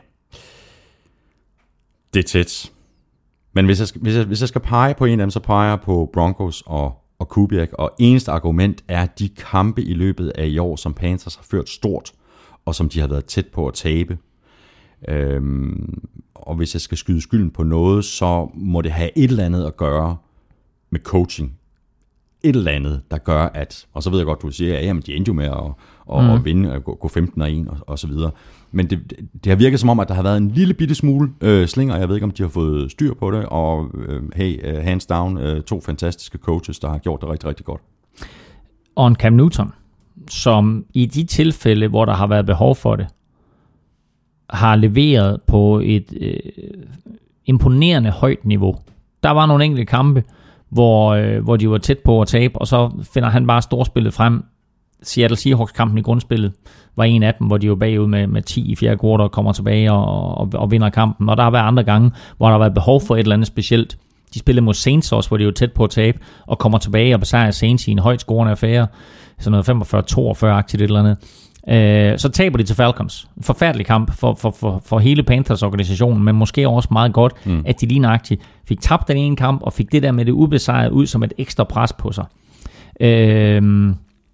Det er tæt. Men hvis jeg, skal, hvis, jeg, hvis jeg skal pege på en af dem, så peger jeg på Broncos og, og Kubiak. Og eneste argument er de kampe i løbet af i år, som Panthers har ført stort, og som de har været tæt på at tabe. Øhm, og hvis jeg skal skyde skylden på noget, så må det have et eller andet at gøre med coaching. Et eller andet, der gør, at... Og så ved jeg godt, du siger, at ja, de endte jo med at, at, mm. at vinde, at gå, gå femten og en og, og så videre. Men det, det har virket som om, at der har været en lille bitte smule øh, slinger. Jeg ved ikke, om de har fået styr på det. Og øh, hey, hands down, øh, to fantastiske coaches, der har gjort det rigtig, rigtig godt. Og en Cam Newton, som i de tilfælde, hvor der har været behov for det, har leveret på et øh, imponerende højt niveau. Der var nogle enkelte kampe, hvor, øh, hvor de var tæt på at tabe, og så finder han bare storspillet frem. Seattle Seahawks-kampen i grundspillet var en af dem, hvor de var bagud med, med ti i fjerde kvartal og kommer tilbage og, og, og vinder kampen. Og der har været andre gange, hvor der har været behov for et eller andet specielt. De spillede mod Saints også, hvor de var tæt på at tabe, og kommer tilbage og besejrer Saints i en højt scorende affære, sådan noget femogfyrre toogfyrre-agtigt et eller andet. Øh, så taber de til Falcons. Forfærdelig kamp for, for, for, for hele Panthers-organisationen, men måske også meget godt, mm. at de lige nøjagtigt fik tabt den ene kamp, og fik det der med det ubesejret ud som et ekstra pres på sig. Øh,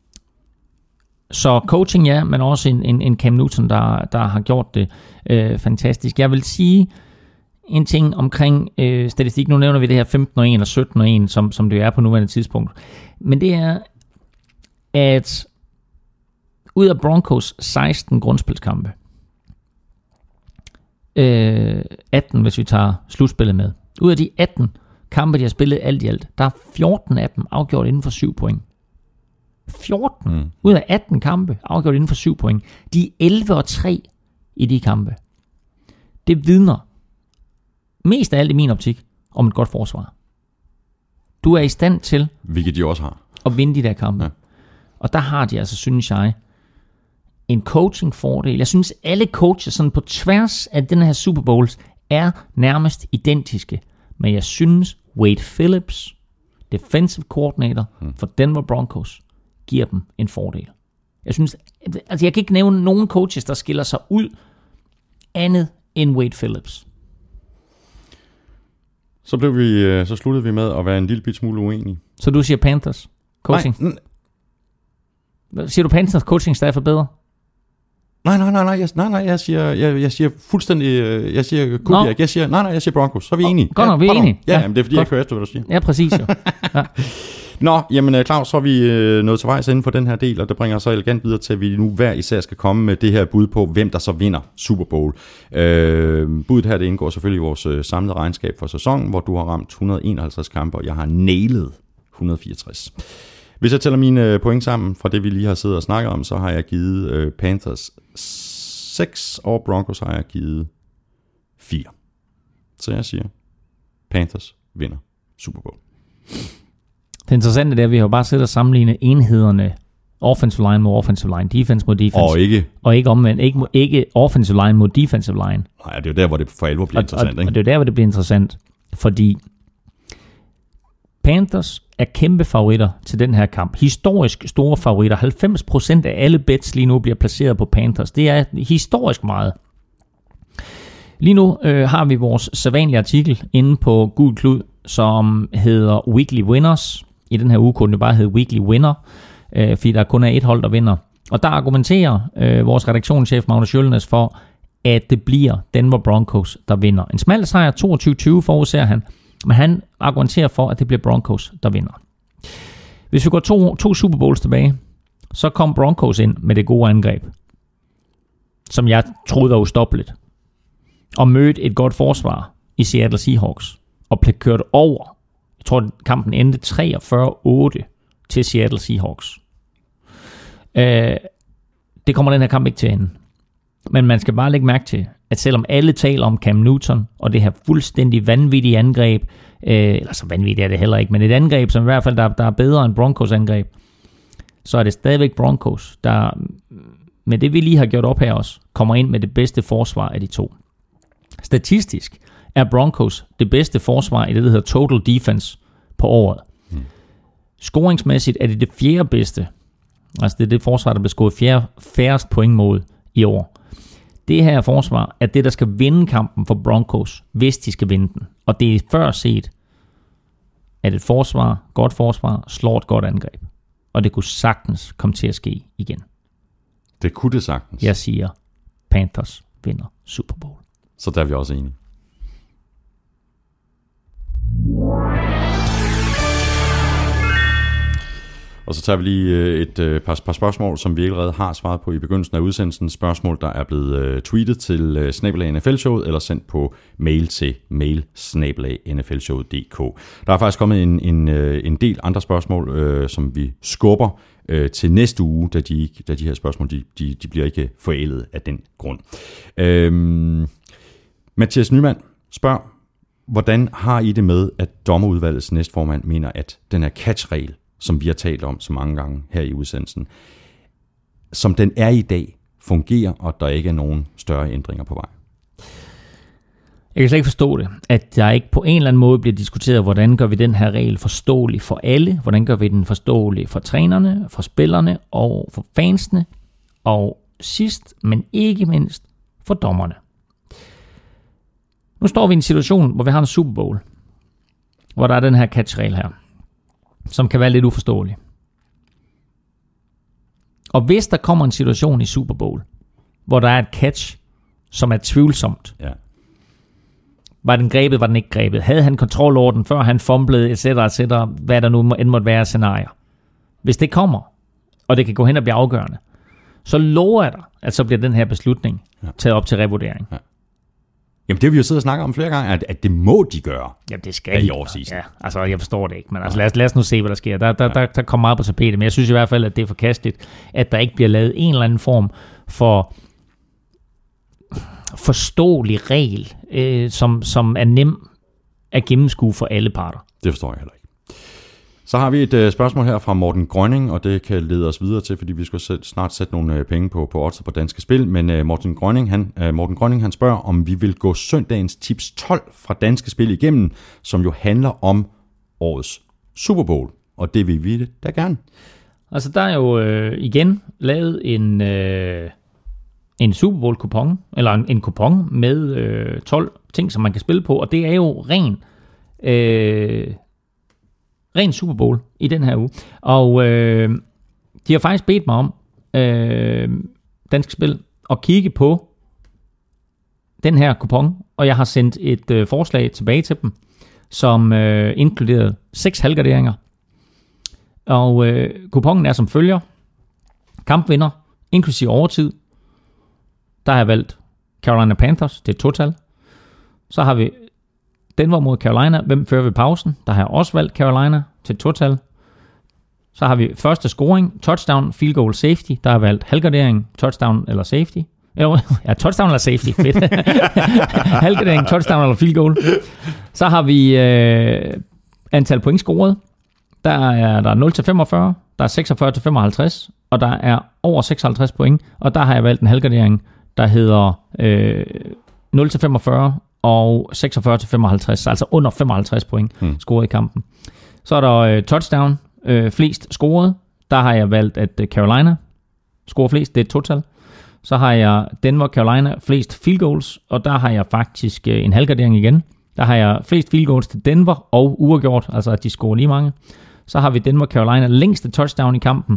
så coaching, ja, men også en, en, en Cam Newton, der, der har gjort det øh, fantastisk. Jeg vil sige en ting omkring øh, statistik. Nu nævner vi det her femten og en eller sytten og en, som, som det er på nuværende tidspunkt. Men det er, at ud af Broncos seksten grundspilskampe, øh, atten, hvis vi tager slutspillet med. Ud af de atten kampe, de har spillet alt i alt, der er fjorten af dem afgjort inden for syv point. fjorten mm. ud af atten kampe afgjort inden for syv point. De er elleve og tre i de kampe. Det vidner mest af alt i min optik om et godt forsvar. Du er i stand til, hvilket de også har, at vinde de der kampe. Ja. Og der har de altså, synes jeg, en coaching-fordel. Jeg synes, alle coaches sådan på tværs af den her Super Bowls er nærmest identiske. Men jeg synes, Wade Phillips, defensive coordinator hmm. for Denver Broncos, giver dem en fordel. Jeg synes, altså jeg kan ikke nævne nogen coaches, der skiller sig ud andet end Wade Phillips. Så blev vi, så sluttede vi med at være en lille bit smule uenige. Så du siger Panthers coaching? Nej. Siger du Panthers coaching staff er bedre? Nej, nej, nej, nej, jeg, nej, nej, jeg siger, jeg, jeg siger fuldstændig, jeg siger Kubiak, jeg siger, nej, nej, jeg siger Broncos, så er vi oh, enige. Godt nok, vi er enige. Ja, ja, jamen, det er fordi, godt. Jeg kører efter, hvad du siger. Ja, præcis jo. Ja. Nå, jamen Claus, så er vi nået til vejs inden for den her del, og det bringer os så elegant videre til, at vi nu hver især skal komme med det her bud på, hvem der så vinder Super Bowl. Øh, budet her, det indgår selvfølgelig i vores øh, samlede regnskab for sæsonen, hvor du har ramt et hundrede og enoghalvtreds kampe, og jeg har nailet et hundrede og fireogtres. Hvis jeg tæller mine point sammen fra det, vi lige har siddet og snakket om, så har jeg givet øh, Panthers seks, og Broncos har jeg givet fire. Så jeg siger, Panthers vinder Super Bowl. Det interessante er, at vi har bare siddet og sammenlignet enhederne, offensive line mod offensive line, defense mod defense. Og ikke. Og ikke omvendt, ikke, ikke offensive line mod defensive line. Nej, det er jo der, hvor det for alvor bliver og, interessant. Og, ikke? og det er der, hvor det bliver interessant, fordi Panthers er kæmpe favoritter til den her kamp. Historisk store favoritter. halvfems procent af alle bets lige nu bliver placeret på Panthers. Det er historisk meget. Lige nu øh, har vi vores sædvanlige artikel inde på Gul Klud, som hedder Weekly Winners. I den her uge kunne det bare hedde Weekly Winner, øh, fordi der kun er et hold, der vinder. Og der argumenterer øh, vores redaktionschef Magnus Jølnes for, at det bliver Denver Broncos, der vinder. En smal sejr, toogtyve tyve forudser han, men han argumenterer for, at det bliver Broncos, der vinder. Hvis vi går to, to Super Bowls tilbage, så kom Broncos ind med det gode angreb, som jeg troede var ustoppeligt, og mødte et godt forsvar i Seattle Seahawks, og blev kørt over. Jeg tror, kampen endte treogfyrre otte til Seattle Seahawks. Øh, det kommer den her kamp ikke til at ende. Men man skal bare lægge mærke til, at selvom alle taler om Cam Newton, og det her fuldstændig vanvittige angreb, øh, eller så vanvittigt er det heller ikke, men et angreb, som i hvert fald der, der er bedre end Broncos angreb, så er det stadigvæk Broncos, der med det vi lige har gjort op her også, kommer ind med det bedste forsvar af de to. Statistisk er Broncos det bedste forsvar i det, der hedder total defense på året. Hmm. Scoringsmæssigt er det det fjerde bedste. Altså det er det forsvar, der bliver scoret fjerde, færrest point mod i år. Det her forsvar er det, der skal vinde kampen for Broncos, hvis de skal vinde den. Og det er før set, at et forsvar, godt forsvar, slår et godt angreb. Og det kunne sagtens komme til at ske igen. Det kunne det sagtens. Jeg siger, Panthers vinder Super Bowl. Så der er vi også enige. Og så tager vi lige et par, par spørgsmål, som vi allerede har svaret på i begyndelsen af udsendelsen. Spørgsmål, der er blevet tweetet til snabel-a N F L-showet, eller sendt på mail til mail snabel-a N F L showet punktum d k. Der er faktisk kommet en, en, en del andre spørgsmål, øh, som vi skubber øh, til næste uge, da de, da de her spørgsmål de, de, de bliver ikke forældet af den grund. Øhm, Mathias Nyman spørger, hvordan har I det med, at dommerudvalgets næstformand mener, at den her catch-regel, som vi har talt om så mange gange her i udsendelsen, som den er i dag, fungerer, og der ikke er nogen større ændringer på vej? Jeg kan slet ikke forstå det, at der ikke på en eller anden måde bliver diskuteret, hvordan gør vi den her regel forståelig for alle, hvordan gør vi den forståelig for trænerne, for spillerne og for fansene, og sidst, men ikke mindst, for dommerne. Nu står vi i en situation, hvor vi har en Super Bowl, hvor der er den her catch-regel her, som kan være lidt uforståelig. Og hvis der kommer en situation i Super Bowl, hvor der er et catch, som er tvivlsomt, ja. Var den grebet, var den ikke grebet? Havde han kontrol over den, før han fumblede, et cetera, et cetera, hvad der nu end måtte være scenarier? Hvis det kommer, og det kan gå hen og blive afgørende, så lover jeg dig, at så bliver den her beslutning ja. taget op til revurdering. Ja. Jamen det har vi jo siddet og snakket om flere gange, at, at det må de gøre. Jamen det skal de. Ja, altså jeg forstår det ikke, men altså, lad, os, lad os nu se, hvad der sker. Der, der, der, der kommer meget på tapetet, men jeg synes i hvert fald, at det er forkasteligt, at der ikke bliver lavet en eller anden form for forståelig regel, øh, som, som er nem at gennemskue for alle parter. Det forstår jeg heller ikke. Så har vi et øh, spørgsmål her fra Morten Grønning, og det kan lede os videre til, fordi vi skal sæt, snart sætte nogle øh, penge på, på oddset på Danske Spil. Men øh, Morten Grønning, han, øh, Morten Grønning han spørger, om vi vil gå søndagens tips tolv fra Danske Spil igennem, som jo handler om årets Super Bowl. Og det vil vi da gerne. Altså der er jo øh, igen lavet en, øh, en Super Bowl-kupon, eller en, en kupon med øh, tolv ting, som man kan spille på, og det er jo ren... Øh, ren Super Bowl i den her uge. Og øh, de har faktisk bedt mig om, øh, Danske Spil, at kigge på den her kupon, og jeg har sendt et øh, forslag tilbage til dem, som øh, inkluderede seks halvgarderinger. Og øh, kuponen er som følger. Kampvinder, inklusive overtid. Der har jeg valgt Carolina Panthers, det er total. Så har vi Denver mod Carolina, hvem fører ved pausen? Der har jeg også valgt Carolina til total. Så har vi første scoring, touchdown, field goal, safety. Der har jeg valgt halvgardering, touchdown eller safety. Ja, touchdown eller safety, fedt. Halvgardering, touchdown eller field goal. Så har vi øh, antal point scoret. Der er der er nul til femogfyrre, der er seksogfyrre til femoghalvtreds, og der er over seksoghalvtreds point. Og der har jeg valgt en halvgardering, der hedder øh, nul til femogfyrre, og seksogfyrre til femoghalvtreds, altså under femoghalvtreds point hmm. scoret i kampen. Så er der øh, touchdown, øh, flest scoret. Der har jeg valgt, at Carolina scorer flest, det er total. Så har jeg Denver, Carolina, flest field goals, og der har jeg faktisk øh, en halvgardering igen. Der har jeg flest field goals til Denver og uafgjort, altså at de scorer lige mange. Så har vi Denver, Carolina, længste touchdown i kampen.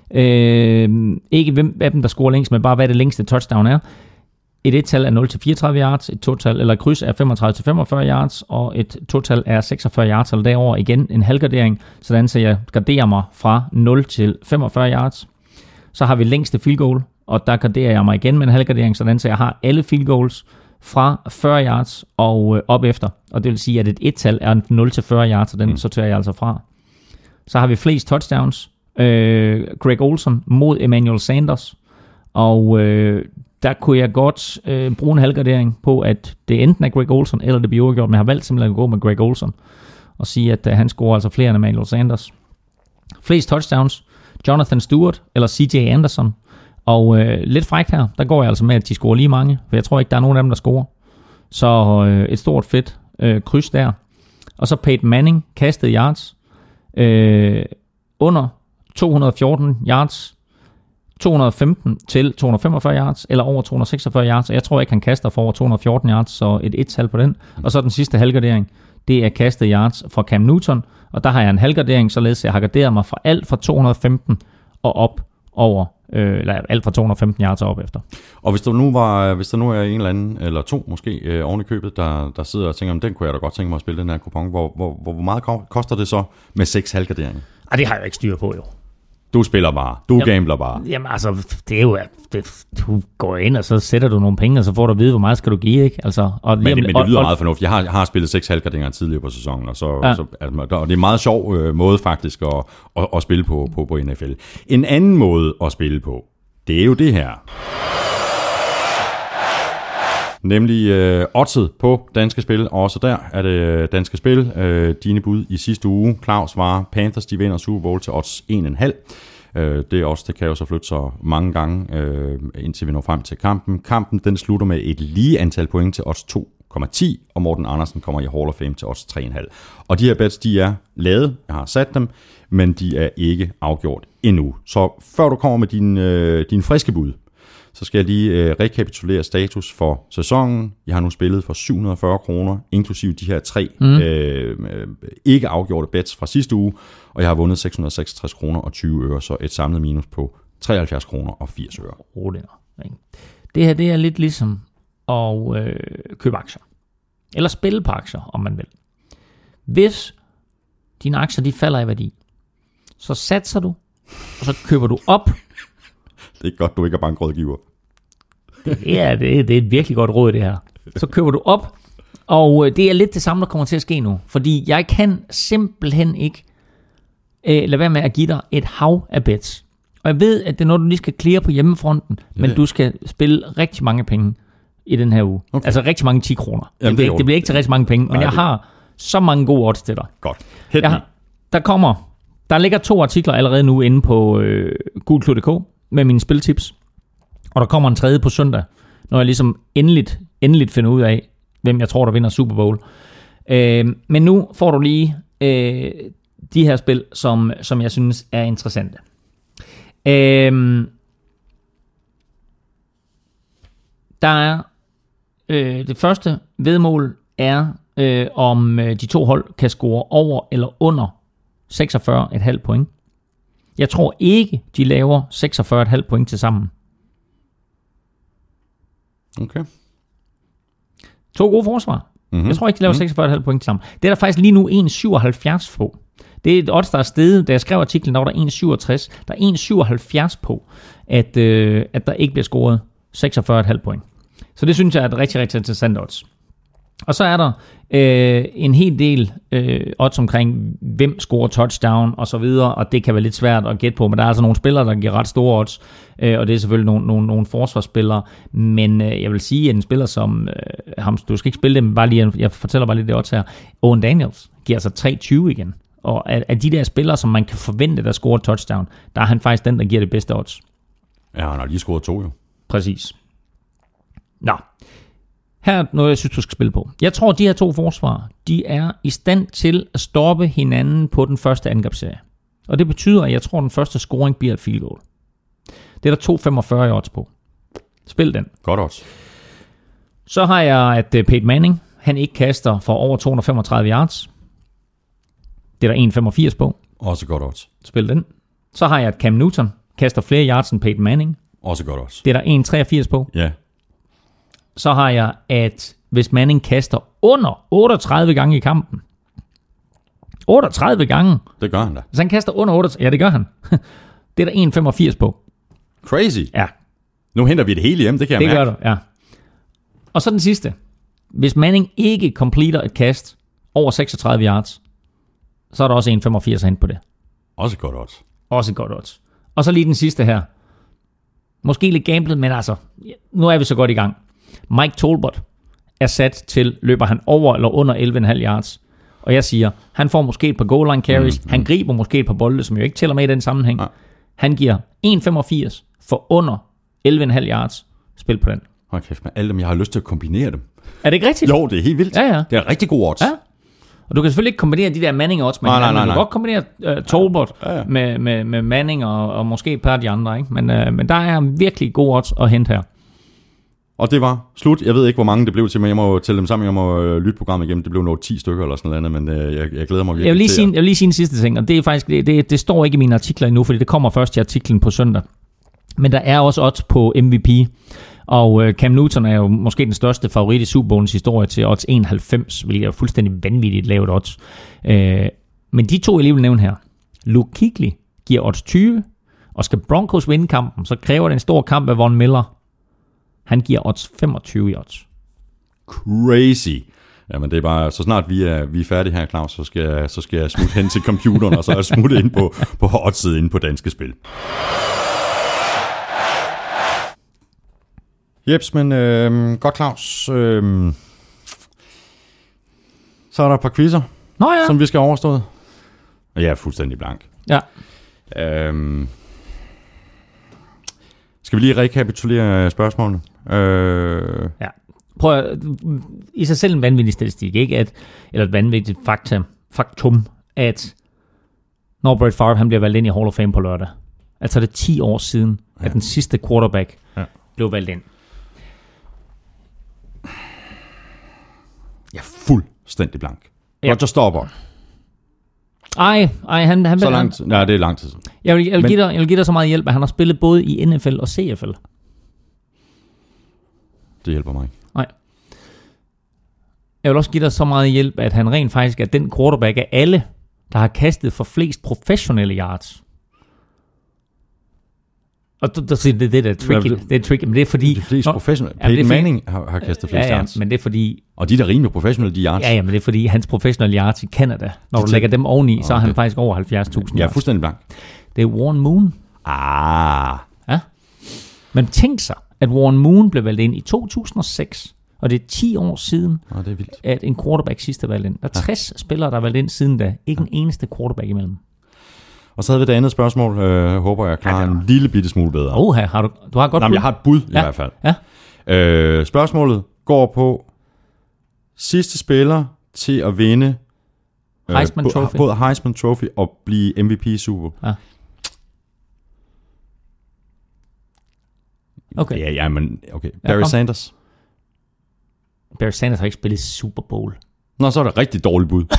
Øh, ikke hvem af dem, der scorer længst, men bare hvad det længste touchdown er. Et et-tal er nul til fireogtredive yards, et total eller kryds er femogtredive til femogfyrre yards, og et total er seksogfyrre yards, eller derover igen en halvgardering, sådan så jeg garderer mig fra nul til femogfyrre yards. Så har vi længste field goal, og der garderer jeg mig igen med en halvgardering, sådan så jeg har alle field goals fra fyrre yards og op efter, og det vil sige, at et et-tal er nul til fyrre yards, og den mm. sorterer jeg altså fra. Så har vi flest touchdowns, øh, Greg Olsen mod Emmanuel Sanders, og øh, der kunne jeg godt øh, bruge en halvgardering på, at det enten er Greg Olsen, eller det bliver uafgjort, men jeg har valgt simpelthen at gå med Greg Olsen, og sige, at øh, han scorer altså flere end Emmanuel Sanders. Flest touchdowns, Jonathan Stewart eller C J Anderson, og øh, lidt frækt her, der går jeg altså med, at de scorer lige mange, for jeg tror ikke, der er nogen af dem, der scorer. Så øh, et stort fedt øh, kryds der. Og så Peyton Manning, kastet yards, øh, under to hundrede og fjorten yards, to hundrede og femten til to hundrede og femogfyrre yards, eller over to hundrede og seksogfyrre yards, og jeg tror ikke, han kaster for over to hundrede og fjorten yards, så et et-tal på den. Og så den sidste halvgardering, det er kastet yards fra Cam Newton, og der har jeg en halvgardering, således jeg har garderet mig fra alt fra to hundrede og femten og op, over, øh, eller alt fra to hundrede og femten yards op efter. Og hvis der nu var, hvis der nu er en eller anden, eller to måske, øh, oven i købet, der, der sidder og tænker, om den kunne jeg da godt tænke mig at spille, den her kupon, hvor, hvor, hvor, hvor meget koster det så med seks halvgarderinger? Ej, det har jeg jo ikke styr på, jo. Du spiller bare. Du jamen, gambler bare. Jamen altså, det er jo, det, du går ind, og så sætter du nogle penge, og så får du at vide, hvor meget skal du give, ikke? Altså, og men, men det lyder og, meget fornuftigt. Jeg har, jeg har spillet seks halvgarderinger tidligere på sæsonen, og, så, ja. så, altså, og det er en meget sjov øh, måde faktisk at, at, at spille på, på, på N F L. En anden måde at spille på, det er jo det her. Nemlig øh, oddset på Danske Spil, og også der er det Danske Spil. Øh, dine bud i sidste uge. Claus var Panthers, de vinder Super Bowl til odds en komma fem. Øh, det er også, det kan jo så flytte så mange gange, øh, indtil vi når frem til kampen. Kampen den slutter med et lige antal point til odds to komma ti, og Morten Andersen kommer i Hall of Fame til odds tre komma fem. Og de her bets, de er lavet, jeg har sat dem, men de er ikke afgjort endnu. Så før du kommer med din, øh, din friske bud, så skal jeg lige øh, rekapitulere status for sæsonen. Jeg har nu spillet for syv hundrede og fyrre kroner, inklusive de her tre mm. øh, ikke afgjorte bets fra sidste uge, og jeg har vundet seks hundrede og seksogtres kroner og tyve øre, så et samlet minus på treoghalvfjerds kroner og firs øre. Det her det er lidt ligesom at øh, købe aktier, eller spille på aktier, om man vil. Hvis dine aktier de falder i værdi, så satser du, og så køber du op. Det er godt, du ikke er bankrådgiver. Det er, det, er, det er et virkelig godt råd, det her. Så køber du op, og det er lidt det samme, der kommer til at ske nu. Fordi jeg kan simpelthen ikke øh, lade være med at give dig et hav af bets. Og jeg ved, at det er noget, du lige skal clear på hjemmefronten, ja, men du skal spille rigtig mange penge i den her uge. Okay. Altså rigtig mange ti kroner. Jamen, det, bliver, det, det bliver ikke til rigtig mange penge, men Nej, jeg det... har så mange gode odds til dig. Godt. Jeg har, der kommer, der ligger to artikler allerede nu inde på øh, gulklud punktum d k med mine spiltips. Og der kommer en tredje på søndag, når jeg ligesom endeligt, endeligt finder ud af, hvem jeg tror, der vinder Super Bowl. Øh, men nu får du lige øh, de her spil, som, som jeg synes er interessante. Øh, der er øh, det første vedmål er, øh, om de to hold kan score over eller under seksogfyrre komma fem point. Jeg tror ikke, de laver seksogfyrre komma fem point til sammen. Okay. To gode forsvar. Mm-hmm. Jeg tror ikke, de laver mm-hmm. seksogfyrre komma fem point til sammen. Det er der faktisk lige nu en komma syvoghalvfjerds på. Det er et odds, der er steget. Da jeg skrev artiklen, der var der en komma syvogtres. Der er en komma syvoghalvfjerds på, at, øh, at der ikke bliver scoret seksogfyrre komma fem point. Så det synes jeg er et rigtig, rigtig interessant odds. Og så er der øh, en hel del øh, odds omkring, hvem scorer touchdown og så videre, og det kan være lidt svært at gætte på, men der er altså nogle spillere, der giver ret store odds, øh, og det er selvfølgelig nogle, nogle, nogle forsvarsspillere, men øh, jeg vil sige, at en spiller som, øh, ham, du skal ikke spille dem, bare lige, jeg fortæller bare lidt det odds her, Owen Daniels giver altså tre tyve igen, og af, af de der spillere, som man kan forvente, der scorer touchdown, der er han faktisk den, der giver det bedste odds. Ja, han har lige scoret to jo. Præcis. Nå. Her er noget, jeg synes, du skal spille på. Jeg tror, at de her to forsvar, de er i stand til at stoppe hinanden på den første angrebsserie. Og det betyder, at jeg tror, at den første scoring bliver et field goal. Det er der to komma femogfyrre odds på. Spil den. Godt odds. Så har jeg, at Peyton Manning, han ikke kaster for over to hundrede og femogtredive yards. Det er der en komma femogfirs på. Også godt odds. Spil den. Så har jeg, at Cam Newton kaster flere yards end Peyton Manning. Også godt odds. Det er der en komma treogfirs på. Ja. Så har jeg, at hvis Manning kaster under otteogtredive gange i kampen. otteogtredive gange? Det gør han da. Hvis han kaster under otteogtredive, ja det gør han. Det er der en komma femogfirs på. Crazy. Ja. Nu henter vi det hele hjem, det kan jeg det mærke. Det gør du, ja. Og så den sidste. Hvis Manning ikke completer et kast over seksogtredive yards, så er der også en komma femogfirs at hente på det. Også godt odds. Også godt odds. Og så lige den sidste her. Måske lidt gamblet, men altså, nu er vi så godt i gang. Mike Tolbert er sat til, løber han over eller under elleve komma fem yards. Og jeg siger, han får måske et par goal line carries, mm, han mm. griber måske et par bolde, som jo ikke tæller med i den sammenhæng. Ja. Han giver en komma femogfirs for under elleve komma fem yards. Spil på den. Hold kæft, med alle dem, jeg har lyst til at kombinere dem. Er det ikke rigtigt? Jo, det er helt vildt. Ja, ja. Det er rigtig gode odds. Ja. Og du kan selvfølgelig ikke kombinere de der Manning odds med nej, nej, nej, nej. Du nej. kan godt kombinere uh, Tolbert ja, ja. Med, med, med Manning og, og måske et par af de andre. Ikke? Men, uh, men der er virkelig gode odds at hente her. Og det var slut. Jeg ved ikke, hvor mange det blev til, men jeg må tælle dem sammen. Jeg må øh, lytte programmet igennem. Det blev noget ti stykker eller sådan noget, men øh, jeg, jeg glæder mig virkelig jeg vil lige til sige, Jeg vil lige sige en sidste ting, og det er faktisk, det, det, det står ikke i mine artikler endnu, fordi det kommer først i artiklen på søndag. Men der er også odds på M V P. Og øh, Cam Newton er jo måske den største favorit i Super Bowlens historie til odds enoghalvfems, hvilket er fuldstændig vanvittigt lavt odds. Øh, men de to, jeg lige vil nævne her. Luke Kuechly giver odds tyve, og skal Broncos vinde kampen, så kræver det en stor kamp af Von Miller. Han giver odds femogtyve i odds. Crazy. Jamen det er bare, så snart vi er, vi er færdige her, Claus, så skal jeg, så skal jeg smutte hen til computeren, og så er jeg smuttet ind på, på oddset inde på Danske Spil. Jeps, men øh, godt Claus. Øh, så er der et par quizzer, Nå ja. som vi skal overstå. Og jeg er fuldstændig blank. Ja. Øh, skal vi lige rekapitulere spørgsmålene? Øh, Ja. Prøv at, i sig selv en vanvittig statistik, ikke? At, eller et vanvittigt fakta, faktum, at når Brett Favre han bliver valgt ind i Hall of Fame på lørdag, altså det er ti år siden, ja. at den sidste quarterback ja. blev valgt ind. Jeg er fuldstændig blank. Ja. Roger Staubach. Ej, ej, han... han så langt, nej, det er lang tid siden. Jeg vil, jeg, vil Men, give dig, jeg vil give dig så meget hjælp, at han har spillet både i N F L og C F L. Det hjælper mig ikke. Nej. Jeg vil også give dig så meget hjælp, at han rent faktisk er den quarterback af alle, der har kastet for flest professionelle yards. Og du, du siger, det, det der er tricky. Det, det er tricky, men det er fordi... De fleste professionelle... Peyton ja, Manning har, har kastet flest ja, ja, yards. men det er fordi... Og de der rimelig professionelle, de yards. Ja, ja, men det er fordi, hans professionelle yards i Canada, når de du lægger dem oveni, okay. så er han faktisk over halvfjerds tusind. Jeg er fuldstændig blank. Det er Warren Moon. Ah. Ja. Men tænk sig, at Warren Moon blev valgt ind i to tusind og seks, og det er ti år siden, ah, det er vildt. At en quarterback sidst er valgt ind. Der er tres ja. spillere, der er valgt ind siden da. Ikke ja. en eneste quarterback imellem. Og så havde vi det andet spørgsmål. Øh, håber jeg klarer ja, en lille bitte smule bedre. Åh, har du, du har godt Nå, bud. Jeg har et bud ja. i hvert fald. Ja. Øh, spørgsmålet går på sidste spiller til at vinde Heisman øh, Trophy. Både Heisman Trophy og blive M V P i Super Bowl. Ja. Okay. Ja, ja, men okay. Barry ja, Sanders. Barry Sanders har ikke spillet Super Bowl. Nå, så er det rigtig dårligt bud.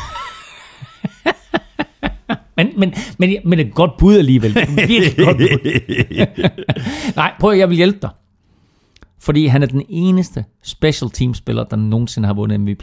men, men, men, men et godt bud alligevel. Virkelig godt bud. Nej, prøv at jeg vil hjælpe dig. Fordi han er den eneste special team spiller, der nogensinde har vundet M V P.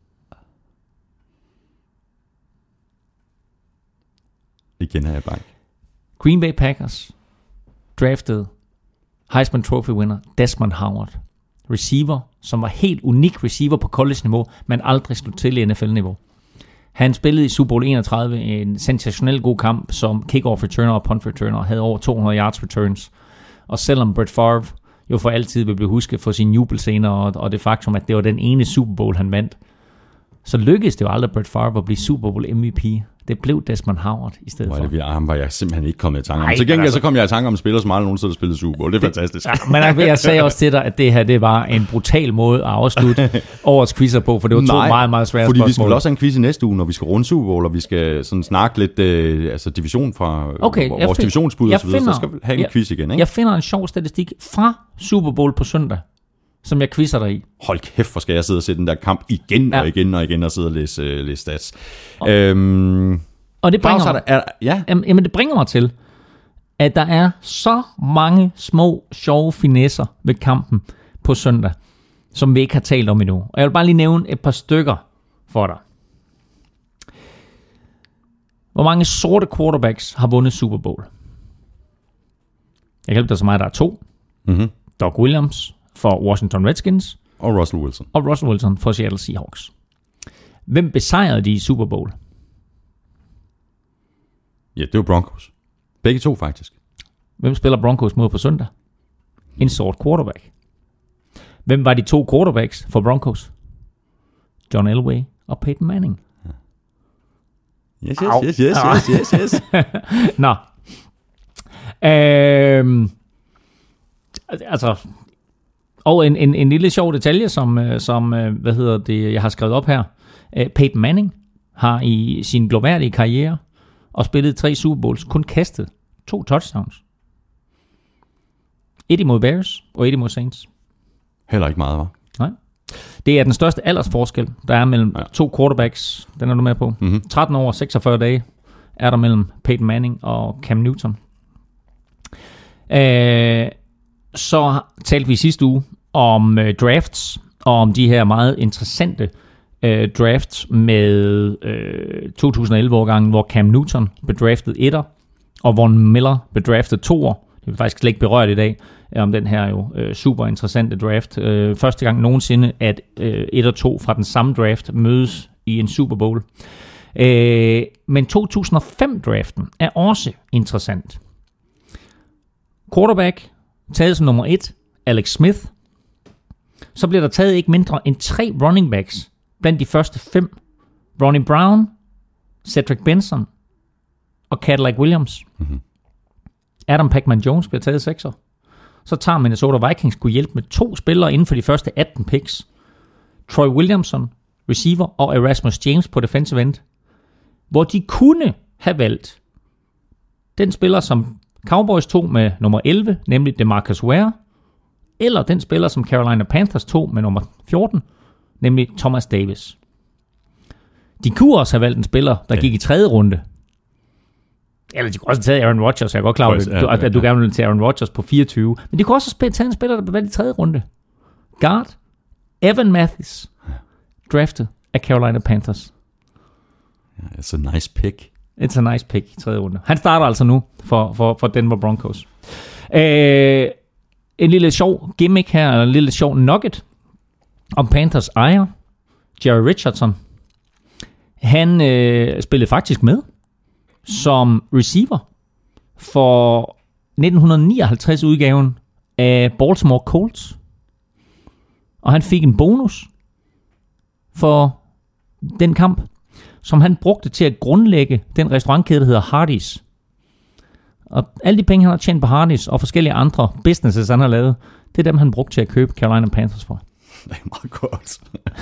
Igen er jeg bank. Green Bay Packers draftede Heisman Trophy winner Desmond Howard. Receiver, som var helt unik receiver på college-niveau, men aldrig slog til i N F L-niveau. Han spillede i Super Bowl enogtredive en sensationel god kamp som kick-off returner og punt returner, og havde over to hundrede yards returns. Og selvom Brett Favre jo for altid vil blive husket for sine jubelscener og, og det faktum, at det var den ene Super Bowl, han vandt, så lykkedes det jo aldrig Brett Favre at blive Super Bowl M V P. Det blev Desmond Howard i stedet for. Det, ham var jeg simpelthen ikke kommet i tanke om. Ej, til gengæld altså, så kom jeg i tanke om en spiller, som aldrig nogensinde har spillet Super Bowl. Det er det, fantastisk. Ja, men jeg sagde også til dig, at det her det var en brutal måde at afslutte årets quizzer på, for det var to Nej, meget, meget svære fordi spørgsmål. Vi skal også have en quiz i næste uge, når vi skal runde Super Bowl, og vi skal sådan snakke lidt øh, altså division fra okay, vores find, divisionsbud og så videre. Så skal vi have en jeg, quiz igen, ikke? Jeg finder en sjov statistik fra Super Bowl på søndag, som jeg quizzer dig i. Hold kæft, hvor skal jeg sidde og se den der kamp igen ja. og igen og igen og sidde og læse, øh, læse stats. Og, øhm, og det bringer, der, er, ja. jamen det bringer mig til, at der er så mange små, sjove finesser ved kampen på søndag, som vi ikke har talt om endnu. Og jeg vil bare lige nævne et par stykker for dig. Hvor mange sorte quarterbacks har vundet Super Bowl? Jeg kan hjælpe dig så meget, der er to. Mm-hmm. Doug Williams for Washington Redskins. Og Russell Wilson. Og Russell Wilson for Seattle Seahawks. Hvem besejrede de i Super Bowl? Ja, det var Broncos. Begge to, faktisk. Hvem spiller Broncos mod på søndag? En sort quarterback. Hvem var de to quarterbacks for Broncos? John Elway og Peyton Manning. Yes, yes, yes, yes, yes, yes, yes. Nå. Øhm, altså, og en, en, en lille sjov detalje, som, som hvad hedder det, jeg har skrevet op her. Peyton Manning har i sin glorværdige karriere og spillet tre Super Bowls kun kastet to touchdowns. Et imod Bears og et imod Saints. Heller ikke meget, var. Nej. Det er den største aldersforskel, der er mellem ja. to quarterbacks. Den er du med på. Mm-hmm. tretten år og seksogfyrre dage er der mellem Peyton Manning og Cam Newton. Øh, så talte vi sidste uge om øh, drafts, og om de her meget interessante øh, drafts med øh, to tusind og elleve-årgangen, hvor Cam Newton blev draftet etter, og Von Miller blev draftet toer. Det vil faktisk slet ikke berørt i dag, om den her jo øh, super interessante draft. Øh, første gang nogensinde, at øh, et og to fra den samme draft mødes i en Super Bowl. Øh, men to tusind og fem-draften er også interessant. Quarterback, taget som nummer et, Alex Smith. Så bliver der taget ikke mindre end tre running backs blandt de første fem. Ronnie Brown, Cedric Benson og Cadillac Williams. Mm-hmm. Adam Pacman-Jones bliver taget sekser. Så tager Minnesota Vikings kunne hjælpe med to spillere inden for de første atten picks. Troy Williamson, receiver, og Erasmus James på defensive end. Hvor de kunne have valgt den spiller, som Cowboys tog med nummer elleve, nemlig DeMarcus Ware, eller den spiller, som Carolina Panthers tog med nummer fjorten, nemlig Thomas Davis. De kunne også have valgt en spiller, der ja. gik i tredje runde. Eller de kunne også have taget Aaron Rodgers. Jeg er godt klar over, at du, at du gerne vil tage Aaron Rodgers på fireogtyve. Men de kunne også have taget en spiller, der blev valgt i tredje runde. Guard, Evan Mathis, drafted af Carolina Panthers. Yeah, it's a nice pick. It's a nice pick i tredje runde. Han starter altså nu for, for, for Denver Broncos. Øh, en lille sjov gimmick her, eller en lille sjov nugget om Panthers ejer, Jerry Richardson. Han øh, spillede faktisk med som receiver for nitten nioghalvtreds udgaven af Baltimore Colts. Og han fik en bonus for den kamp, som han brugte til at grundlægge den restaurantkæde, der hedder Hardee's. Og alle de penge, han har tjent på Hardee's og forskellige andre businesses, han har lavet, det er dem, han brugte til at købe Carolina Panthers for. Det er meget godt.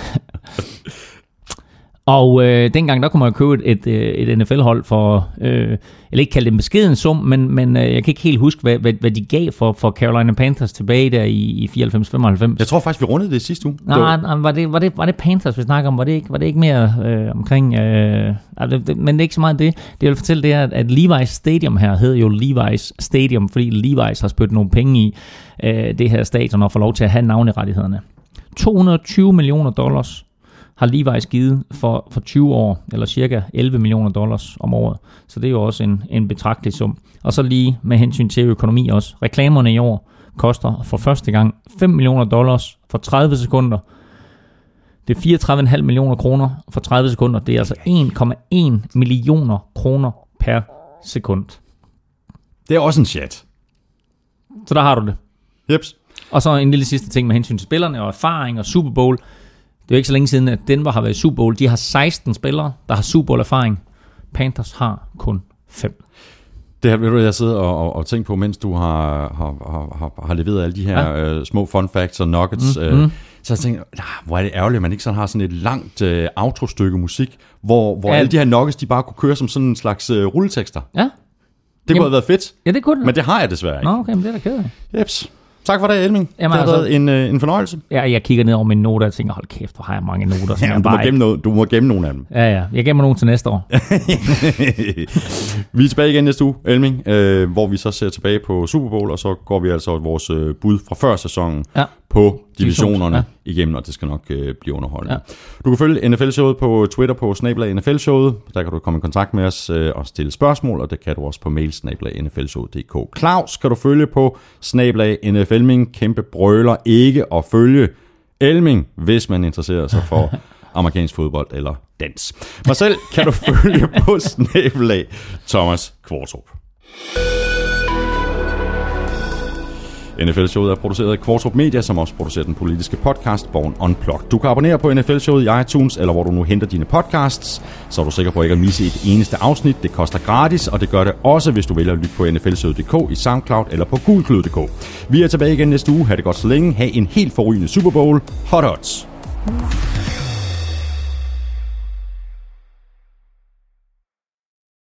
Og øh, dengang, der kunne man jo købe et, et, et N F L-hold for, øh, jeg vil ikke kalde det en beskeden sum, men, men øh, jeg kan ikke helt huske, hvad, hvad, hvad de gav for, for Carolina Panthers tilbage der i, i fireoghalvfems femoghalvfems. Jeg tror faktisk, vi rundede det i sidste uge. Nej, nej, var det, var, det, var det Panthers, vi snakker om? Var det ikke, var det ikke mere øh, omkring... Øh, det, det, men det er ikke så meget det. Det jeg vil fortælle, det er, at Levi's Stadium her hedder jo Levi's Stadium, fordi Levi's har spyttet nogle penge i øh, det her stadion og får lov til at have navnerettighederne. to hundrede og tyve millioner dollars har Levi's givet for, for tyve år, eller cirka elleve millioner dollars om året. Så det er jo også en, en betragtelig sum. Og så lige med hensyn til økonomi også. Reklamerne i år koster for første gang fem millioner dollars for tredive sekunder. Det er fireogtredive komma fem millioner kroner for tredive sekunder. Det er altså en komma en millioner kroner per sekund. Det er også en chat. Så der har du det. Jeps. Og så en lille sidste ting med hensyn til spillerne og erfaring og Super Bowl. Det er jo ikke så længe siden, at Denver har været i Super Bowl. De har seksten spillere, der har Super Bowl-erfaring. Panthers har kun fem. Det har du, jeg sidder og, og, og tænkt på, mens du har, har, har, har leveret alle de her ja. øh, små fun facts og nuggets. Mm, øh, mm. Så jeg tænker, nah, hvor er det ærgerligt, at man ikke sådan har sådan et langt øh, outro-stykke musik, hvor, hvor ja. alle de her nuggets, de bare kunne køre som sådan en slags øh, rulletekster. Ja. Det kunne Jamen, have været fedt. Ja, det kunne det. Men det har jeg desværre ikke. Nå, okay, men det er da ked af. Jeps. Tak for det, Elming. Jamen, det har altså, været en, øh, en fornøjelse. Ja, jeg kigger ned over mine noter og tænker, hold kæft, hvor har jeg mange noter. Ja, du, må gemme noget, du må gemme nogle af dem. Ja, ja. Jeg gemmer nogle til næste år. Vi er tilbage igen næste uge, Elming, øh, hvor vi så ser tilbage på Super Bowl, og så går vi altså vores øh, bud fra før sæsonen ja. på divisionerne ja. igennem, og det skal nok øh, blive underholdende. Ja. Du kan følge N F L-showet på Twitter på snabel-a N F L-showet. Der kan du komme i kontakt med os øh, og stille spørgsmål, og det kan du også på mail snabel-a N F L showet punktum d k. Claus kan du følge på snabel-a N F L Elming. Kæmpe brøler ikke at følge Elming, hvis man interesserer sig for amerikansk fodbold eller dans. Mig selv kan du følge på snabel-a Thomas Kvartrup. N F L-showet er produceret af Kvartrup Media, som også producerer den politiske podcast Born Unplugged. Du kan abonnere på N F L-showet i iTunes, eller hvor du nu henter dine podcasts, så er du sikker på ikke at misse et eneste afsnit. Det koster gratis, og det gør det også, hvis du vælger at lytte på N F L showet punktum d k i SoundCloud eller på gulklud punktum d k. Vi er tilbage igen næste uge. Ha' det godt så længe. Ha' en helt forrygende Super Bowl. Hot odds!